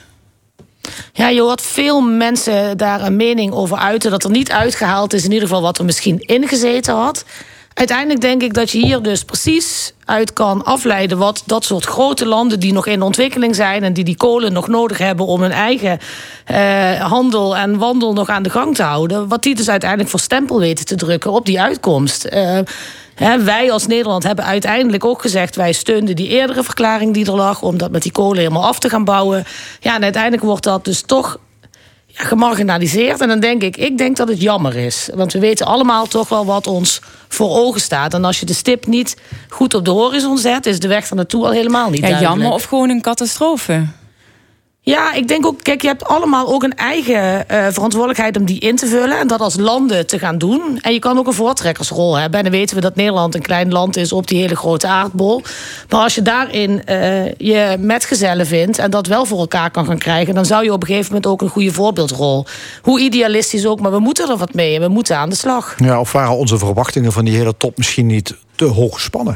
Ja, je hoort veel mensen daar een mening over uiten dat er niet uitgehaald is, in ieder geval wat er misschien ingezeten had. Uiteindelijk denk ik dat je hier dus precies uit kan afleiden wat dat soort grote landen die nog in ontwikkeling zijn en die die kolen nog nodig hebben om hun eigen eh, handel en wandel nog aan de gang te houden, wat die dus uiteindelijk voor stempel weten te drukken op die uitkomst. Uh, He, wij als Nederland hebben uiteindelijk ook gezegd, wij steunden die eerdere verklaring die er lag om dat met die kolen helemaal af te gaan bouwen. Ja, en uiteindelijk wordt dat dus toch ja, gemarginaliseerd. En dan denk ik, ik denk dat het jammer is. Want we weten allemaal toch wel wat ons voor ogen staat. En als je de stip niet goed op de horizon zet, is de weg er naartoe al helemaal niet ja, duidelijk. Jammer of gewoon een catastrofe? Ja, ik denk ook, kijk, je hebt allemaal ook een eigen uh, verantwoordelijkheid om die in te vullen en dat als landen te gaan doen. En je kan ook een voortrekkersrol hebben. En dan weten we dat Nederland een klein land is op die hele grote aardbol. Maar als je daarin uh, je metgezellen vindt en dat wel voor elkaar kan gaan krijgen, dan zou je op een gegeven moment ook een goede voorbeeldrol. Hoe idealistisch ook, maar we moeten er wat mee en we moeten aan de slag. Ja, of waren onze verwachtingen van die hele top misschien niet te hoog gespannen?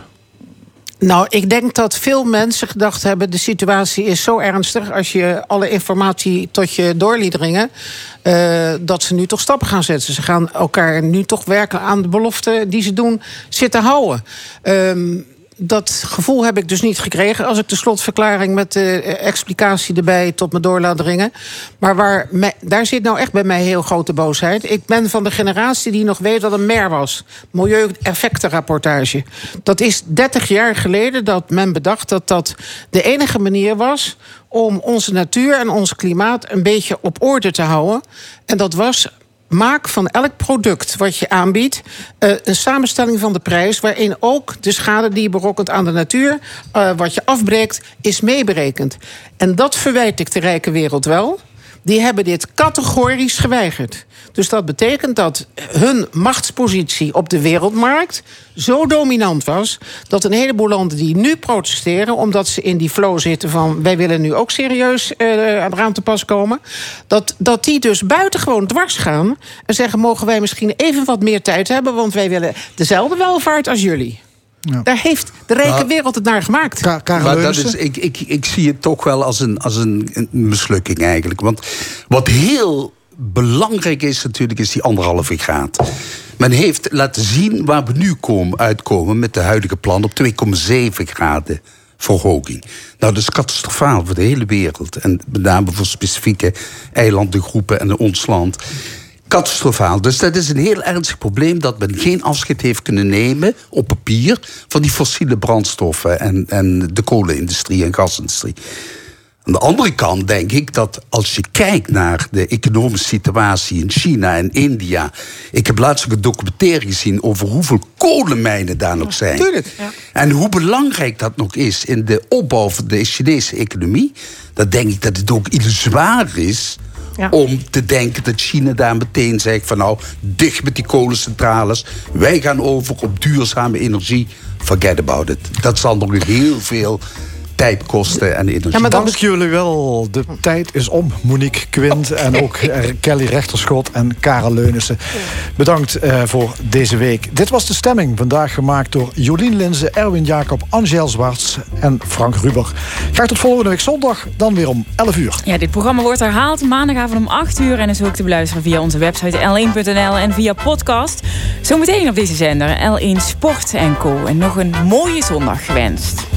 Nou, ik denk dat veel mensen gedacht hebben, de situatie is zo ernstig, als je alle informatie tot je door liet dringen, uh, dat ze nu toch stappen gaan zetten. Ze gaan elkaar nu toch werken aan de beloften die ze doen zitten houden. Um, Dat gevoel heb ik dus niet gekregen als ik de slotverklaring met de explicatie erbij tot me door laat dringen. Maar waar mij, daar zit nou echt bij mij heel grote boosheid. Ik ben van de generatie die nog weet wat een M E R was. Milieueffectenrapportage. Dat is dertig jaar geleden dat men bedacht dat dat de enige manier was om onze natuur en ons klimaat een beetje op orde te houden. En dat was: maak van elk product wat je aanbiedt uh, een samenstelling van de prijs, waarin ook de schade die je berokkent aan de natuur, uh, wat je afbreekt, is meeberekend. En dat verwijt ik de rijke wereld wel. Die hebben dit categorisch geweigerd. Dus dat betekent dat hun machtspositie op de wereldmarkt zo dominant was dat een heleboel landen die nu protesteren, omdat ze in die flow zitten van wij willen nu ook serieus uh, eraan te pas komen, dat, dat die dus buitengewoon dwars gaan en zeggen: mogen wij misschien even wat meer tijd hebben, want wij willen dezelfde welvaart als jullie. Ja. Daar heeft de rijke nou, wereld het naar gemaakt. Ka- maar dat is, ik, ik, ik zie het toch wel als een, als een, een mislukking eigenlijk. Want wat heel belangrijk is natuurlijk, is die anderhalve graad. Men heeft laten zien waar we nu komen, uitkomen met de huidige plan op twee komma zeven graden verhoging. Nou, dat is catastrofaal voor de hele wereld. En met name voor specifieke eilandengroepen en ons land. Catastrofaal. Dus dat is een heel ernstig probleem dat men geen afscheid heeft kunnen nemen op papier van die fossiele brandstoffen en, en de kolenindustrie en gasindustrie. Aan de andere kant denk ik dat als je kijkt naar de economische situatie in China en India. Ik heb laatst ook een documentaire gezien over hoeveel kolenmijnen daar nog zijn. Tuurlijk. Ja. En hoe belangrijk dat nog is in de opbouw van de Chinese economie. Dan denk ik dat het ook illusoir is. Ja. Om te denken dat China daar meteen zegt van nou, dicht met die kolencentrales. Wij gaan over op duurzame energie. Forget about it. Dat zal nog heel veel tijd kosten en energie. Ja, maar dank jullie wel. De tijd is om. Monique Quint en ook Kelly Rechterschot en Karel Leunissen. Bedankt uh, voor deze week. Dit was De Stemming. Vandaag gemaakt door Jolien Linzen, Erwin Jacob, Angel Zwarts en Frank Ruber. Graag tot volgende week zondag, dan weer om elf uur. Ja, dit programma wordt herhaald maandagavond om acht uur... en is ook te beluisteren via onze website L één punt N L en via podcast. Zometeen op deze zender L één Sport en Co. En nog een mooie zondag gewenst.